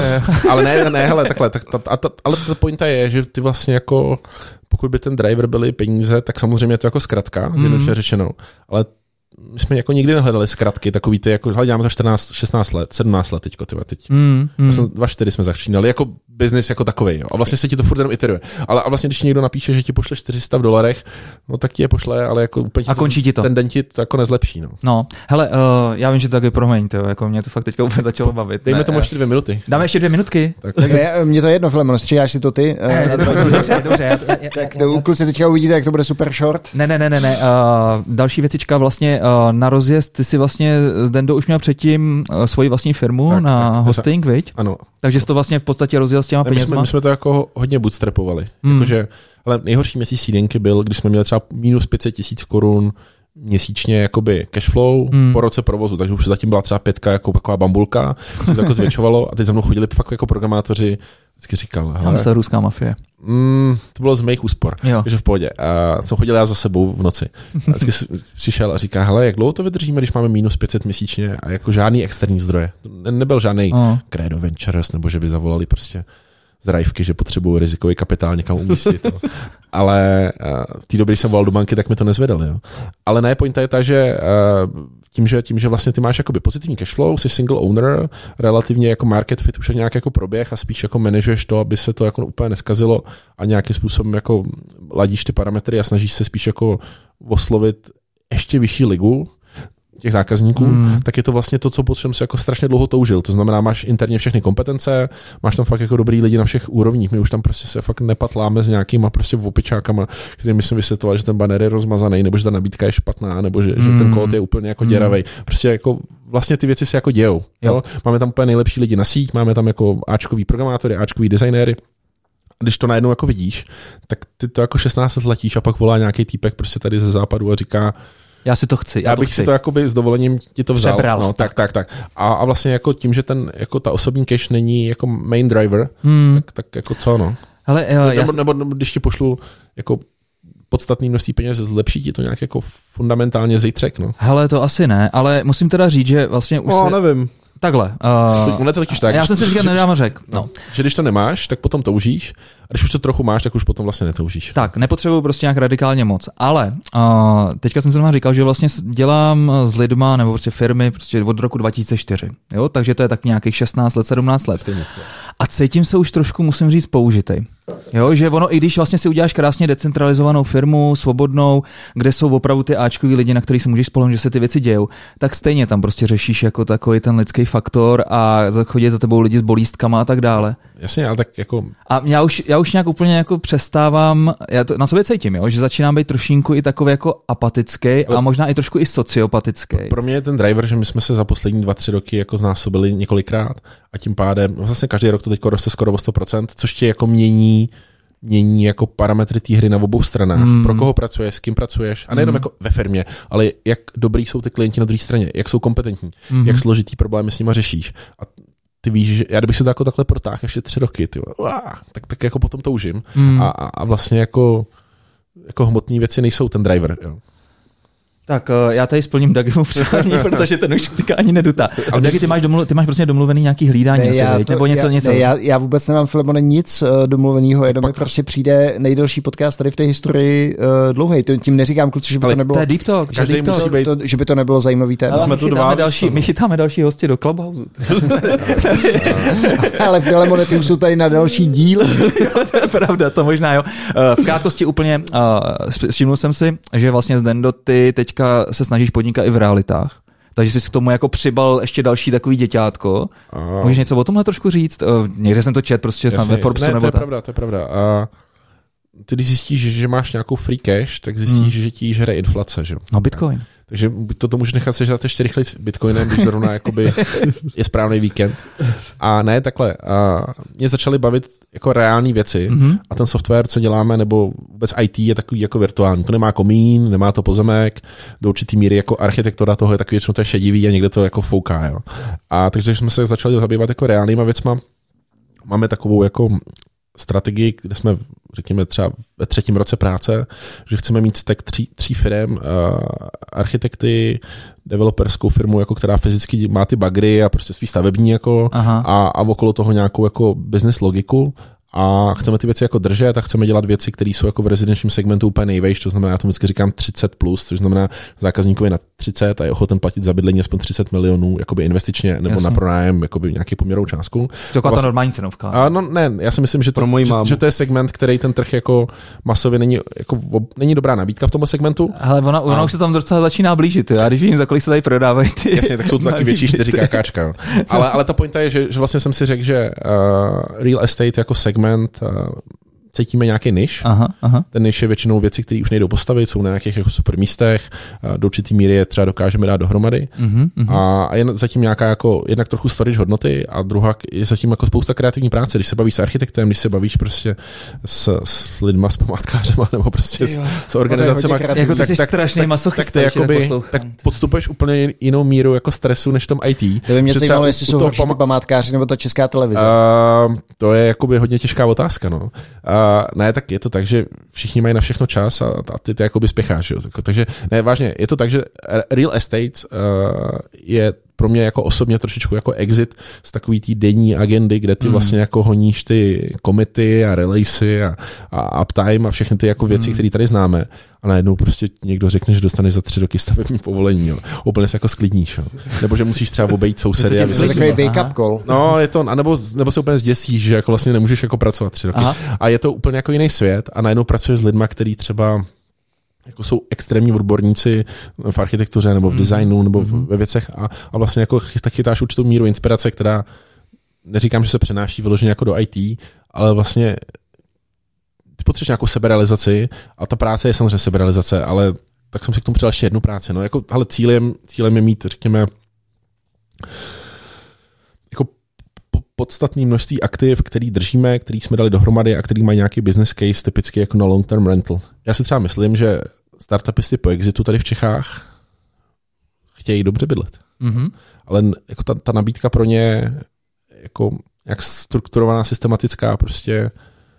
Ale ne, hele, takhle. Ale ta pointa je, že ty vlastně jako, pokud by ten driver byly peníze, tak samozřejmě je to jako zkratka, zjednodušeně řečeno. Ale my jsme jako nikdy nehledali zkratky, takový ty, jako děláme to 16 let, 17 let teďko, teď. 2-4 jsme začínali, jako business jako takovej, jo. A vlastně se ti to furt jenom iteruje. A vlastně, když někdo napíše, že ti pošle $400, no tak ti je pošle, ale jako úplně a končí ti to. Ten den ti to jako nezlepší, no. No, hele, já vím, že to taky promiňte, jo, jako mě to fakt teďka úplně začalo bavit. Dejme tomu ještě 2 minuty. Dáme ještě 2 minutky. Tak mě to je jedno, Filemon, stříháš si to ty. Dobře. Tak to kluci teďka uvidíte, jak to bude super short. Ne. Další věcička vlastně na rozjezd, ty si vlastně s Dendo už měl předtím svoji vlastní firmu na hosting, viď? Ano. Takže jsi to vlastně v podstatě rozjel s těma penězma? My jsme to jako hodně bootstrapovali. Jakože, ale nejhorší měsíc sídenky byl, když jsme měli třeba minus 500 000 korun měsíčně jakoby cashflow po roce provozu, takže už zatím byla třeba 5 jako taková bambulka, se to jako zvětšovalo a teď za mnou chodili fakt jako programátoři, vždycky říkal, hele. Tam se ruská mafie. To bylo z mých úspor, takže v pohodě. A jsem chodil já za sebou v noci. A vždycky přišel a říká, hele, jak dlouho to vydržíme, když máme minus 500 měsíčně a jako žádný externí zdroje. Nebyl žádný Credo Ventures, nebo že by zavolali prostě z Rajvky, že potřebují rizikový kapitál někam umístit. Ale v té době, když jsem volal do banky, tak mi to nezvedali. Jo. Ale ne, pointa je ta, že tím, že vlastně ty máš jakoby pozitivní cashflow, jsi single owner, relativně jako market fit už je nějak jako proběh a spíš jako manažuješ to, aby se to jako úplně neskazilo a nějakým způsobem jako ladíš ty parametry a snažíš se spíš jako oslovit ještě vyšší ligu těch zákazníků, tak je to vlastně to, co potom si jako strašně dlouho toužil. To znamená, máš interně všechny kompetence, máš tam fakt jako dobrý lidi na všech úrovních. My už tam prostě se fakt nepatláme s nějakýma prostě opičákama, kterým jsem vysvětloval, že ten banner je rozmazaný, nebo že ta nabídka je špatná, nebo že ten kód je úplně jako děravej. Prostě jako vlastně ty věci se jako dějou. Jo? Máme tam úplně nejlepší lidi na síť, máme tam jako áčkový programátory, áčkový designéry. Když to najednou jako vidíš, tak ty to jako 16 let letíš a pak volá nějaký týpek prostě tady ze západu a říká, já si to chci. Já bych si to jakoby s dovolením ti to vzal. Přebral. No, tak. A vlastně jako tím, že ten jako ta osobní cache není jako main driver, tak jako co, no. Hele, nebo když ti pošlu jako podstatný množství peněz, zlepší ti to nějak jako fundamentálně zítřek, no. Hele, to asi ne, ale musím teda říct, že vlastně už nevím. Takhle. Ono to totiž tak. Já jsem si říkal, nedávno řekl. No. Že když to nemáš, tak potom toužíš. A když už to trochu máš, tak už potom vlastně netoužíš. Tak, nepotřebuju prostě nějak radikálně moc. Ale teďka jsem si vám říkal, že vlastně dělám s lidma nebo prostě firmy prostě od roku 2004. Jo? Takže to je tak nějakých 16 let, 17 let. Stejně. A cítím se už trošku, musím říct, použitej. Jo, že ono, i když vlastně si uděláš krásně decentralizovanou firmu, svobodnou, kde jsou opravdu ty áčkoví lidi, na kterých se můžeš spolehnout, že se ty věci dějou, tak stejně tam prostě řešíš jako takový ten lidský faktor a chodí za tebou lidi s bolístkama a tak dále. Jasně, ale tak jako... A já už nějak úplně jako přestávám, já to na sobě cítím, jo, že začínám být trošinku i takový jako apatický a možná i trošku i sociopatický. Pro mě je ten driver, že my jsme se za poslední 2-3 roky jako znásobili několikrát a tím pádem vlastně každý rok to teď roste skoro o 100%, což tě jako mění jako parametry té hry na obou stranách. Pro koho pracuješ, s kým pracuješ a nejenom jako ve firmě, ale jak dobrý jsou ty klienti na druhé straně, jak jsou kompetentní, jak složitý problémy s nima řešíš. A ty víš, že já kdybych se to jako takhle protáhl ještě 3 roky, tak jako potom toužím. A vlastně jako hmotné věci nejsou ten driver. Jo. Tak já tady splním Dagimu přání, protože ten už teďka ani nedutá. Ale Dagi, ty máš prostě domluvený nějaký hlídání, nebo něco? Já vůbec nemám, Filemone, nic domluveného, jenom mi prostě přijde nejdelší podcast tady v té historii dlouhej. Tím neříkám, kluci, že by to nebylo... To je Deep Talk. Že by to nebylo zajímavý téma. My chytáme další hosty do Clubhouse. Ale Filemone, ty už jsou tady na další díl. To je pravda, to možná jo. V krátkosti úplně všimnul jsem si, že vlastně Zdendo, ty teďka se snažíš podnikat i v realitách. Takže jsi k tomu jako přibal ještě další takový děťátko. Můžeš něco o tomhle trošku říct? Někde jsem to čet prostě ve Forbesu. Ne, to je pravda. A ty když zjistíš, že máš nějakou free cash, tak zjistíš, že ti žere inflace. Že? No Bitcoin. Takže to můžeš nechat sežrat ještě rychleji s Bitcoinem, když zrovna jakoby je správný víkend. A ne takhle. Mě začaly bavit jako reální věci a ten software, co děláme, nebo vůbec IT je takový jako virtuální. To nemá komín, nemá to pozemek, do určitý míry jako architektura toho je takový, většinou to je šedivý a někde to jako fouká. Jo. A takže jsme se začali zabývat jako reálnýma věcma. Máme takovou jako strategii, kde jsme, řekněme, třeba ve 3. roce práce, že chceme mít stack 3 firem, architekty, developerskou firmu, jako která fyzicky má ty bagry a prostě svý stavební jako a okolo toho nějakou jako business logiku. A chceme ty věci jako držet a chceme dělat věci, které jsou jako v rezidenčním segmentu úplně nejvejš, to znamená, já tomu vždycky říkám 30+, což znamená, zákazníkovi na 30 a je ochoten platit za bydlení aspoň 30 milionů jakoby investičně nebo na pronájem jakoby nějaký poměrovou částku. To je ta normální cenovka. No ne, já si myslím, že to je segment, který ten trh jako masově není dobrá nabídka v tomto segmentu. Ale ona už se tam docela začíná blížit, já když vím, za kolik se tady prodávají ty. Jasně, tak jsou to taky větší 4Kčka. Ale ta pointa je, že vlastně jsem si řekl, že real estate jako segment cítíme nějaký niž. Ten niž je většinou věci, které už nejdou postavit, jsou na nějakých jako super místech, do určitý míry je třeba dokážeme dát dohromady. A je zatím nějaká jako jednak trochu storage hodnoty a druhá je zatím jako spousta kreativní práce. Když se bavíš s architektem, když se bavíš prostě s lidma, s památkářema nebo prostě s organizacemi, jako ty jsi strašný masochista, tak podstupuješ úplně jinou míru jako stresu než v tom IT. To by mě zajímalo, jestli jsou horší ty památkáři nebo ta Česká televize. To je jakoby hodně těžká otázka, no. Ne, tak je to tak, že všichni mají na všechno čas a ty jakoby spěcháš. Jo. Takže ne, vážně, je to tak, že real estate je pro mě jako osobně trošičku jako exit z takový té denní agendy, kde ty vlastně jako honíš ty komity a releasy a uptime a všechny ty jako věci, které tady známe. A najednou prostě někdo řekne, že dostaneš za 3 roky stavební povolení. Jo. Úplně se jako sklidníš. Jo. Nebo že musíš třeba obejít sousedy. To je takový wake-up call. No, je to, nebo se úplně zděsíš, že jako vlastně nemůžeš jako pracovat 3 roky. A je to úplně jako jiný svět a najednou pracuješ s lidma, který třeba jako jsou extrémní odborníci v architektuře nebo v designu nebo ve věcech a vlastně jako tak chytáš určitou míru inspirace, která neříkám, že se přenáší vyloženě jako do IT, ale vlastně ty potřebuješ nějakou seberealizaci a ta práce je samozřejmě seberealizace, ale tak jsem si k tomu přidal ještě jednu práci. No, jako, ale cílem je mít, řekněme, jako podstatné množství aktiv, který držíme, který jsme dali dohromady a který mají nějaký business case, typicky jako na long term rental. Já si třeba myslím, že startupisty po exitu tady v Čechách chtějí dobře bydlet. Ale jako ta nabídka pro ně jako jak strukturovaná, systematická prostě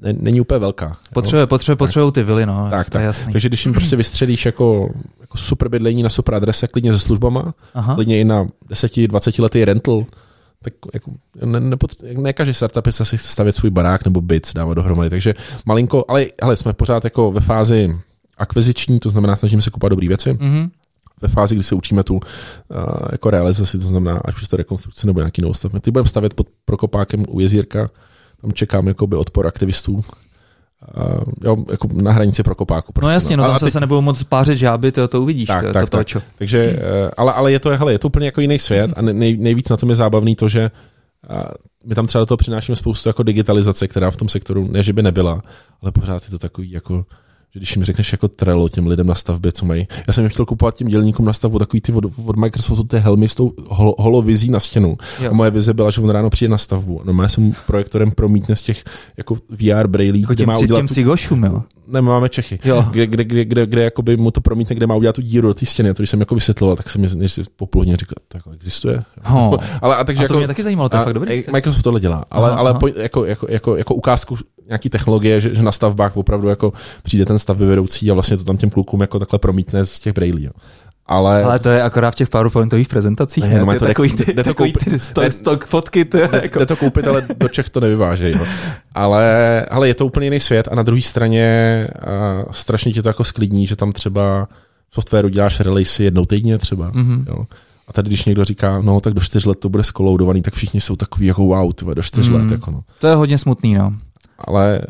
není úplně velká. Potřebují ty vily, no. Tak. Jasný. Takže když jim prostě vystřelíš jako super bydlení na super adrese, klidně se službama, klidně i na 10-20 letý rental, tak jako ne každý startup se si chce stavět svůj barák nebo byt, dávat dohromady. Takže malinko, ale jsme pořád jako ve fázi akviziční, to znamená, snažíme se kupovat dobré věci. Ve fázi, kdy se učíme tu jako realizaci, to znamená, ať už to rekonstrukce nebo nějaký novostav. My ty budeme stavět pod Prokopákem u Jezírka, tam čekám jakoby odpor aktivistů. Jako na hranici Prokopáku. Prostě, no jasně, no tam se nebudou moc pářit žáby, to uvidíš. Tak. Takže, ale je to úplně jako jiný svět a nejvíc na tom je zábavný to, že my tam třeba do toho přinášíme spoustu jako digitalizace, která v tom sektoru ne, že by nebyla, ale pořád je to takový jako, že když jim řekneš jako Trello těm lidem na stavbě, co mají. Já jsem chtěl kupovat těm dělníkům na stavbu takový ty od Microsoftu ty helmy s tou holovizí na stěnu. Jo. A moje vize byla, že on ráno přijde na stavbu. No, já jsem projektorem promítne z těch jako VR brailí, jako kde má udělat cigošům, jo. Ne, máme Čechy. Kde jakoby mu to promítne, kde má udělat tu díru do té stěny. To, když jsem jako vysvětloval, tak jsem mě po půlhodině říkal, to jako existuje. Takže to mě taky zajímalo, to je fakt dobrý. Microsoft tohle dělá, ale jako ukázku nějaký technologie, že na stavbách opravdu jako přijde ten stavbyvedoucí a vlastně to tam těm klukům jako takhle promítne z těch brailí. Ale to je akorát v těch PowerPointových prezentacích. Ne, to je takový ty stock fotky. Jde to koupit, ale do Čech to nevyvážejí. No. Ale je to úplně jiný svět a na druhé straně strašně tě to jako sklidní, že tam třeba v softwaru děláš release jednou týdně třeba. Jo. A tady, když někdo říká, no tak do 4 let to bude skoloudovaný, tak všichni jsou takový jako wow, do 4 let. Jako, no. To je hodně smutný, no. Ale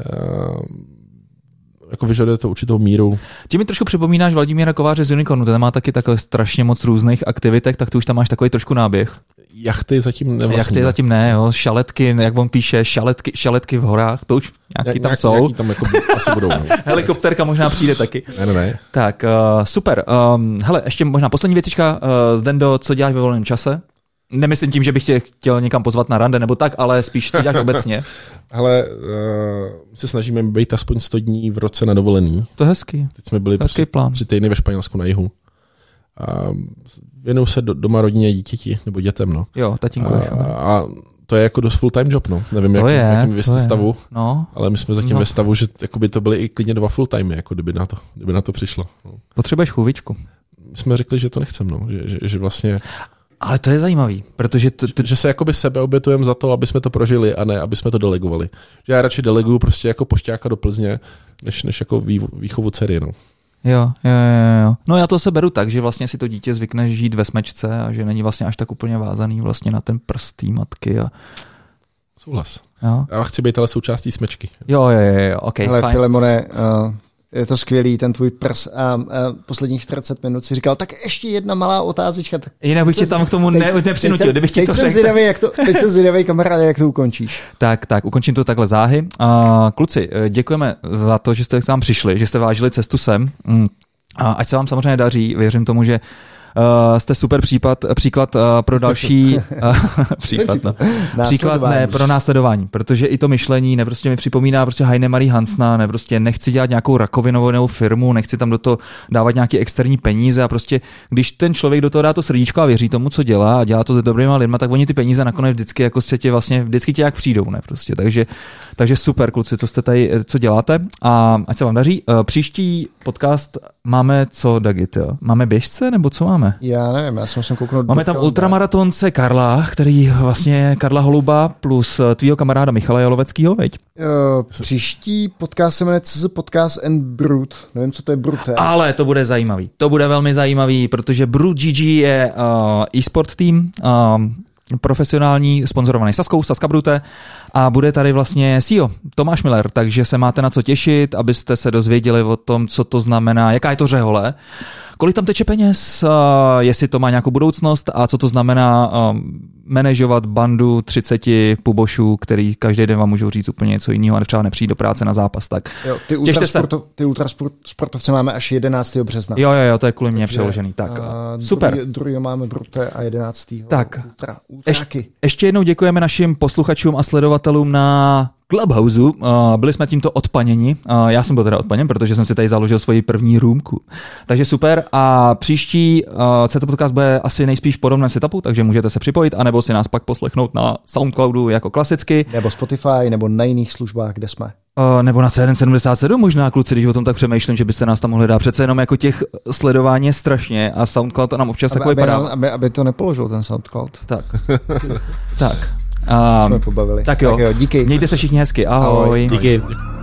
jako vyžaduje to určitou míru. Ti mi trošku připomínáš Vladimíra Kováře z Unicornu, ten má taky takové strašně moc různých aktivitek, tak ty už tam máš takový trošku náběh. Jachty zatím ne. Jachty zatím ne, jo, šaletky, jak on píše, šaletky v horách, to už nějaký tam jsou. Nějaký tam jako asi budou. No. Helikopterka možná přijde taky. Ne. Tak, super. Hele, ještě možná poslední věcička, Zdendo, co děláš ve volném čase? Nemyslím tím, že bych tě chtěl někam pozvat na rande nebo tak, ale spíš co děláš obecně. Hele, my se snažíme být aspoň 100 dní v roce na dovolený. To je hezký. Teď jsme byli 3 týdny ve Španělsku na jihu. Věnuju se doma rodině dítěti, nebo dětem, no. Jo, tatínku. A to je jako dost full-time job, no. Nevím, jakým vy jste stavu, no. Ale my jsme zatím ve stavu, že by to byly i klidně 2 full-time, jako kdyby na to přišlo. No. Potřebuješ chůvičku. My jsme řekli, že to nechcem, no. Že vlastně... Ale to je zajímavý, protože že se jakoby sebe obětujeme za to, aby jsme to prožili a ne, aby jsme to delegovali. Že já radši deleguju prostě jako pošťáka do Plzně, než jako výchovu dcery, no. Jo. No já to se beru tak, že vlastně si to dítě zvykne žít ve smečce a že není vlastně až tak úplně vázaný vlastně na ten prst té matky. Souhlas. Jo. Já chci být ale součástí smečky. Jo, ok, hele, fajn. Filemone, je to skvělý, ten tvůj prs a posledních 40 minut si říkal, tak ještě jedna malá otázečka. Jinak bych tě tam k tomu nepřinutil, kdybych ti to řekl. Teď jsem zvědavý, kamaráde, jak to ukončíš. Tak, ukončím to takhle záhy. Kluci, děkujeme za to, že jste k nám přišli, že jste vážili cestu sem. Ať se vám samozřejmě daří, věřím tomu, že jste super příklad pro další příklad pro následování, protože i to myšlení prostě mi připomíná prostě Heine-Marie Hansna, prostě nechci dělat nějakou rakovinovou firmu, nechci tam do toho dávat nějaké externí peníze a prostě když ten člověk do toho dá to srdíčko a věří tomu, co dělá a dělá to s dobrýma lidma, tak oni ty peníze nakonec vždycky jako se tě vlastně vždycky tě jak přijdou, ne prostě. Takže super, kluci, co jste tady, co děláte a ať se vám daří. Příští podcast máme co, Dagit, jo? Máme běžce nebo co máme? Já nevím, já jsem kouknout. Máme tam ultramaratonce Karla, který vlastně Karla Holuba plus tvýho kamaráda Michala Jaloveckýho, veď? Příští podcast se jmenuje Podcast and Brut. Nevím, co to je Brut. Ale to bude zajímavý. To bude velmi zajímavý, protože Brut GG je e-sport tým, profesionální, sponzorovaný Saskou, Saska Brute a bude tady vlastně CEO Tomáš Miller, takže se máte na co těšit, abyste se dozvěděli o tom, co to znamená, jaká je to řehole, kolik tam teče peněz, jestli to má nějakou budoucnost a co to znamená manažovat bandu 30 pubošů, který každý den vám můžou říct úplně něco jiného a třeba nepřijít do práce na zápas. Tak jo, ty ultrasportovce máme až 11. března. Jo, to je kvůli mě přeložený. Tak, super. Druhý máme Brute a 11. Tak, ultráky. Ještě jednou děkujeme našim posluchačům a sledovatelům na Clubhouse. Byli jsme tímto odpaněni. Já jsem byl teda odpaněn, protože jsem si tady založil svoji první roomku. Takže super. A příští CT podcast bude asi nejspíš v podobném setupu, takže můžete se připojit, anebo si nás pak poslechnout na Soundcloudu jako klasicky. Nebo Spotify, nebo na jiných službách, kde jsme. Nebo na C177 možná, kluci, když o tom tak přemýšlím, že byste nás tam mohli dát. Přece jenom jako těch sledování je strašně a SoundCloud to nám občas takový padá. Aby to nepoložil ten SoundCloud. Tak. tak. Jsme pobavili. Tak jo, díky. Mějte se všichni hezky. Ahoj. Díky.